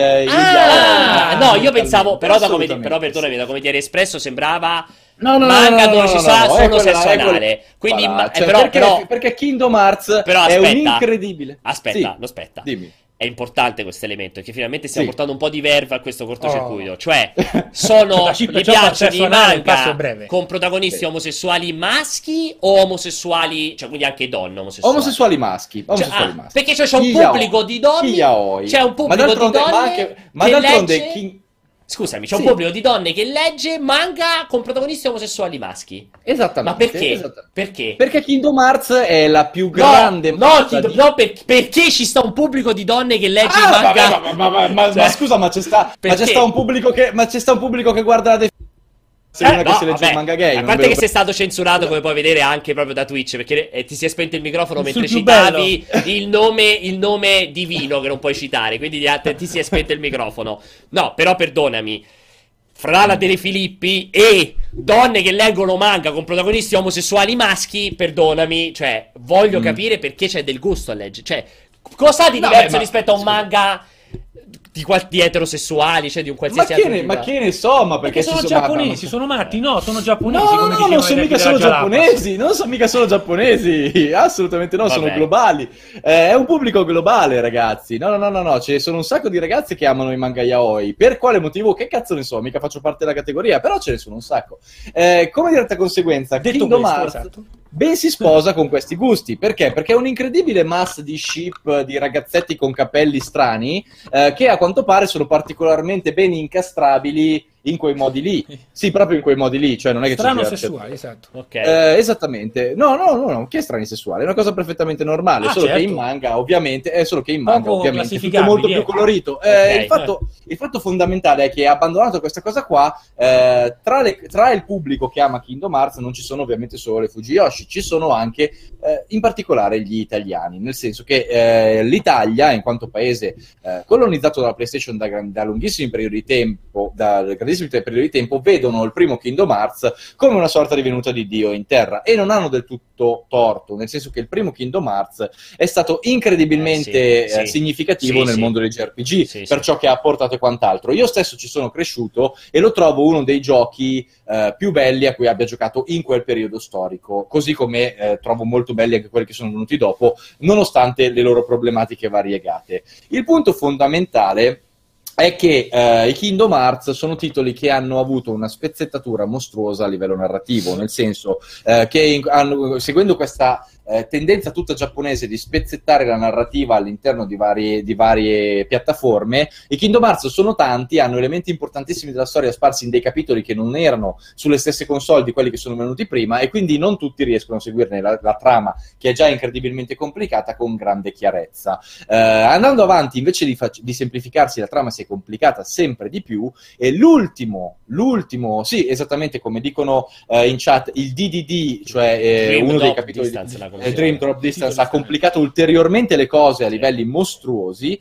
Ah, yaoi. no, io pensavo, però, da come, Assolutamente, però perdonami, sì. da come ti eri espresso sembrava No, no, no, manga no, no, dove no, ci no, sarà no, è solo quella- sesso è quella- anale. Quindi, Voilà, ma- eh, cioè, però, perché, però, perché Kingdom Hearts però è un aspetta, incredibile. aspetta, Sì, no, aspetta. dimmi. È importante questo elemento, che finalmente stiamo Sì. portando un po' di verve a questo cortocircuito. Oh. Cioè, sono, Da chip gli gioco al piacciono sesso i anale, il passo manga è breve. con protagonisti Sì. omosessuali maschi o omosessuali, cioè quindi anche donne omosessuali. Omosessuali maschi, Cioè, omosessuali ah, maschi. perché c'è, c'è un Chi yaoi, pubblico di donne, chi yaoi. c'è un Ma pubblico di d'altronde- donne ma anche- ma che d'altronde legge... King- Scusami, c'è un Sì. pubblico di donne che legge manga con protagonisti omosessuali maschi. Esattamente. Ma perché? esattamente. Perché? Perché Kingdom Hearts è la più No, grande no, massa ti- di- no, per- perché ci sta un pubblico di donne che legge i Ah, manga. vabbè, ma, ma- ma- ma- Cioè, ma scusa, ma c'è sta, ma perché? c'è sta un pubblico che ma c'è sta un pubblico che guarda la definizione Eh, che no, si legge vabbè, il manga gay. a non parte ve che lo- sei stato censurato, come puoi vedere anche proprio da Twitch, perché eh, ti si è spento il microfono Sul mentre più citavi il nome, il nome divino che non puoi citare, quindi ti, ha- ti si è spento il microfono. No, però perdonami, fra la De Filippi e donne che leggono manga con protagonisti omosessuali maschi, perdonami, cioè voglio Mm. capire perché c'è del gusto a leggere, cioè cosa di No, diverso beh, ma- rispetto a un scusa. manga di, qual- di eterosessuali, cioè di un Ma qualsiasi che, altro ne, tipo. ma che ne so, ma Perché perché, sono ci sono- ma- giapponesi, ma- sono matti, no, sono giapponesi. No, no, come no, dicevano non i sono tempi mica della solo Jalapas. giapponesi, non sono mica solo giapponesi, assolutamente no, sono Vabbè. globali. Eh, è un pubblico globale, ragazzi. No, no, no, no, no, ci sono un sacco di ragazzi che amano i manga yaoi. Per quale motivo? Che cazzo ne so, mica faccio parte della categoria, però ce ne sono un sacco. Eh, come diretta conseguenza, Detto Kingdom questo, Hearts esatto. ben si sposa con questi gusti. Perché? Perché è un incredibile massa di ship di ragazzetti con capelli strani eh, che a quanto pare sono particolarmente ben incastrabili in quei modi lì. Sì, proprio in quei modi lì, cioè non è che c'è Strano c'è- sessuale, esatto. Ok. eh, esattamente, no, no, no, no, che strani sessuali, è una cosa perfettamente normale, Ah, solo certo. che in manga, ovviamente, è solo che in manga, Poco ovviamente, è tutto classificabili, molto più ecco. colorito. Eh, Ok. il, fatto, il fatto fondamentale è che, abbandonato questa cosa qua, eh, tra, le- tra il pubblico che ama Kingdom Hearts non ci sono ovviamente solo le Fujiyoshi, ci sono anche, eh, in particolare, gli italiani, nel senso che eh, l'Italia, in quanto paese eh, colonizzato dalla PlayStation da, gran- da lunghissimi periodi di tempo, da grandissimi periodi di tempo, vedono il primo Kingdom Hearts come una sorta di venuta di Dio in terra e non hanno del tutto torto, nel senso che il primo Kingdom Hearts è stato incredibilmente Eh, sì, eh, sì. significativo Sì, nel sì. mondo dei J R P G Sì, per sì. ciò che ha portato e quant'altro. Io stesso ci sono cresciuto e lo trovo uno dei giochi eh, più belli a cui abbia giocato in quel periodo storico, così come eh, trovo molto belli anche quelli che sono venuti dopo, nonostante le loro problematiche variegate. Il punto fondamentale è che eh, i Kingdom Hearts sono titoli che hanno avuto una spezzettatura mostruosa a livello narrativo, nel senso eh, che in- hanno- seguendo questa eh, tendenza tutta giapponese di spezzettare la narrativa all'interno di varie, di varie piattaforme, i Kingdom Hearts sono tanti, hanno elementi importantissimi della storia sparsi in dei capitoli che non erano sulle stesse console di quelli che sono venuti prima e quindi non tutti riescono a seguirne la, la trama, che è già incredibilmente complicata, con grande chiarezza. Eh, andando avanti, invece di, fac- di semplificarsi, la trama si è complicata sempre di più e l'ultimo, l'ultimo, sì, esattamente come dicono eh, in chat, il D D D, cioè eh, Dream uno dei Drop capitoli Distance, la di considero. eh, Dream Drop Distance Titolo ha complicato ulteriormente le cose a Sì. livelli mostruosi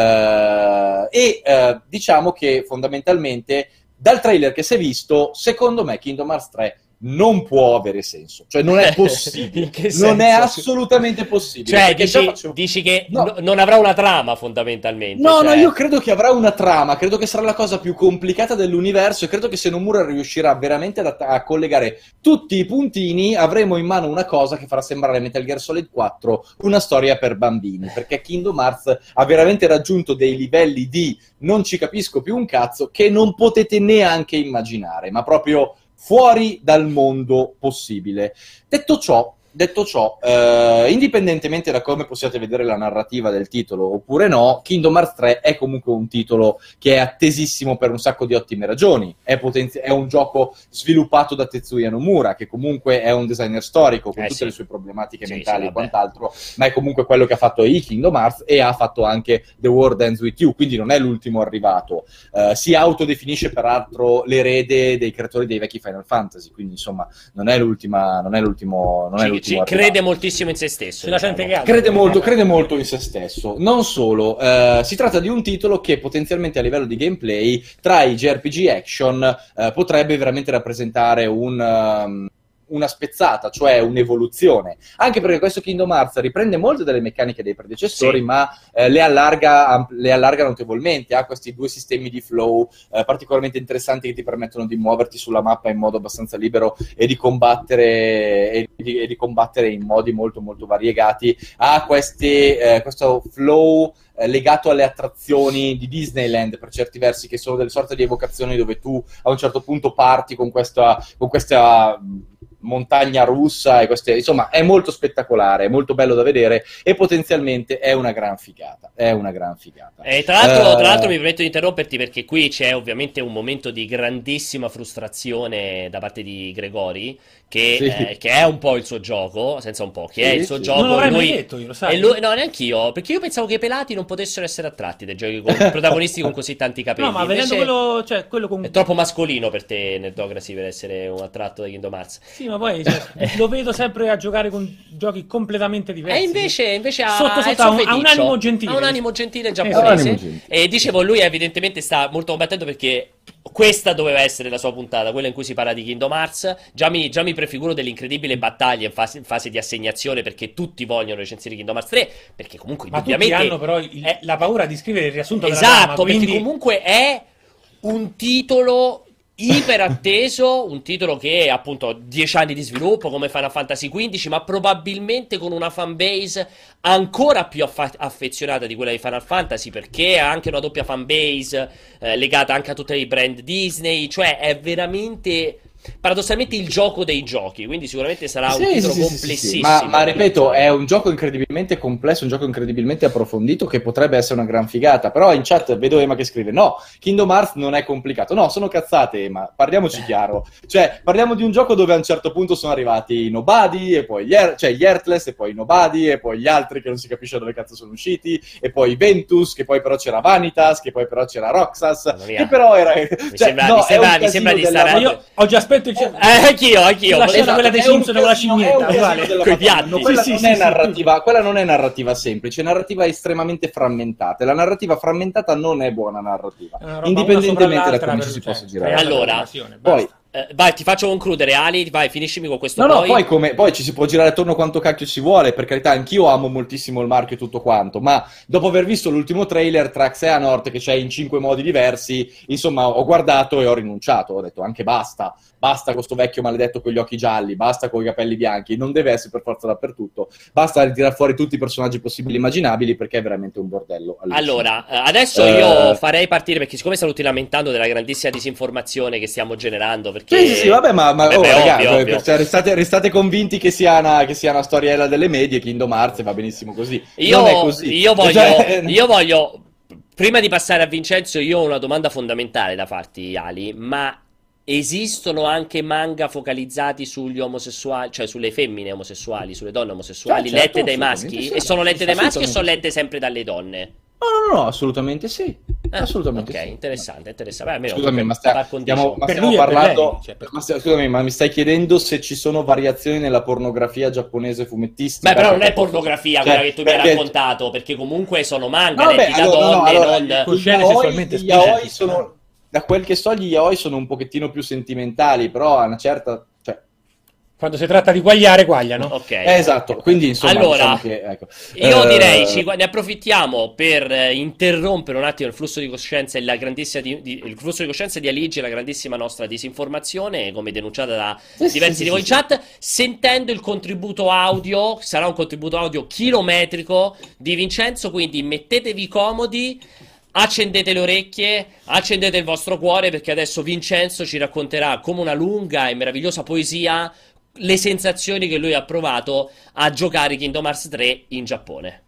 eh, e eh, diciamo che fondamentalmente dal trailer che si è visto, secondo me Kingdom Hearts tre non può avere senso, cioè non è possibile, In che non è senso? assolutamente possibile. Cioè, perché già dici, facevo- dici che No. no- non avrà una trama fondamentalmente. No, cioè... no, io credo che avrà una trama, credo che sarà la cosa più complicata dell'universo e credo che se Nomura riuscirà veramente ad att- a collegare tutti i puntini, avremo in mano una cosa che farà sembrare Metal Gear Solid quattro una storia per bambini, perché Kingdom Hearts ha veramente raggiunto dei livelli di non ci capisco più un cazzo che non potete neanche immaginare, ma proprio fuori dal mondo possibile. Detto ciò, Detto ciò, eh, indipendentemente da come possiate vedere la narrativa del titolo oppure no, Kingdom Hearts tre è comunque un titolo che è attesissimo per un sacco di ottime ragioni. È, potenzi- è un gioco sviluppato da Tetsuya Nomura, che comunque è un designer storico con Eh, tutte sì. le sue problematiche Sì, mentali sì, e vabbè. quant'altro, ma è comunque quello che ha fatto i Kingdom Hearts e ha fatto anche The World Ends With You, quindi non è l'ultimo arrivato. Eh, si autodefinisce peraltro l'erede dei creatori dei vecchi Final Fantasy, quindi insomma non è l'ultima, non è l'ultimo, non è Ci, l'ultima l'ultimo crede arrivato. moltissimo in se stesso. Se la diciamo. sente calda. Crede molto, crede molto in se stesso. Non solo, eh, si tratta di un titolo che potenzialmente a livello di gameplay, tra i J R P G action, eh, potrebbe veramente rappresentare un... um, una spezzata, cioè un'evoluzione, anche perché questo Kingdom Hearts riprende molte delle meccaniche dei predecessori, sì. ma eh, le, allarga, am- le allarga notevolmente, ha questi due sistemi di flow eh, particolarmente interessanti che ti permettono di muoverti sulla mappa in modo abbastanza libero e di combattere e di, e di combattere in modi molto molto variegati, ha questi, eh, questo flow eh, legato alle attrazioni di Disneyland per certi versi, che sono delle sorte di evocazioni dove tu a un certo punto parti con questa, con questa montagna russa e queste, insomma è molto spettacolare, è molto bello da vedere e potenzialmente è una gran figata, è una gran figata. E tra l'altro, uh, tra l'altro mi permetto di interromperti perché qui c'è ovviamente un momento di grandissima frustrazione da parte di Gregori che, sì. eh, che è un po' il suo gioco, senza un po', che sì, è il suo sì. gioco. Non l'avrei lui, mai detto, io lo sai. E lui, no, neanch'io, perché io pensavo che i pelati non potessero essere attratti dai giochi con protagonisti con così tanti capelli. No, ma vedendo Invece quello, cioè, quello con... è troppo mascolino per te, Nerdocracy, per essere un attratto da Kingdom Hearts. Sì, ma poi cioè, lo vedo sempre a giocare con giochi completamente diversi. E invece, invece ha, sotto ha il sotto suo ha un, ha un feticcio. animo gentile. Ha un animo gentile Ha un giapponese. animo gentile. E dicevo, lui evidentemente sta molto combattendo perché questa doveva essere la sua puntata, quella in cui si parla di Kingdom Hearts. Già mi, già mi prefiguro delle incredibili battaglie in fase, in fase di assegnazione, perché tutti vogliono recensire Kingdom Hearts tre, perché comunque Ma tutti indubbiamente hanno però il- è- la paura di scrivere il riassunto della esatto, trama, quindi... perché comunque è un titolo iper atteso, un titolo che ha appunto dieci anni di sviluppo come Final Fantasy quindici, ma probabilmente con una fanbase ancora più affa- affezionata di quella di Final Fantasy, perché ha anche una doppia fanbase eh, legata anche a tutti i brand Disney, cioè è veramente paradossalmente il gioco dei giochi, quindi sicuramente sarà Sì, un sì, titolo sì, sì, sì, complessissimo. sì. Ma, ma ripeto, è un gioco incredibilmente complesso, un gioco incredibilmente approfondito che potrebbe essere una gran figata. Però in chat vedo Ema che scrive: no, Kingdom Hearts non è complicato. No, sono cazzate, Ema, parliamoci chiaro. Cioè, parliamo di un gioco dove a un certo punto sono arrivati i Nobody, e poi gli, er- cioè gli Earthless, e poi i Nobody, e poi gli altri che non si capisce dove cazzo sono usciti, e poi Ventus, che poi però c'era Vanitas, che poi però c'era Roxas, Mamma mia. che però era... Mi cioè, sembra- no, mi sembra- è un mi sembra casino di della- stare- Ma io ho già aspetto il... Eh, anch'io, anch'io. La scena Esatto, quella dei è un Simpson con la casino- scimmietta, è un casino uguale. della Coi Madonna. piatti. No, quella, Sì, non sì, è sì, narrativa, quella non è narrativa semplice, è narrativa estremamente frammentata. E la narrativa frammentata non è buona narrativa, È una roba indipendentemente una da sopra come l'altra ci si per- possa cioè, girare. creare Allora, l'animazione, Poi, basta. Eh, vai, ti faccio concludere, Ali. Vai, finiscimi con questo. no, no, poi. poi, come, poi ci si può girare attorno quanto cacchio si vuole, per carità, anch'io amo moltissimo il marchio e tutto quanto, ma dopo aver visto l'ultimo trailer tra Xehanort, che c'è in cinque modi diversi, insomma, ho guardato e ho rinunciato, ho detto anche basta, basta con sto vecchio maledetto con gli occhi gialli, basta con i capelli bianchi, non deve essere per forza dappertutto, basta tirare fuori tutti i personaggi possibili e immaginabili, perché è veramente un bordello. Allora, eh, adesso Eh. io farei partire, perché siccome stanno tutti lamentando della grandissima disinformazione che stiamo generando, perché... Sì, sì, sì, vabbè, ma, ma Beh, oh, beh, raga, ovvio, cioè, ovvio. cioè, restate, restate convinti che sia, una, che sia una storiella delle medie, Kingdom Hearts, e va benissimo così. Io, non è così. io voglio, Cioè, io voglio, prima di passare a Vincenzo, io ho una domanda fondamentale da farti, Ali, ma esistono anche manga focalizzati sugli omosessuali, cioè sulle femmine omosessuali, sulle donne omosessuali, Cioè, certo, lette dai assolutamente maschi? sì. E sono lette dai maschi o sono Assolutamente lette sempre dalle donne? No, no, no, assolutamente sì. Eh, assolutamente ok, sì. interessante, interessante. Beh, almeno Scusami, per ma, stia- par condicio. stiamo, ma Per stiamo lui e per parlando. lei, cioè, per- ma stia- scusami, ma mi stai chiedendo se ci sono variazioni nella pornografia giapponese fumettistica? Beh, però non è Perché- pornografia cioè, quella che tu mi hai perché- raccontato, perché comunque sono manga, No, vabbè, letti da allora, no, donne, allora, non... Con gli scene yaoi- sessualmente gli yaoi esplicite. sono, da quel che so, gli yaoi sono un pochettino più sentimentali, però a una certa. Cioè, Quando si tratta di quagliare, quagliano. Ok. eh, esatto, quindi insomma. Allora, diciamo che, ecco. io Eh, direi, ci, ne approfittiamo per eh, interrompere un attimo il flusso di coscienza e la grandissima di, di- il flusso di coscienza di Aligi e la grandissima nostra disinformazione, come denunciata da Sì, sì, diversi sì, di voi sì, in chat, sentendo il contributo audio, sarà un contributo audio chilometrico di Vincenzo, quindi mettetevi comodi, accendete le orecchie, accendete il vostro cuore, perché adesso Vincenzo ci racconterà come una lunga e meravigliosa poesia le sensazioni che lui ha provato a giocare Kingdom Hearts tre in Giappone.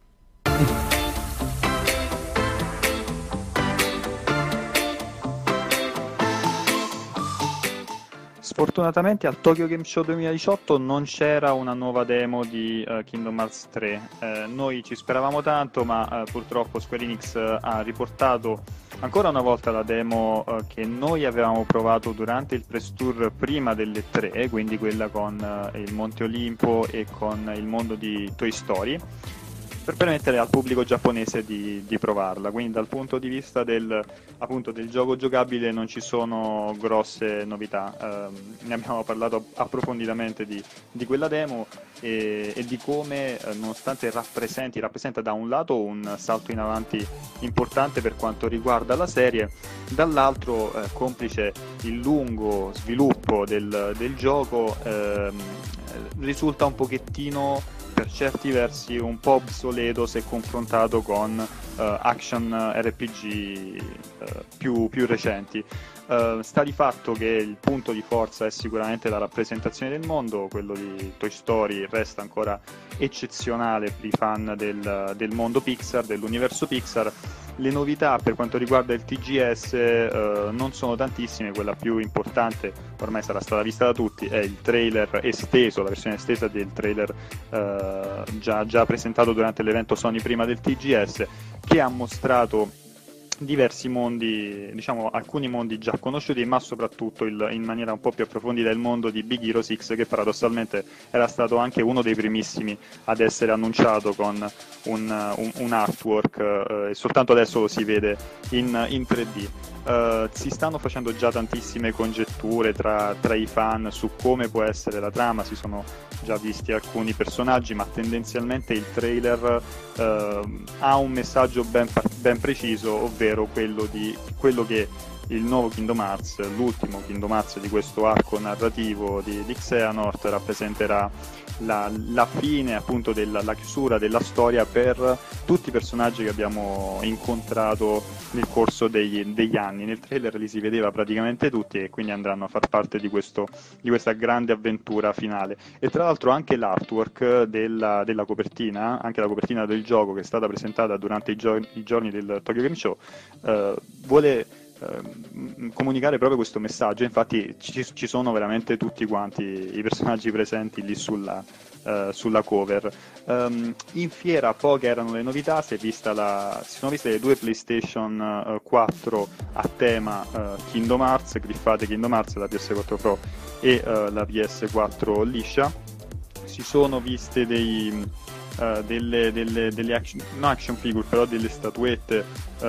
fortunatamente al Tokyo Game Show duemiladiciotto non c'era una nuova demo di uh, Kingdom Hearts tre. Eh, noi ci speravamo tanto, ma uh, purtroppo Square Enix uh, ha riportato ancora una volta la demo uh, che noi avevamo provato durante il press tour prima delle tre, quindi quella con uh, il Monte Olimpo e con il mondo di Toy Story, per permettere al pubblico giapponese di, di provarla. Quindi dal punto di vista del, appunto, del gioco giocabile non ci sono grosse novità. Eh, ne abbiamo parlato approfonditamente di, di quella demo e, e di come, eh, nonostante rappresenti, rappresenta da un lato un salto in avanti importante per quanto riguarda la serie, dall'altro, eh, complice il lungo sviluppo del, del gioco, ehm, risulta un pochettino, per certi versi, un po' obsoleto se confrontato con uh, action R P G uh, più, più recenti. Uh, sta di fatto che il punto di forza è sicuramente la rappresentazione del mondo, quello di Toy Story resta ancora eccezionale per i fan del, del mondo Pixar, dell'universo Pixar. Le novità per quanto riguarda il T G S uh, non sono tantissime. Quella più importante, ormai sarà stata vista da tutti, è il trailer esteso, la versione estesa del trailer uh, già, già presentato durante l'evento Sony prima del T G S, che ha mostrato diversi mondi, diciamo alcuni mondi già conosciuti, ma soprattutto il, in maniera un po' più approfondita il mondo di Big Hero sei, che paradossalmente era stato anche uno dei primissimi ad essere annunciato con un, un, un artwork eh, e soltanto adesso lo si vede in, in tre D. Uh, si stanno facendo già tantissime congetture tra, tra i fan su come può essere la trama, si sono già visti alcuni personaggi, ma tendenzialmente il trailer uh, ha un messaggio ben, ben preciso, ovvero quello, di, quello che il nuovo Kingdom Hearts, l'ultimo Kingdom Hearts di questo arco narrativo di, di Xehanort, rappresenterà la, la fine, appunto, della la chiusura della storia per tutti i personaggi che abbiamo incontrato nel corso degli, degli anni. Nel trailer li si vedeva praticamente tutti e quindi andranno a far parte di, questo, di questa grande avventura finale. E tra l'altro anche l'artwork della, della copertina, anche la copertina del gioco che è stata presentata durante i, gio- i giorni del Tokyo Game Show, eh, vuole comunicare proprio questo messaggio. Infatti ci, ci sono veramente tutti quanti i personaggi presenti lì sulla, uh, sulla cover. Um, in fiera poche erano le novità, si, è vista la, si sono viste le due PlayStation uh, quattro a tema uh, Kingdom Hearts, griffate Kingdom Hearts, la P S quattro Pro e uh, la P S quattro liscia. Si sono viste dei Uh, delle, delle, delle action, no action figure, però delle statuette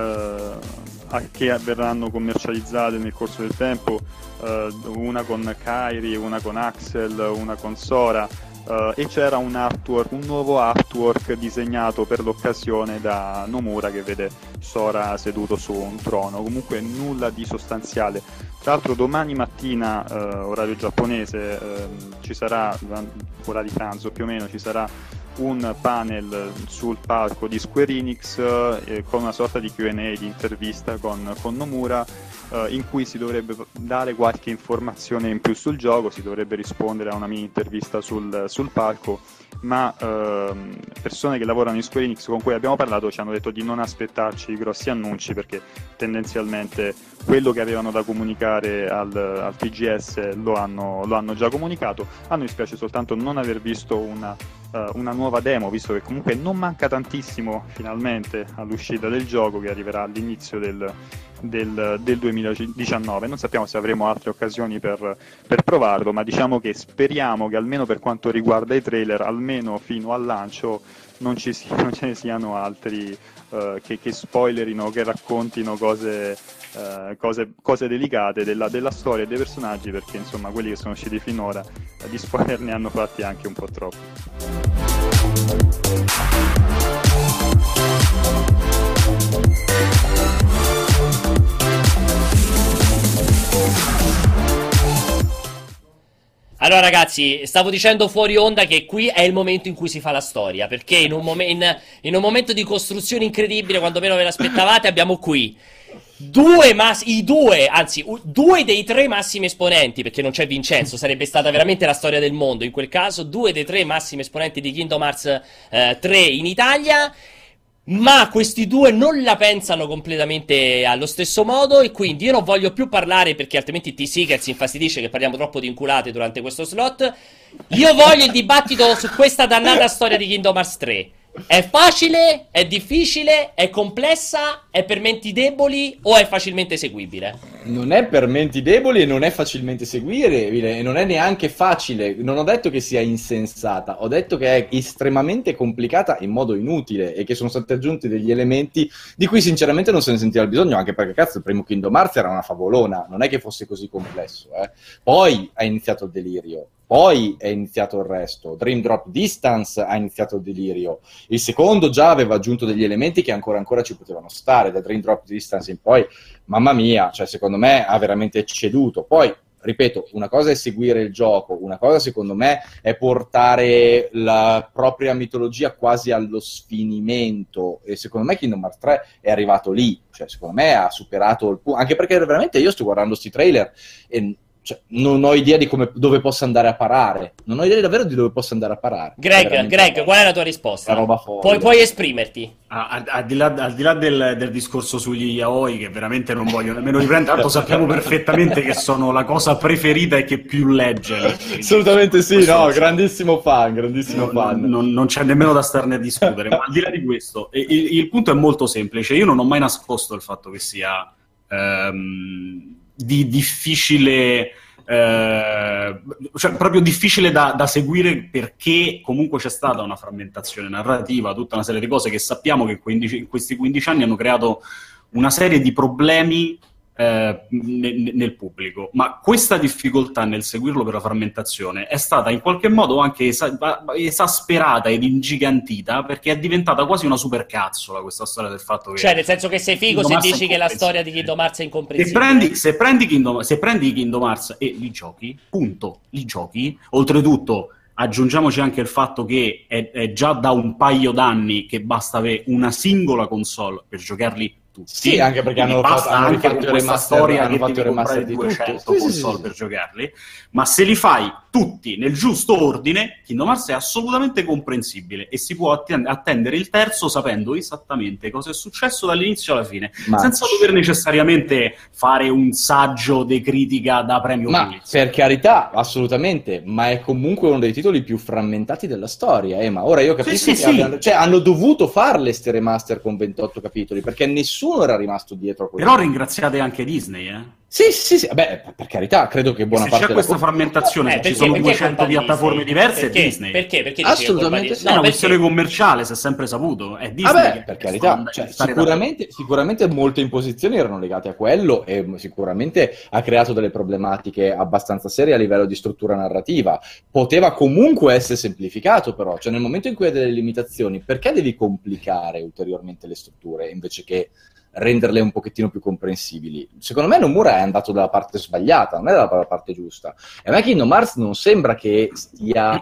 uh, che verranno commercializzate nel corso del tempo, uh, una con Kairi, una con Axel, una con Sora, uh, e c'era un artwork, un nuovo artwork disegnato per l'occasione da Nomura, che vede Sora seduto su un trono. Comunque nulla di sostanziale. Tra l'altro domani mattina, uh, orario giapponese, uh, ci sarà, ora di pranzo più o meno, ci sarà un panel sul palco di Square Enix eh, con una sorta di Q and A, di intervista con, con Nomura, eh, in cui si dovrebbe dare qualche informazione in più sul gioco, si dovrebbe rispondere a una mini intervista sul, sul palco, ma ehm, persone che lavorano in Square Enix con cui abbiamo parlato ci hanno detto di non aspettarci grossi annunci, perché tendenzialmente quello che avevano da comunicare al, al T G S lo hanno, lo hanno già comunicato. A noi dispiace soltanto non aver visto una, uh, una nuova demo, visto che comunque non manca tantissimo finalmente all'uscita del gioco, che arriverà all'inizio del, del, del duemiladiciannove. Non sappiamo se avremo altre occasioni per, per provarlo, ma diciamo che speriamo che almeno per quanto riguarda i trailer, almeno fino al lancio, non, ci si, non ce ne siano altri uh, che, che spoilerino, che raccontino cose, uh, cose, cose delicate della, della storia e dei personaggi, perché insomma quelli che sono usciti finora uh, di spoiler ne hanno fatti anche un po' troppo. Allora ragazzi, stavo dicendo fuori onda che qui è il momento in cui si fa la storia, perché in un, mom- in, in un momento di costruzione incredibile, quando meno ve l'aspettavate, abbiamo qui due mass- i due, anzi u- due dei tre massimi esponenti, perché non c'è Vincenzo, sarebbe stata veramente la storia del mondo in quel caso, due dei tre massimi esponenti di Kingdom Hearts eh, tre in Italia. ma questi due non la pensano completamente allo stesso modo, e quindi io non voglio più parlare, perché altrimenti T-Seeker si infastidisce che parliamo troppo di inculate durante questo slot. Io voglio il dibattito su questa dannata storia di Kingdom Hearts tre. È facile? È difficile? È complessa? È per menti deboli o è facilmente eseguibile? Non è per menti deboli e non è facilmente seguibile, e non è neanche facile. Non ho detto che sia insensata, ho detto che è estremamente complicata in modo inutile e che sono stati aggiunti degli elementi di cui sinceramente non se ne sentiva il bisogno, anche perché cazzo il primo Kingdom Hearts era una favolona, non è che fosse così complesso, eh. Poi è iniziato il delirio. Poi è iniziato il resto. Dream Drop Distance ha iniziato il delirio. Il secondo già aveva aggiunto degli elementi che ancora ancora ci potevano stare. Da Dream Drop Distance in poi, mamma mia, cioè secondo me ha veramente ecceduto. Poi, ripeto, una cosa è seguire il gioco, una cosa secondo me è portare la propria mitologia quasi allo sfinimento, e secondo me Kingdom Hearts tre è arrivato lì. Cioè secondo me ha superato il punto, anche perché veramente io sto guardando sti trailer e cioè, non ho idea di come, dove possa andare a parare. Non ho idea davvero di dove possa andare a parare. Greg, Greg, qual è la tua risposta? Roba folle. Puoi, puoi esprimerti. Ah, al, al di là, al di là del, del discorso sugli yaoi, che veramente non voglio nemmeno riprendere, tanto sappiamo perfettamente che sono la cosa preferita e che più legge. Assolutamente sì, no, grandissimo fan, grandissimo non, fan. Non, non c'è nemmeno da starne a discutere, ma al di là di questo, il, il punto è molto semplice. Io non ho mai nascosto il fatto che sia ehm, di difficile... Eh, cioè proprio difficile da, da seguire, perché comunque c'è stata una frammentazione narrativa, tutta una serie di cose che sappiamo che in, quindici, in questi quindici anni hanno creato una serie di problemi eh, nel, nel pubblico, ma questa difficoltà nel seguirlo per la frammentazione è stata in qualche modo anche esa- esasperata ed ingigantita, perché è diventata quasi una supercazzola questa storia del fatto che, cioè nel senso che sei figo se dici che la storia di Kingdom Hearts è se incomprensibile. prendi, se prendi Kingdom, se prendi Kingdom Hearts e li giochi, punto, li giochi, oltretutto aggiungiamoci anche il fatto che è, è già da un paio d'anni che basta avere una singola console per giocarli tutti. Sì, anche perché hanno, basta fatto, hanno anche rifatto con il questa remaster, storia hanno che fatto il devi comprare remaster di duecento tutto. Sì, console sì, sì, per sì. giocarli, ma se li fai tutti nel giusto ordine, Kingdom Hearts è assolutamente comprensibile e si può atten- attendere il terzo sapendo esattamente cosa è successo dall'inizio alla fine, Ma... senza dover necessariamente fare un saggio di critica da premio Ma Pulitzer. per carità, assolutamente, ma è comunque uno dei titoli più frammentati della storia, eh? Ma ora io capisco Sì, sì, che sì. abbiano, cioè, hanno dovuto farle ste remaster con ventotto capitoli, perché nessuno era rimasto dietro a quello. Però ringraziate anche Disney, eh? Sì, sì, sì, beh, per carità, credo che buona Se parte c'è della questa colpa- frammentazione, Eh, se ci perché- sono perché è duecento colpa di piattaforme Disney? diverse, Perché? è Disney. Perché? Perché dici che è colpa di Assolutamente Disney? sì. È una No, questione perché? commerciale, si è sempre saputo. È Disney Vabbè, che per sta carità, andando- cioè, stare sicuramente, sicuramente molte imposizioni erano legate a quello e sicuramente ha creato delle problematiche abbastanza serie a livello di struttura narrativa. Poteva comunque essere semplificato, però, cioè nel momento in cui hai delle limitazioni, perché devi complicare ulteriormente le strutture invece che renderle un pochettino più comprensibili? Secondo me Nomura è andato dalla parte sbagliata, non è dalla parte giusta. E a me Kingdom Hearts non sembra che stia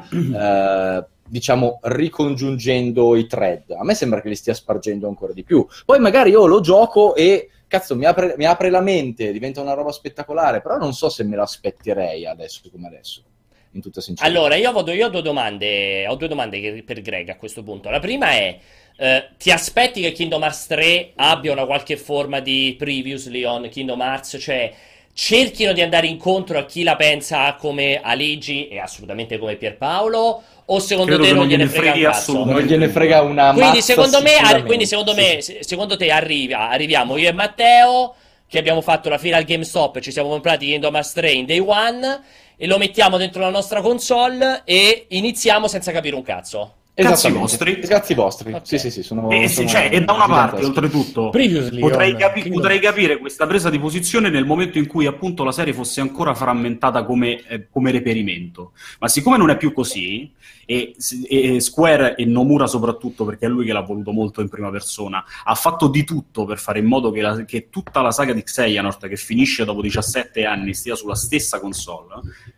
eh, diciamo ricongiungendo i thread, a me sembra che li stia spargendo ancora di più. Poi magari io lo gioco e cazzo mi apre, mi apre la mente, diventa una roba spettacolare, però non so se me l'aspetterei adesso come adesso, in tutta sincerità. Allora, io ho, io ho due domande, ho due domande che- per Greg a questo punto. La prima è, eh, ti aspetti che Kingdom Hearts tre abbia una qualche forma di previously on Kingdom Hearts? Cioè, cerchino di andare incontro a chi la pensa come Aligi e assolutamente come Pierpaolo? O secondo Credo te che non non gliene gliene frega un freghi cazzo? assolutamente. Non gliene frega una Quindi mazza secondo me, ar- sicuramente. quindi secondo me, Sì, sì. se- secondo te arrivi, arriviamo io e Matteo, che abbiamo fatto la fila al GameStop, ci siamo comprati Kingdom Hearts tre in Day One e lo mettiamo dentro la nostra console e iniziamo senza capire un cazzo. Cazzi Esattamente. vostri. Cazzi vostri. Ok. Sì, sì, sì, sono, E, sì, sono cioè, e da una parte, giganteschi. oltretutto, Previously potrei, on capi- Kingdom potrei Hearts. capire questa presa di posizione nel momento in cui appunto la serie fosse ancora frammentata come, eh, come reperimento. Ma siccome non è più così, e, e Square e Nomura soprattutto, perché è lui che l'ha voluto molto in prima persona, ha fatto di tutto per fare in modo che, la- che tutta la saga di Xehanort, che finisce dopo diciassette anni, stia sulla stessa console.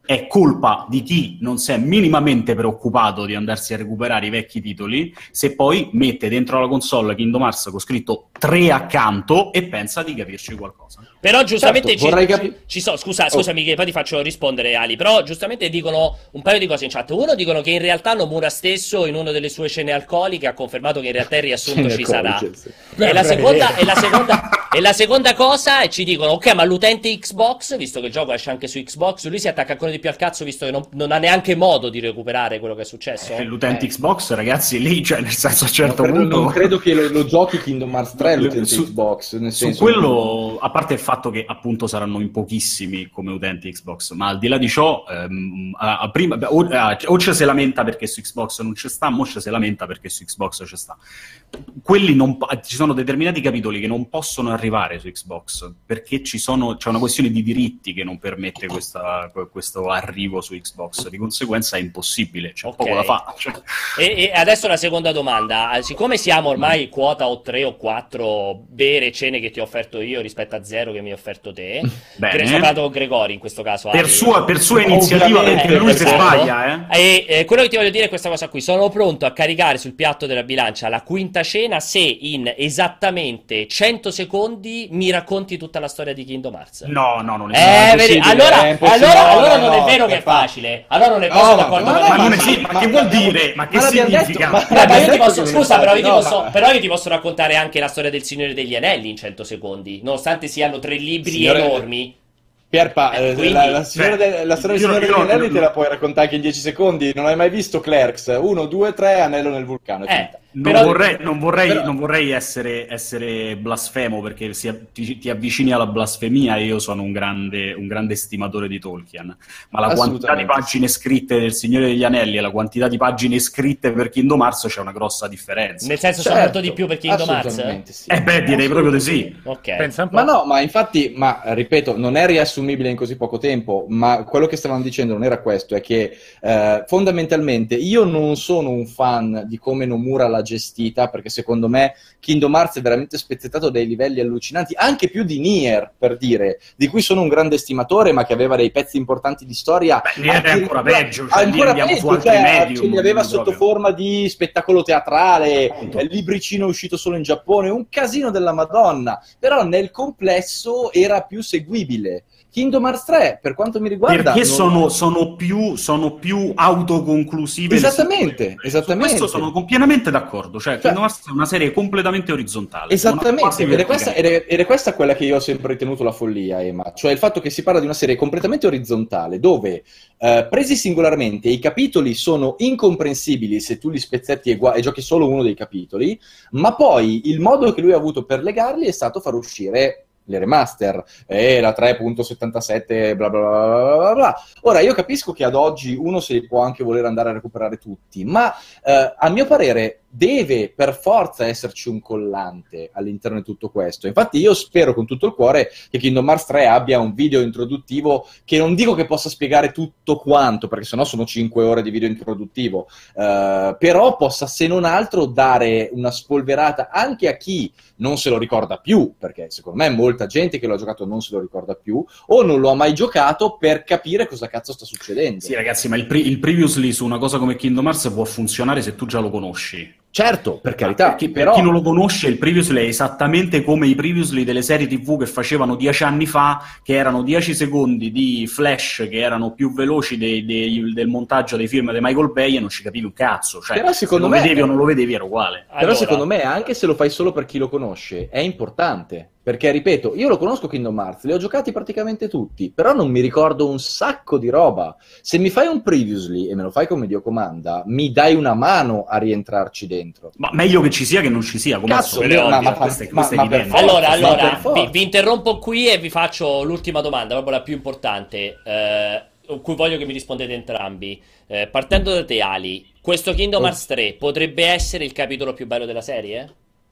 è colpa di chi non si è minimamente preoccupato di andarsi a recuperare i vecchi titoli, se poi mette dentro la console Kingdom Hearts con scritto tre accanto e pensa di capirci qualcosa. Però giustamente Certo, ci, capi- ci so, scusa, scusami che poi ti faccio rispondere, Ali, però giustamente dicono un paio di cose in chat. Uno, dicono che in realtà Nomura stesso in una delle sue scene alcoliche ha confermato che in realtà il riassunto ci sarà. Sì. E la seconda, e la seconda, e la seconda cosa, e ci dicono, ok, ma l'utente Xbox, visto che il gioco esce anche su Xbox, lui si attacca ancora di più al cazzo, visto che non, non ha neanche modo di recuperare quello che è successo. Eh, l'utente Eh. Xbox, ragazzi, lì, cioè, nel senso, a un certo non, credo, punto... non credo che lo, lo giochi Kingdom Hearts tre No, l'utente su- Xbox, nel Su senso quello, a parte il fatto che appunto saranno in pochissimi come utenti Xbox, ma al di là di ciò, ehm, a, a prima, beh, o, a, o ci si lamenta perché su Xbox non ci sta, o ci si lamenta perché su Xbox ci sta. Quelli non, ci sono determinati capitoli che non possono arrivare su Xbox perché ci sono, c'è una questione di diritti che non permette questa, questo arrivo su Xbox, di conseguenza è impossibile, c'è Ok. poco da fare. Cioè. E, e adesso la seconda domanda, siccome siamo ormai quota o tre o quattro bere cene che ti ho offerto io rispetto a zero che mi hai offerto te, Bene. che ne sto parlando con Gregori in questo caso, Per Ali. sua, per sua iniziativa, Ovviamente, perché lui si esatto. sbaglia, eh. E eh, quello che ti voglio dire è questa cosa qui: sono pronto a caricare sul piatto della bilancia la quinta cena se in esattamente cento secondi mi racconti tutta la storia di Kingdom Hearts. No, no, non è Eh, è vedi, impossibile, allora, è impossibile. allora, No, allora no, non è no, vero che è per fa- facile. Allora non è No, posso ma- d'accordo ma con no, te. ma non è ma- sì, ma ma- che vuol ma- dire? Ma che ma l'abbiamo significa? detto, ma- Beh, ma io ti l'abbiamo posso, detto che scusa, non però io, ti no, posso, ma- però io ti posso raccontare anche la storia del Signore degli Anelli in cento secondi, nonostante siano tre libri Signore- enormi. Pierpa, Eh, eh, quindi- la, la signora cioè, de- la storia del io- Signore io- degli Anelli io- te la puoi raccontare anche in dieci secondi. Non hai mai visto Clerks? uno, due, tre, Anello nel vulcano. È Eh, finita. Non però- vorrei, non vorrei, però- non vorrei essere, essere blasfemo perché si, ti, ti avvicini alla blasfemia e io sono un grande, un grande stimatore di Tolkien, ma la quantità di Assolutamente pagine scritte del Signore degli Anelli e la quantità di pagine scritte per Kingdom Hearts c'è una grossa differenza. Nel senso, sono Certo, molto di più per Kingdom Hearts? assolutamente sì. Eh beh, direi proprio di sì. Ok. Pensa un po'. Ma no, ma infatti, ma ripeto, non è riassumibile in così poco tempo, ma quello che stavamo dicendo non era questo, è che eh, fondamentalmente io non sono un fan di come Nomura l'ha gestita, perché secondo me Kingdom Hearts è veramente spezzettato dai livelli allucinanti, anche più di Nier, per dire, di cui sono un grande stimatore, ma che aveva dei pezzi importanti di storia. Beh, Nier è ancora addirittura- peggio, cioè, lì ancora andiamo peggio, su altri cioè, medium, ce li aveva proprio. sotto forma di spettacolo teatrale, Appunto. eh, libricino uscito solo in Giappone, un casino della Madonna, però nel complesso era più seguibile. Kingdom Hearts tre, per quanto mi riguarda... Perché non- sono, sono più, sono più autoconclusive. le Esattamente, sequenze. esattamente. Su questo sono pienamente d'accordo. Cioè, Cioè- Kingdom Hearts è una serie completamente orizzontale. Esattamente, non ha quasi ed è, questa, verticale. ed, è, ed è questa quella che io ho sempre ritenuto la follia, Emma, cioè il fatto che si parla di una serie completamente orizzontale, dove eh, presi singolarmente i capitoli sono incomprensibili se tu li spezzetti e, gua- e giochi solo uno dei capitoli, ma poi il modo che lui ha avuto per legarli è stato far uscire le remaster, e la tre punto settantasette, bla bla bla bla bla bla. Ora, io capisco che ad oggi uno se li può anche voler andare a recuperare tutti, ma eh, a mio parere deve per forza esserci un collante all'interno di tutto questo. Infatti io spero con tutto il cuore che Kingdom Hearts tre abbia un video introduttivo che non dico che possa spiegare tutto quanto, perché sennò sono cinque ore di video introduttivo, eh, però possa se non altro dare una spolverata anche a chi non se lo ricorda più, perché secondo me molta gente che lo ha giocato non se lo ricorda più, o non lo ha mai giocato, per capire cosa cazzo sta succedendo. Sì, ragazzi, ma il, pre- il previously su una cosa come Kingdom Hearts può funzionare se tu già lo conosci. Certo, per carità, Perché, però... per chi non lo conosce, il previously è esattamente come i previously delle serie tivù che facevano dieci anni fa, che erano dieci secondi di flash che erano più veloci dei- dei- del montaggio dei film di Michael Bay e non ci capivi un cazzo. Cioè, Però secondo se lo me- vedevi o non lo vedevi era uguale. Però Allora, secondo me, anche se lo fai solo per chi lo conosce, è importante. Perché, ripeto, io lo conosco Kingdom Hearts, li ho giocati praticamente tutti, però non mi ricordo un sacco di roba. Se mi fai un previously e me lo fai come Dio comanda, mi dai una mano a rientrarci dentro. Ma meglio che ci sia che non ci sia. Come Cazzo, al solito. ma- ma- questo è, ma- questo è ma per evidente. forza, Allora, ma allora per forza. vi, vi interrompo qui e vi faccio l'ultima domanda, proprio la più importante, eh, a cui voglio che mi rispondete entrambi. Eh, partendo da te, Ali, questo Kingdom Oh. Hearts tre potrebbe essere il capitolo più bello della serie?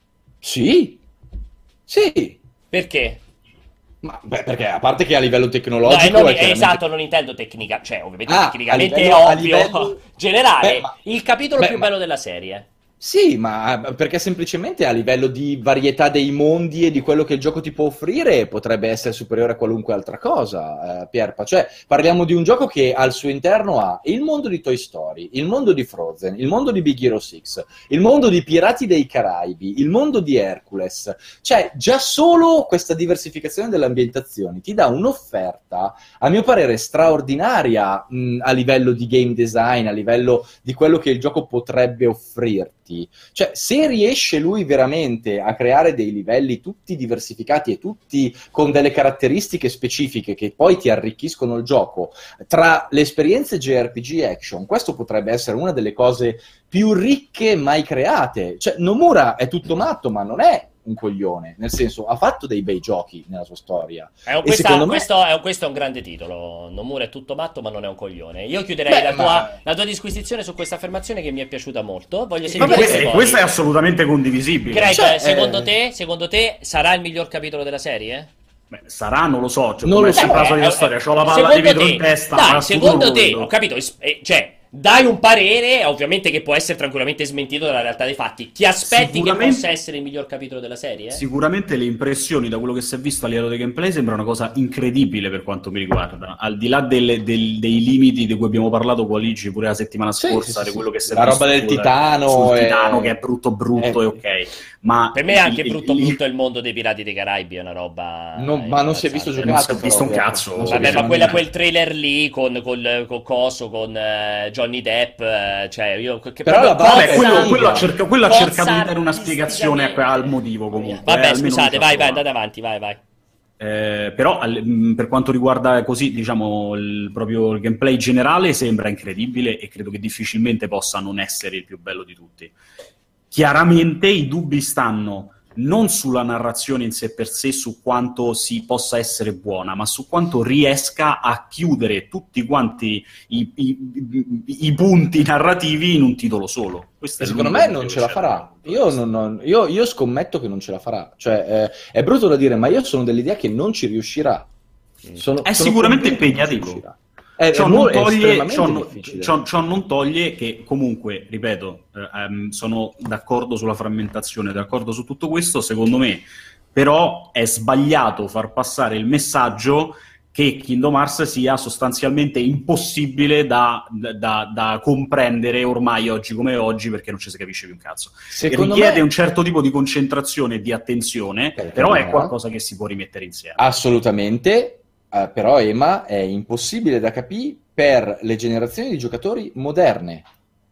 Sì, sì. Perché? Ma, beh, perché a parte che a livello No, tecnologico... eh, non- è eh, chiaramente- esatto, non intendo tecnica, cioè ovviamente Ah, tecnicamente a livello- è a ovvio. livello- Generale, Beh, ma- il capitolo beh, più ma- bello della serie. Sì, ma perché semplicemente a livello di varietà dei mondi e di quello che il gioco ti può offrire potrebbe essere superiore a qualunque altra cosa, eh, Pierpa. Cioè, parliamo di un gioco che al suo interno ha il mondo di Toy Story, il mondo di Frozen, il mondo di Big Hero sei, il mondo di Pirati dei Caraibi, il mondo di Hercules. Cioè, già solo questa diversificazione delle ambientazioni ti dà un'offerta, a mio parere, straordinaria mh, a livello di game design, a livello di quello che il gioco potrebbe offrirti. Cioè, se riesce lui veramente a creare dei livelli tutti diversificati e tutti con delle caratteristiche specifiche che poi ti arricchiscono il gioco, tra le esperienze J R P G action, questo potrebbe essere una delle cose più ricche mai create. Cioè, Nomura è tutto matto, ma non è un coglione, nel senso, ha fatto dei bei giochi nella sua storia. È un, e questa, secondo me... questo, è un, questo è un grande titolo. Nomura è tutto matto, ma non è un coglione. Io chiuderei Beh, la, tua, ma... la tua disquisizione su questa affermazione che mi è piaciuta molto. Voglio sentire Vabbè, questa, poi. questa è assolutamente condivisibile. Greg, Cioè, secondo, eh... te, secondo te sarà il miglior capitolo della serie? Beh, sarà, non lo so. Cioè, Non come lo so. sempre la solita Eh, storia, eh, c'ho la palla di vetro te, in testa. dai, ma secondo te, lo ho capito, eh, cioè, dai un parere, ovviamente che può essere tranquillamente smentito dalla realtà dei fatti. Ti aspetti che possa essere il miglior capitolo della serie? Sicuramente le impressioni da quello che si è visto a livello di gameplay sembra una cosa incredibile per quanto mi riguarda, al di là delle, del, dei limiti di cui abbiamo parlato con Luigi pure la settimana scorsa, sì, sì, di quello che si è la visto roba del sul, titano sul e... titano che è brutto brutto eh. e ok, ma per me è anche il, brutto il, brutto il mondo dei Pirati dei Caraibi, è una roba non, ma non si è visto non giocato, si è visto un proprio. cazzo. Non si è vabbè, visto ma quella, niente. quel trailer lì con, con, con Coso, con uh, Johnny Depp, uh, cioè io che Però proprio la base Vabbè, è quello, figa. quello ha, cerca, quello ha Cosa cercato di dare una spiegazione a- al motivo comunque. Vabbè, eh, almeno scusate, non vai, ci ha vai, provato. andate avanti, vai, vai. Eh, però al- mh, per quanto riguarda così, diciamo, il, proprio il gameplay generale sembra incredibile e credo che difficilmente possa non essere il più bello di tutti. Chiaramente i dubbi stanno non sulla narrazione in sé per sé, su quanto si possa essere buona, ma su quanto riesca a chiudere tutti quanti i, i, i, i punti narrativi in un titolo solo. Questo è Secondo l'unico me non motivo ce la che c'è farà. da- Io, non, non- io, io scommetto che non ce la farà. Cioè, eh, è brutto da dire, ma io sono dell'idea che non ci riuscirà. Sono, È sono sicuramente convinto che non ci impegnativo. riuscirà. È, Ciò è non, mo- è toglie, estremamente ciò, non- difficile. ciò- ciò non toglie che comunque, ripeto, eh, ehm, sono d'accordo sulla frammentazione, d'accordo su tutto questo, secondo me però è sbagliato far passare il messaggio che Kingdom Hearts sia sostanzialmente impossibile da, da- da comprendere ormai oggi come oggi, perché non ci si capisce più un cazzo. Secondo Richiede me- un certo tipo di concentrazione e di attenzione, Per però è carità. qualcosa che si può rimettere insieme. Assolutamente, eh, però Ema è impossibile da capire per le generazioni di giocatori moderne.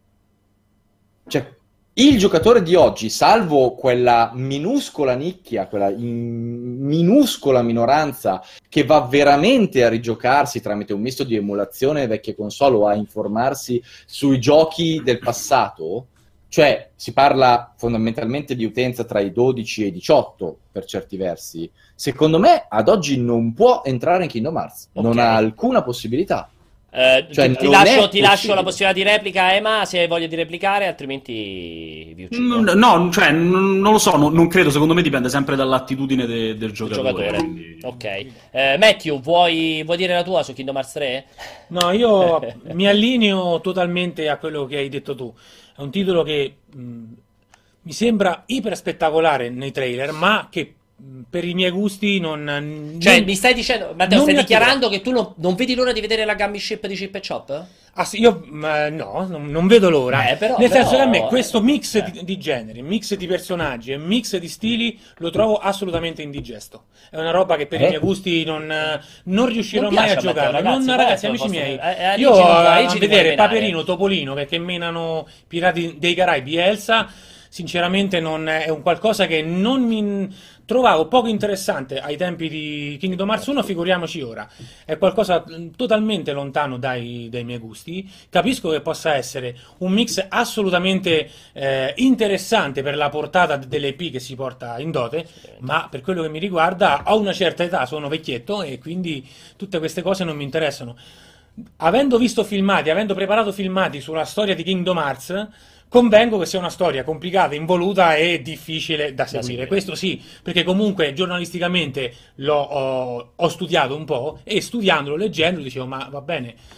Cioè, il giocatore di oggi, salvo quella minuscola nicchia, quella in- minuscola minoranza che va veramente a rigiocarsi tramite un misto di emulazione vecchie console o a informarsi sui giochi del passato, cioè si parla fondamentalmente di utenza tra i dodici e i diciotto per certi versi, secondo me ad oggi non può entrare in Kingdom Hearts, non Ok. ha alcuna possibilità. Eh, Cioè, ti, ti non lascio, è ti lascio possibile. la possibilità di replica, Emma, se hai voglia di replicare, altrimenti vi uccido. Mm, No, cioè, n- non lo so, non, non credo, secondo me dipende sempre dall'attitudine de- del Il giocatore. giocatore. quindi- Ok. Eh, Matthew, vuoi, vuoi dire la tua su Kingdom Hearts tre? No, io mi allineo totalmente a quello che hai detto tu. È un titolo che mh, mi sembra iper spettacolare nei trailer, ma che mh, per i miei gusti non... Cioè, non- mi stai dicendo, Matteo, non stai mi dichiarando che tu non, non vedi l'ora di vedere la Gummy Ship di Chip e Chop? Ah, sì, io ma no, non, non vedo l'ora. Eh, però- Nel senso però, che a me questo eh, mix eh. di, di generi, mix di personaggi e mix di stili lo trovo assolutamente indigesto. È una roba che per i Eh? miei gusti non, eh, non riuscirò Non mai a piace a Matteo, giocare. ragazzi, Non, poi ragazzi, lo amici posso- miei, eh, eh, io Luigi non va, a Luigi ti vedere vuole menare. Paperino, Topolino che, che menano Pirati dei Caraibi e Elsa, sinceramente non è un qualcosa che non mi trovavo poco interessante ai tempi di Kingdom Hearts uno, figuriamoci ora. È qualcosa mh, totalmente lontano dai, dai miei gusti. Capisco che possa essere un mix assolutamente eh, interessante per la portata dell'E P che si porta in dote, ma per quello che mi riguarda ho una certa età, sono vecchietto e quindi tutte queste cose non mi interessano. Avendo visto filmati, avendo preparato filmati sulla storia di Kingdom Hearts, convengo che sia una storia complicata, involuta e difficile da seguire. seguire. Questo sì, perché comunque giornalisticamente l'ho, ho, ho studiato un po' e studiandolo, leggendolo, dicevo, ma va bene,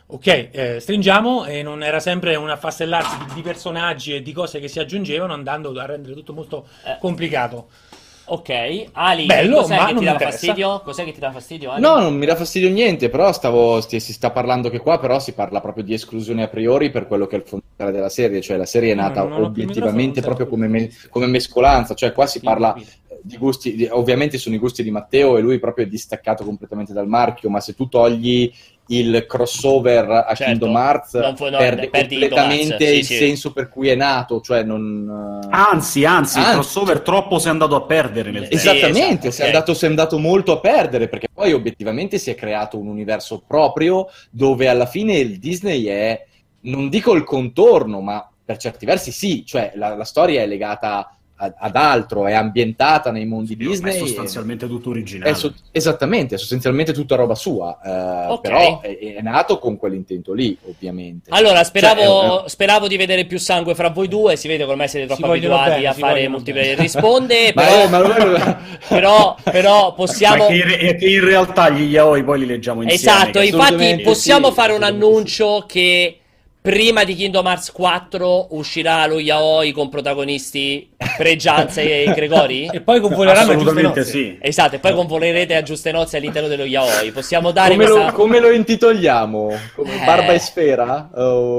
Ok, eh, stringiamo, e non era sempre un affastellarsi di, di personaggi e di cose che si aggiungevano, andando a rendere tutto molto Eh. complicato. Ok, Ali, Bello, cos'è ma che non ti mi dà interessa. fastidio? Cos'è che ti dà fastidio, Ali? No, non mi dà fastidio niente, però stavo, sti- si sta parlando che qua però si parla proprio di esclusione a priori per quello che è il fondamentale della serie, cioè la serie è No, nata non ho più il obiettivamente microfono, proprio sta- come, me- come mescolanza, cioè qua si Sì, parla capito. di gusti, di- ovviamente sono i gusti di Matteo e lui proprio è distaccato completamente dal marchio, ma se tu togli il crossover a Certo, Kingdom Hearts non fu- no, perde perdi Kingdom Hearts, completamente sì, il sì. senso per cui è nato, cioè non... Anzi, anzi, il Anzi. crossover troppo si è andato a perdere nel Sì, tempo. Esattamente, esatto, si, è ok. andato, si è andato molto a perdere perché poi obiettivamente si è creato un universo proprio dove alla fine il Disney è, non dico il contorno, ma per certi versi sì, cioè la, la storia è legata a- ad altro, è ambientata nei mondi Sì, Disney. è e- sostanzialmente tutto originale. è so- esattamente, è sostanzialmente tutta roba sua, eh, Ok. però è, è nato con quell'intento lì, ovviamente. Allora, speravo, Cioè, è- è- speravo di vedere più sangue fra voi due. Si vede che ormai siete Si troppo vogliono abituati bene, a si fare vogliono multiplayer. bene. Risponde, Ma però, eh, ma lui- però, però possiamo. Ma che, in re- che in realtà gli yaoi poi li leggiamo insieme. Esatto, che infatti assolutamente possiamo sì, fare un assolutamente annuncio che prima di Kingdom Hearts quattro uscirà lo yaoi con protagonisti Pregianza e Gregori? E poi convoleranno giuste Assolutamente nozze. sì. Esatto, e poi convolerete a giuste nozze all'interno dello yaoi. Possiamo dare come, questa... lo, come lo intitoliamo? Come Eh. Barba e Sfera?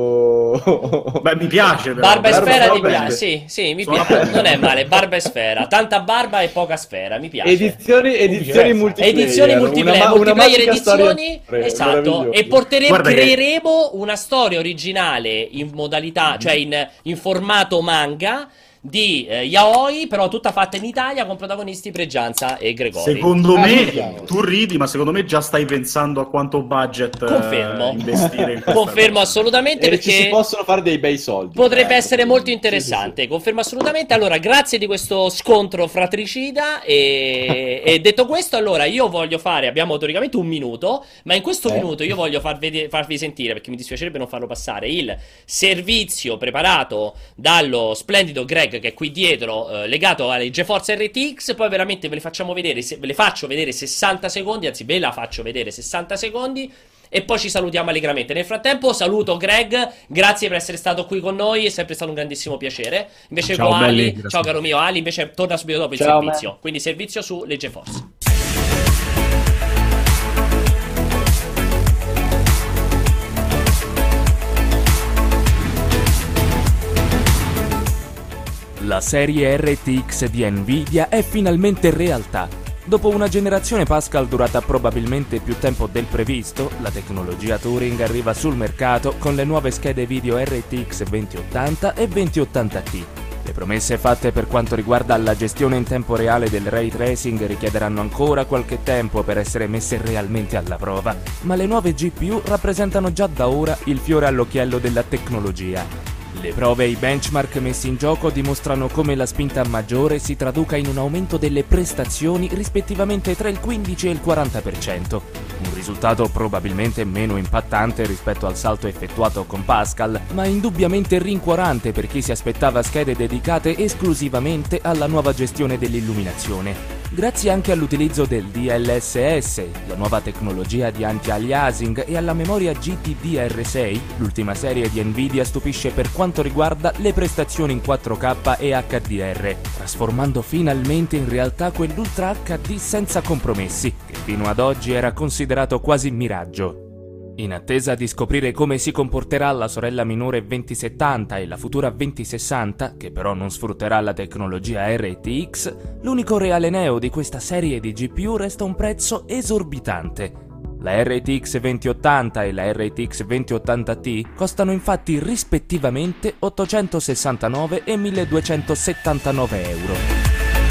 O- Beh, mi piace però. Barba e Barba- sfera mi Barba e piace, Sfera. sì, sì, mi Sono piace, d'accordo. non è male, barba e sfera, tanta barba e poca sfera, mi piace. Edizioni, edizioni viceversa. multiplayer. Edizioni multiplayer, una, ma- una multiplayer magica storia- edizioni, Pre- esatto, meraviglioso. e porteremo, Guarda che- creeremo una storia originale in modalità, cioè in, in formato manga di eh, yaoi, però tutta fatta in Italia con protagonisti Pregianza e Gregori. Secondo Ah, me, sentiamo. tu ridi, ma secondo me già stai pensando a quanto budget eh, Confermo. investire in questa Confermo cosa. assolutamente E ci si perché possono fare dei bei soldi. potrebbe Eh, essere sì, molto sì, interessante, sì. confermo assolutamente. Allora, grazie di questo scontro fratricida e, e detto questo, allora io voglio fare, abbiamo teoricamente un minuto, ma in questo Eh. minuto io voglio far vede- farvi sentire, perché mi dispiacerebbe non farlo passare, il servizio preparato dallo splendido Greg che è qui dietro, eh, legato alle GeForce R T X. Poi veramente ve le facciamo vedere, se- ve le faccio vedere sessanta secondi, anzi ve la faccio vedere sessanta secondi. E poi ci salutiamo allegramente. Nel frattempo saluto Greg, grazie per essere stato qui con noi, è sempre stato un grandissimo piacere. Invece Ciao, con belli, Ali, grazie. ciao caro mio Ali, invece torna subito dopo il Ciao, servizio. Quindi servizio su le GeForce. La serie R T X di Nvidia è finalmente realtà. Dopo una generazione Pascal durata probabilmente più tempo del previsto, la tecnologia Turing arriva sul mercato con le nuove schede video R T X venti ottanta e venti ottanta Ti. Le promesse fatte per quanto riguarda la gestione in tempo reale del ray tracing richiederanno ancora qualche tempo per essere messe realmente alla prova, ma le nuove G P U rappresentano già da ora il fiore all'occhiello della tecnologia. Le prove e i benchmark messi in gioco dimostrano come la spinta maggiore si traduca in un aumento delle prestazioni rispettivamente tra il quindici e il quaranta per cento. Un risultato probabilmente meno impattante rispetto al salto effettuato con Pascal, ma indubbiamente rincuorante per chi si aspettava schede dedicate esclusivamente alla nuova gestione dell'illuminazione. Grazie anche all'utilizzo del D L S S, la nuova tecnologia di anti-aliasing, e alla memoria G T D R sei, l'ultima serie di Nvidia stupisce per quanto riguarda le prestazioni in quattro K e H D R, trasformando finalmente in realtà quell'Ultra H D senza compromessi, che fino ad oggi era considerato quasi miraggio. In attesa di scoprire come si comporterà la sorella minore venti settanta e la futura venti sessanta, che però non sfrutterà la tecnologia R T X, l'unico reale neo di questa serie di G P U resta un prezzo esorbitante. La R T X venti ottanta e la R T X venti ottanta Ti costano infatti rispettivamente ottocentosessantanove e milleduecentosettantanove euro.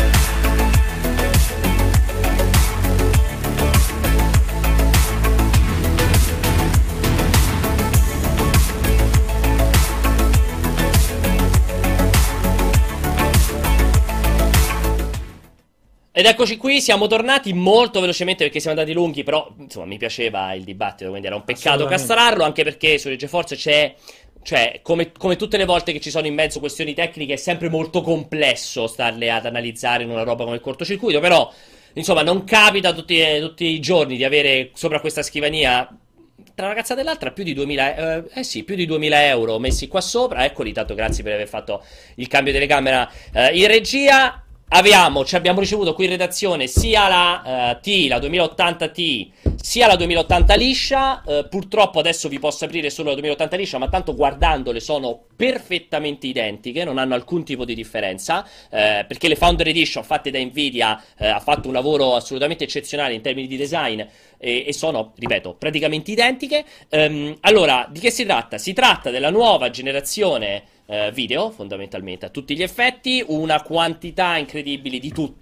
Ed eccoci qui, siamo tornati molto velocemente perché siamo andati lunghi, però insomma mi piaceva il dibattito, quindi era un peccato Assolutamente. castrarlo, anche perché sulle GeForce c'è, cioè come, come tutte le volte che ci sono in mezzo questioni tecniche è sempre molto complesso starle ad analizzare in una roba come il cortocircuito, però insomma non capita tutti, tutti i giorni di avere sopra questa scrivania tra una cazzata e l'altra più di duemila, eh, eh sì, più di duemila euro messi qua sopra. Eccoli, tanto grazie per aver fatto il cambio telecamera eh, in regia. Abbiamo, ci abbiamo ricevuto qui in redazione sia la uh, T, la duemila ottanta Ti, sia la duemila ottanta liscia. Uh, purtroppo adesso vi posso aprire solo la duemila ottanta liscia, ma tanto guardandole sono perfettamente identiche, non hanno alcun tipo di differenza, uh, perché le Founder Edition fatte da Nvidia uh, ha fatto un lavoro assolutamente eccezionale in termini di design e, e sono, ripeto, praticamente identiche. Um, allora, di che si tratta? Si tratta della nuova generazione Uh, video, fondamentalmente, a tutti gli effetti, una quantità incredibile di tutto.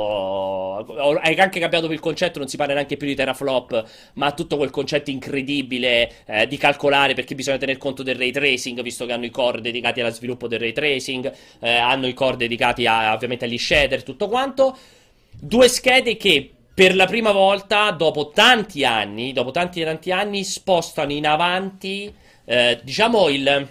Ho, ho anche cambiato il concetto, non si parla neanche più di teraflop, ma tutto quel concetto incredibile eh, di calcolare, perché bisogna tener conto del ray tracing, visto che hanno i core dedicati allo sviluppo del ray tracing, eh, hanno i core dedicati a, ovviamente agli shader, tutto quanto. Due schede che per la prima volta, dopo tanti anni, dopo tanti e tanti anni, spostano in avanti, eh, diciamo, il...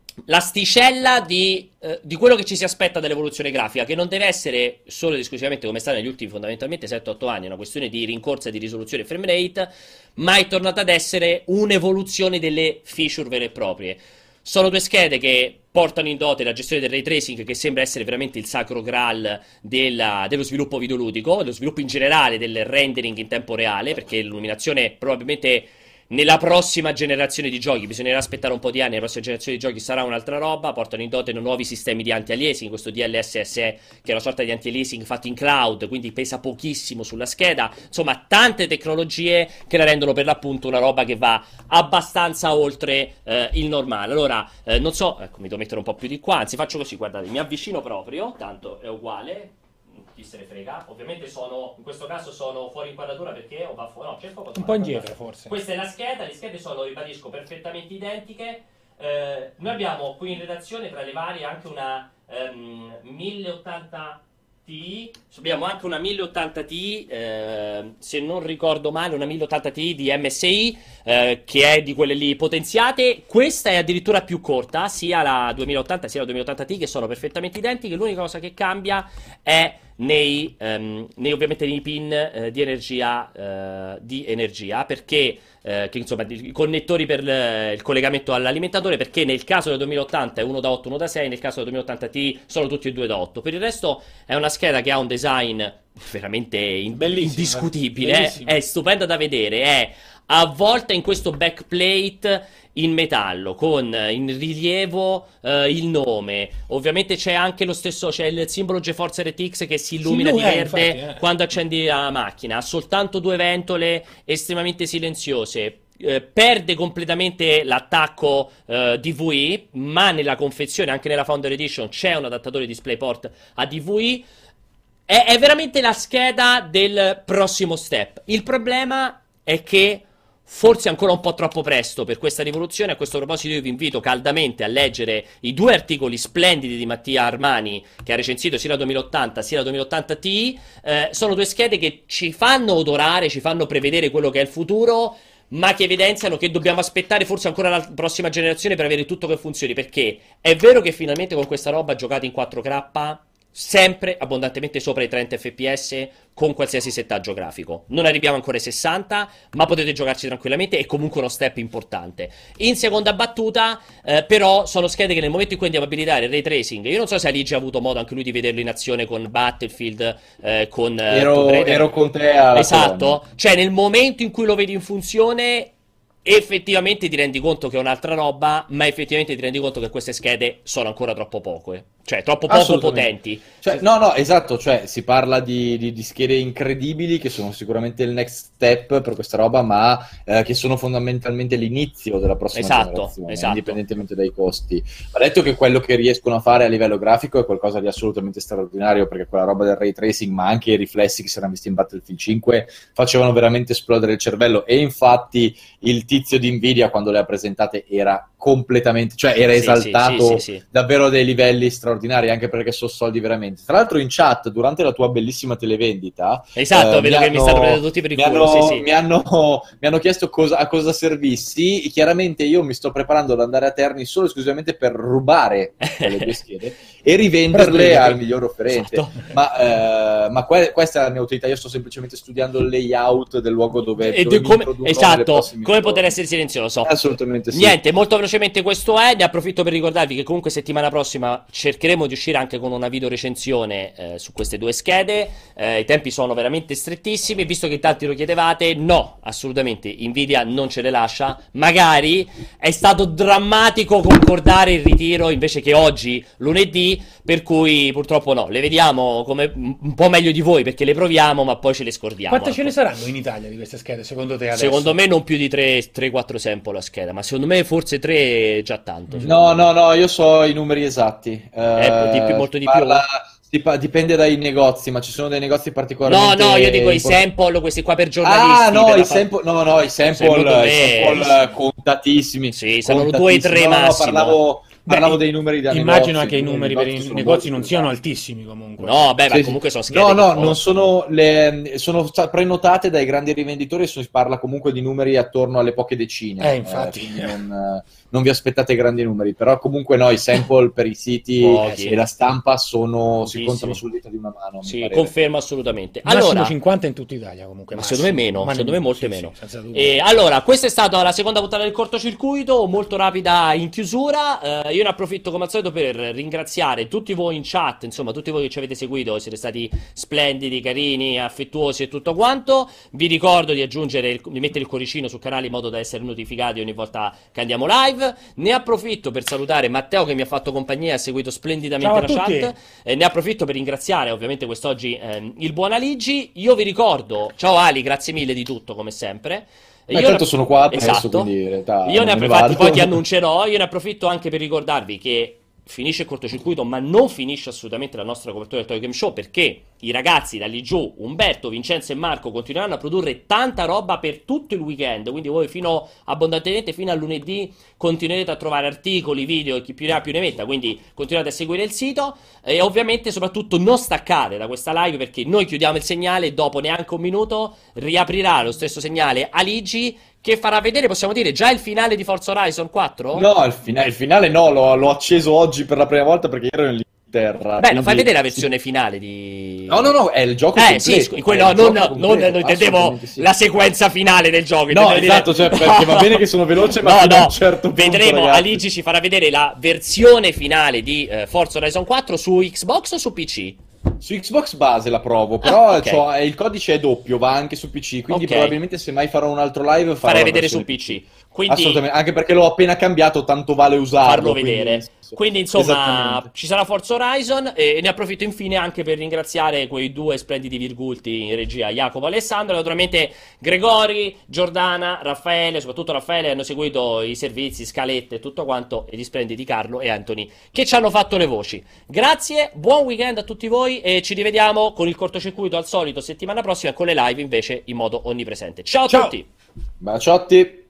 l'asticella di, eh, di quello che ci si aspetta dall'evoluzione grafica, che non deve essere solo ed esclusivamente, come è stato negli ultimi fondamentalmente sette otto anni, una questione di rincorsa di risoluzione e frame rate, ma è tornata ad essere un'evoluzione delle feature vere e proprie. Sono due schede che portano in dote la gestione del ray tracing, che sembra essere veramente il sacro graal della, dello sviluppo videoludico, dello sviluppo in generale, del rendering in tempo reale, perché l'illuminazione probabilmente nella prossima generazione di giochi, bisognerà aspettare un po' di anni, nella prossima generazione di giochi sarà un'altra roba. Portano in dote nuovi sistemi di anti-aliasing, questo D L S S E che è una sorta di anti-aliasing fatto in cloud, quindi pesa pochissimo sulla scheda. Insomma, tante tecnologie che la rendono per l'appunto una roba che va abbastanza oltre eh, il normale. Allora, eh, non so, ecco, mi devo mettere un po' più di qua, anzi faccio così, guardate, mi avvicino proprio, tanto è uguale. Chi se ne frega, ovviamente sono, in questo caso sono fuori inquadratura perché o va fuori, no, c'è poco un po' indietro forse. Questa è la scheda, le schede sono, ribadisco, perfettamente identiche. Eh, noi abbiamo qui in redazione tra le varie anche una um, mille ottanta Ti, abbiamo anche una mille ottanta Ti, eh, se non ricordo male, una mille ottanta Ti di M S I, eh, che è di quelle lì potenziate. Questa è addirittura più corta, sia la duemila ottanta sia la duemila ottanta Ti, che sono perfettamente identiche. L'unica cosa che cambia è nei, um, nei ovviamente nei pin eh, di energia, eh, di energia, perché eh, che, insomma, i connettori per l- il collegamento all'alimentatore, perché nel caso del duemila ottanta è uno da otto, uno da sei, nel caso del duemila ottanta Ti sono tutti e due da otto. Per il resto è una scheda che ha un design veramente in- indiscutibile, bellissima. È stupenda da vedere, è avvolta in questo backplate in metallo con in rilievo eh, il nome. Ovviamente c'è anche lo stesso, c'è il simbolo GeForce R T X che si illumina Si di illumina, verde infatti, eh. quando accendi la macchina. Ha soltanto due ventole estremamente silenziose. Eh, perde completamente l'attacco eh, D V I, ma nella confezione, anche nella Founder Edition, c'è un adattatore DisplayPort a D V I. È, è veramente la scheda del prossimo step. Il problema è che forse è ancora un po' troppo presto per questa rivoluzione. A questo proposito io vi invito caldamente a leggere i due articoli splendidi di Mattia Armani, che ha recensito sia la duemila ottanta sia la duemila ottanta Ti. Eh, sono due schede che ci fanno odorare, ci fanno prevedere quello che è il futuro, ma che evidenziano che dobbiamo aspettare forse ancora la prossima generazione per avere tutto che funzioni, perché è vero che finalmente con questa roba giocate in quattro K sempre abbondantemente sopra i trenta F P S con qualsiasi settaggio grafico. Non arriviamo ancora ai sessanta, ma potete giocarci tranquillamente, è comunque uno step importante. In seconda battuta, eh, però, sono schede che nel momento in cui andiamo a abilitare il ray tracing, io non so se Aligi ha avuto modo anche lui di vederlo in azione con Battlefield, eh, con eh, Ero, Tomb Raider. ero con te alla Esatto, colonna. cioè nel momento in cui lo vedi in funzione effettivamente ti rendi conto che è un'altra roba, ma effettivamente ti rendi conto che queste schede sono ancora troppo poco, eh. Cioè troppo poco Assolutamente. potenti. Cioè, no, no, esatto, cioè si parla di, di, di schede incredibili che sono sicuramente il next step per questa roba, ma eh, che sono fondamentalmente l'inizio della prossima Esatto, generazione, esatto. indipendentemente dai costi. Va detto che quello che riescono a fare a livello grafico è qualcosa di assolutamente straordinario, perché quella roba del ray tracing, ma anche i riflessi che si erano visti in Battlefield cinque, facevano veramente esplodere il cervello, e infatti il tizio di Nvidia quando le ha presentate era completamente, cioè era Sì, esaltato sì, sì, sì, sì. davvero a dei livelli straordinari, anche perché sono soldi veramente. Tra l'altro in chat, durante la tua bellissima televendita, Esatto, eh, vedo mi che mi hanno- stanno prendendo tutti per il mi culo, hanno, sì, sì. mi hanno, mi hanno chiesto cosa, a cosa servissi. Chiaramente io mi sto preparando ad andare a Terni solo e esclusivamente per rubare quelle due schede, e rivenderle Però- al miglior offerente. Esatto. Ma, eh, ma que- questa è la mia utilità. Io sto semplicemente studiando il layout del luogo dove, E dove de- mi come, introdurrò nelle esatto, prossime come ore. poter essere silenzioso. Assolutamente sì. Niente, molto velocemente questo è, ne approfitto per ricordarvi che comunque settimana prossima cercheremo di uscire anche con una video recensione eh, su queste due schede. Eh, i tempi sono veramente strettissimi, visto che tanti lo chiedevate, no, assolutamente, Nvidia non ce le lascia. Magari è stato drammatico concordare il ritiro invece che oggi, lunedì, per cui purtroppo no, le vediamo come un po' meglio di voi perché le proviamo, ma poi ce le scordiamo. Quante ce ecco. ne saranno in Italia di queste schede, secondo te adesso? Secondo me non più di tre quattro sample la scheda, ma secondo me forse tre è già tanto. No, no, no, io so i numeri esatti. Eh, di più- molto di più? parla- si pa- dipende dai negozi, ma ci sono dei negozi No, particolarmente no, io dico i importanti. sample, questi qua per giornalisti. Ah, no, per i la fa- sample, no, no, i sample, Secondo me- i sample contatissimi. Sì, saranno due e tre contatissimi. No, no, massimo. parlavo, parlavo Beh, dei numeri da Immagino negozi, anche i numeri per i sono negozi molto non più siano bassi. altissimi comunque. No, beh, ma Sì, comunque sì. sono schede No, che no, costano. non sono le sono sta- prenotate dai grandi rivenditori e si parla comunque di numeri attorno alle poche decine. Eh, infatti. quindi non, eh, non vi aspettate grandi numeri, però comunque no, i sample per i siti Pochi. e la stampa sono si Pochissimi. contano sul dito di una mano. a mio Sì, parere. confermo assolutamente. Massimo Allora, cinquanta in tutta Italia comunque. ma massimo. secondo me meno, Ma secondo ne- me molte sì, meno. sì, senza dubbio. E allora, questa è stata la seconda puntata del cortocircuito, molto rapida in chiusura. Eh, io ne approfitto come al solito per ringraziare tutti voi in chat, insomma, tutti voi che ci avete seguito, siete stati splendidi, carini, affettuosi e tutto quanto. Vi ricordo di aggiungere, il- di mettere il cuoricino sul canale in modo da essere notificati ogni volta che andiamo live. Ne approfitto per salutare Matteo che mi ha fatto compagnia e ha seguito splendidamente Ciao a la tutti. chat. Eh, ne approfitto per ringraziare ovviamente quest'oggi ehm, il buon Aligi. Io vi ricordo, ciao Ali, grazie mille di tutto come sempre. Ma Io intanto ne- sono qua adesso, Esatto. quindi in realtà Io ne non me ne infatti vado. poi ti annuncerò. Io ne approfitto anche per ricordarvi che finisce il cortocircuito, ma non finisce assolutamente la nostra copertura del Toy Game Show, perché i ragazzi da lì giù, Umberto, Vincenzo e Marco, continueranno a produrre tanta roba per tutto il weekend. Quindi voi fino abbondantemente fino a lunedì continuerete a trovare articoli, video e chi più ne ha più ne metta. Quindi continuate a seguire il sito e ovviamente soprattutto non staccate da questa live, perché noi chiudiamo il segnale e dopo neanche un minuto riaprirà lo stesso segnale Aligi, che farà vedere, possiamo dire, già il finale di Forza Horizon quattro? No, il, fina- il finale no, l'ho, l'ho acceso oggi per la prima volta perché ero in Inghilterra. Beh, lo fai quindi- vedere la versione finale di... No, no, no, è il gioco Eh completo. sì, scu- quello, è il non, gioco non, completo, non intendevo assolutamente sì. la sequenza finale del gioco. No, intendevo dire- esatto, cioè, perché va bene che sono veloce, ma No, fino a no, un certo punto, vedremo, ragazzi. Aligi ci farà vedere la versione finale di eh, Forza Horizon quattro su Xbox o su P C? Su Xbox base la provo, però Ah, ok. c'ho- il codice è doppio, va anche su P C, quindi Ok. probabilmente se mai farò un altro live farò Farei la vedere su versione P C. Quindi Assolutamente, anche perché l'ho appena cambiato, tanto vale usarlo. farlo quindi- vedere. Quindi insomma Esattamente. ci sarà Forza Horizon e ne approfitto infine anche per ringraziare quei due splendidi virgulti in regia, Jacopo e Alessandro, e naturalmente Gregori, Giordana, Raffaele, soprattutto Raffaele, hanno seguito i servizi, scalette e tutto quanto, e gli splendidi Carlo e Anthony che ci hanno fatto le voci. Grazie, buon weekend a tutti voi e ci rivediamo con il cortocircuito al solito settimana prossima, con le live invece in modo onnipresente. Ciao a Ciao. tutti! Baciotti.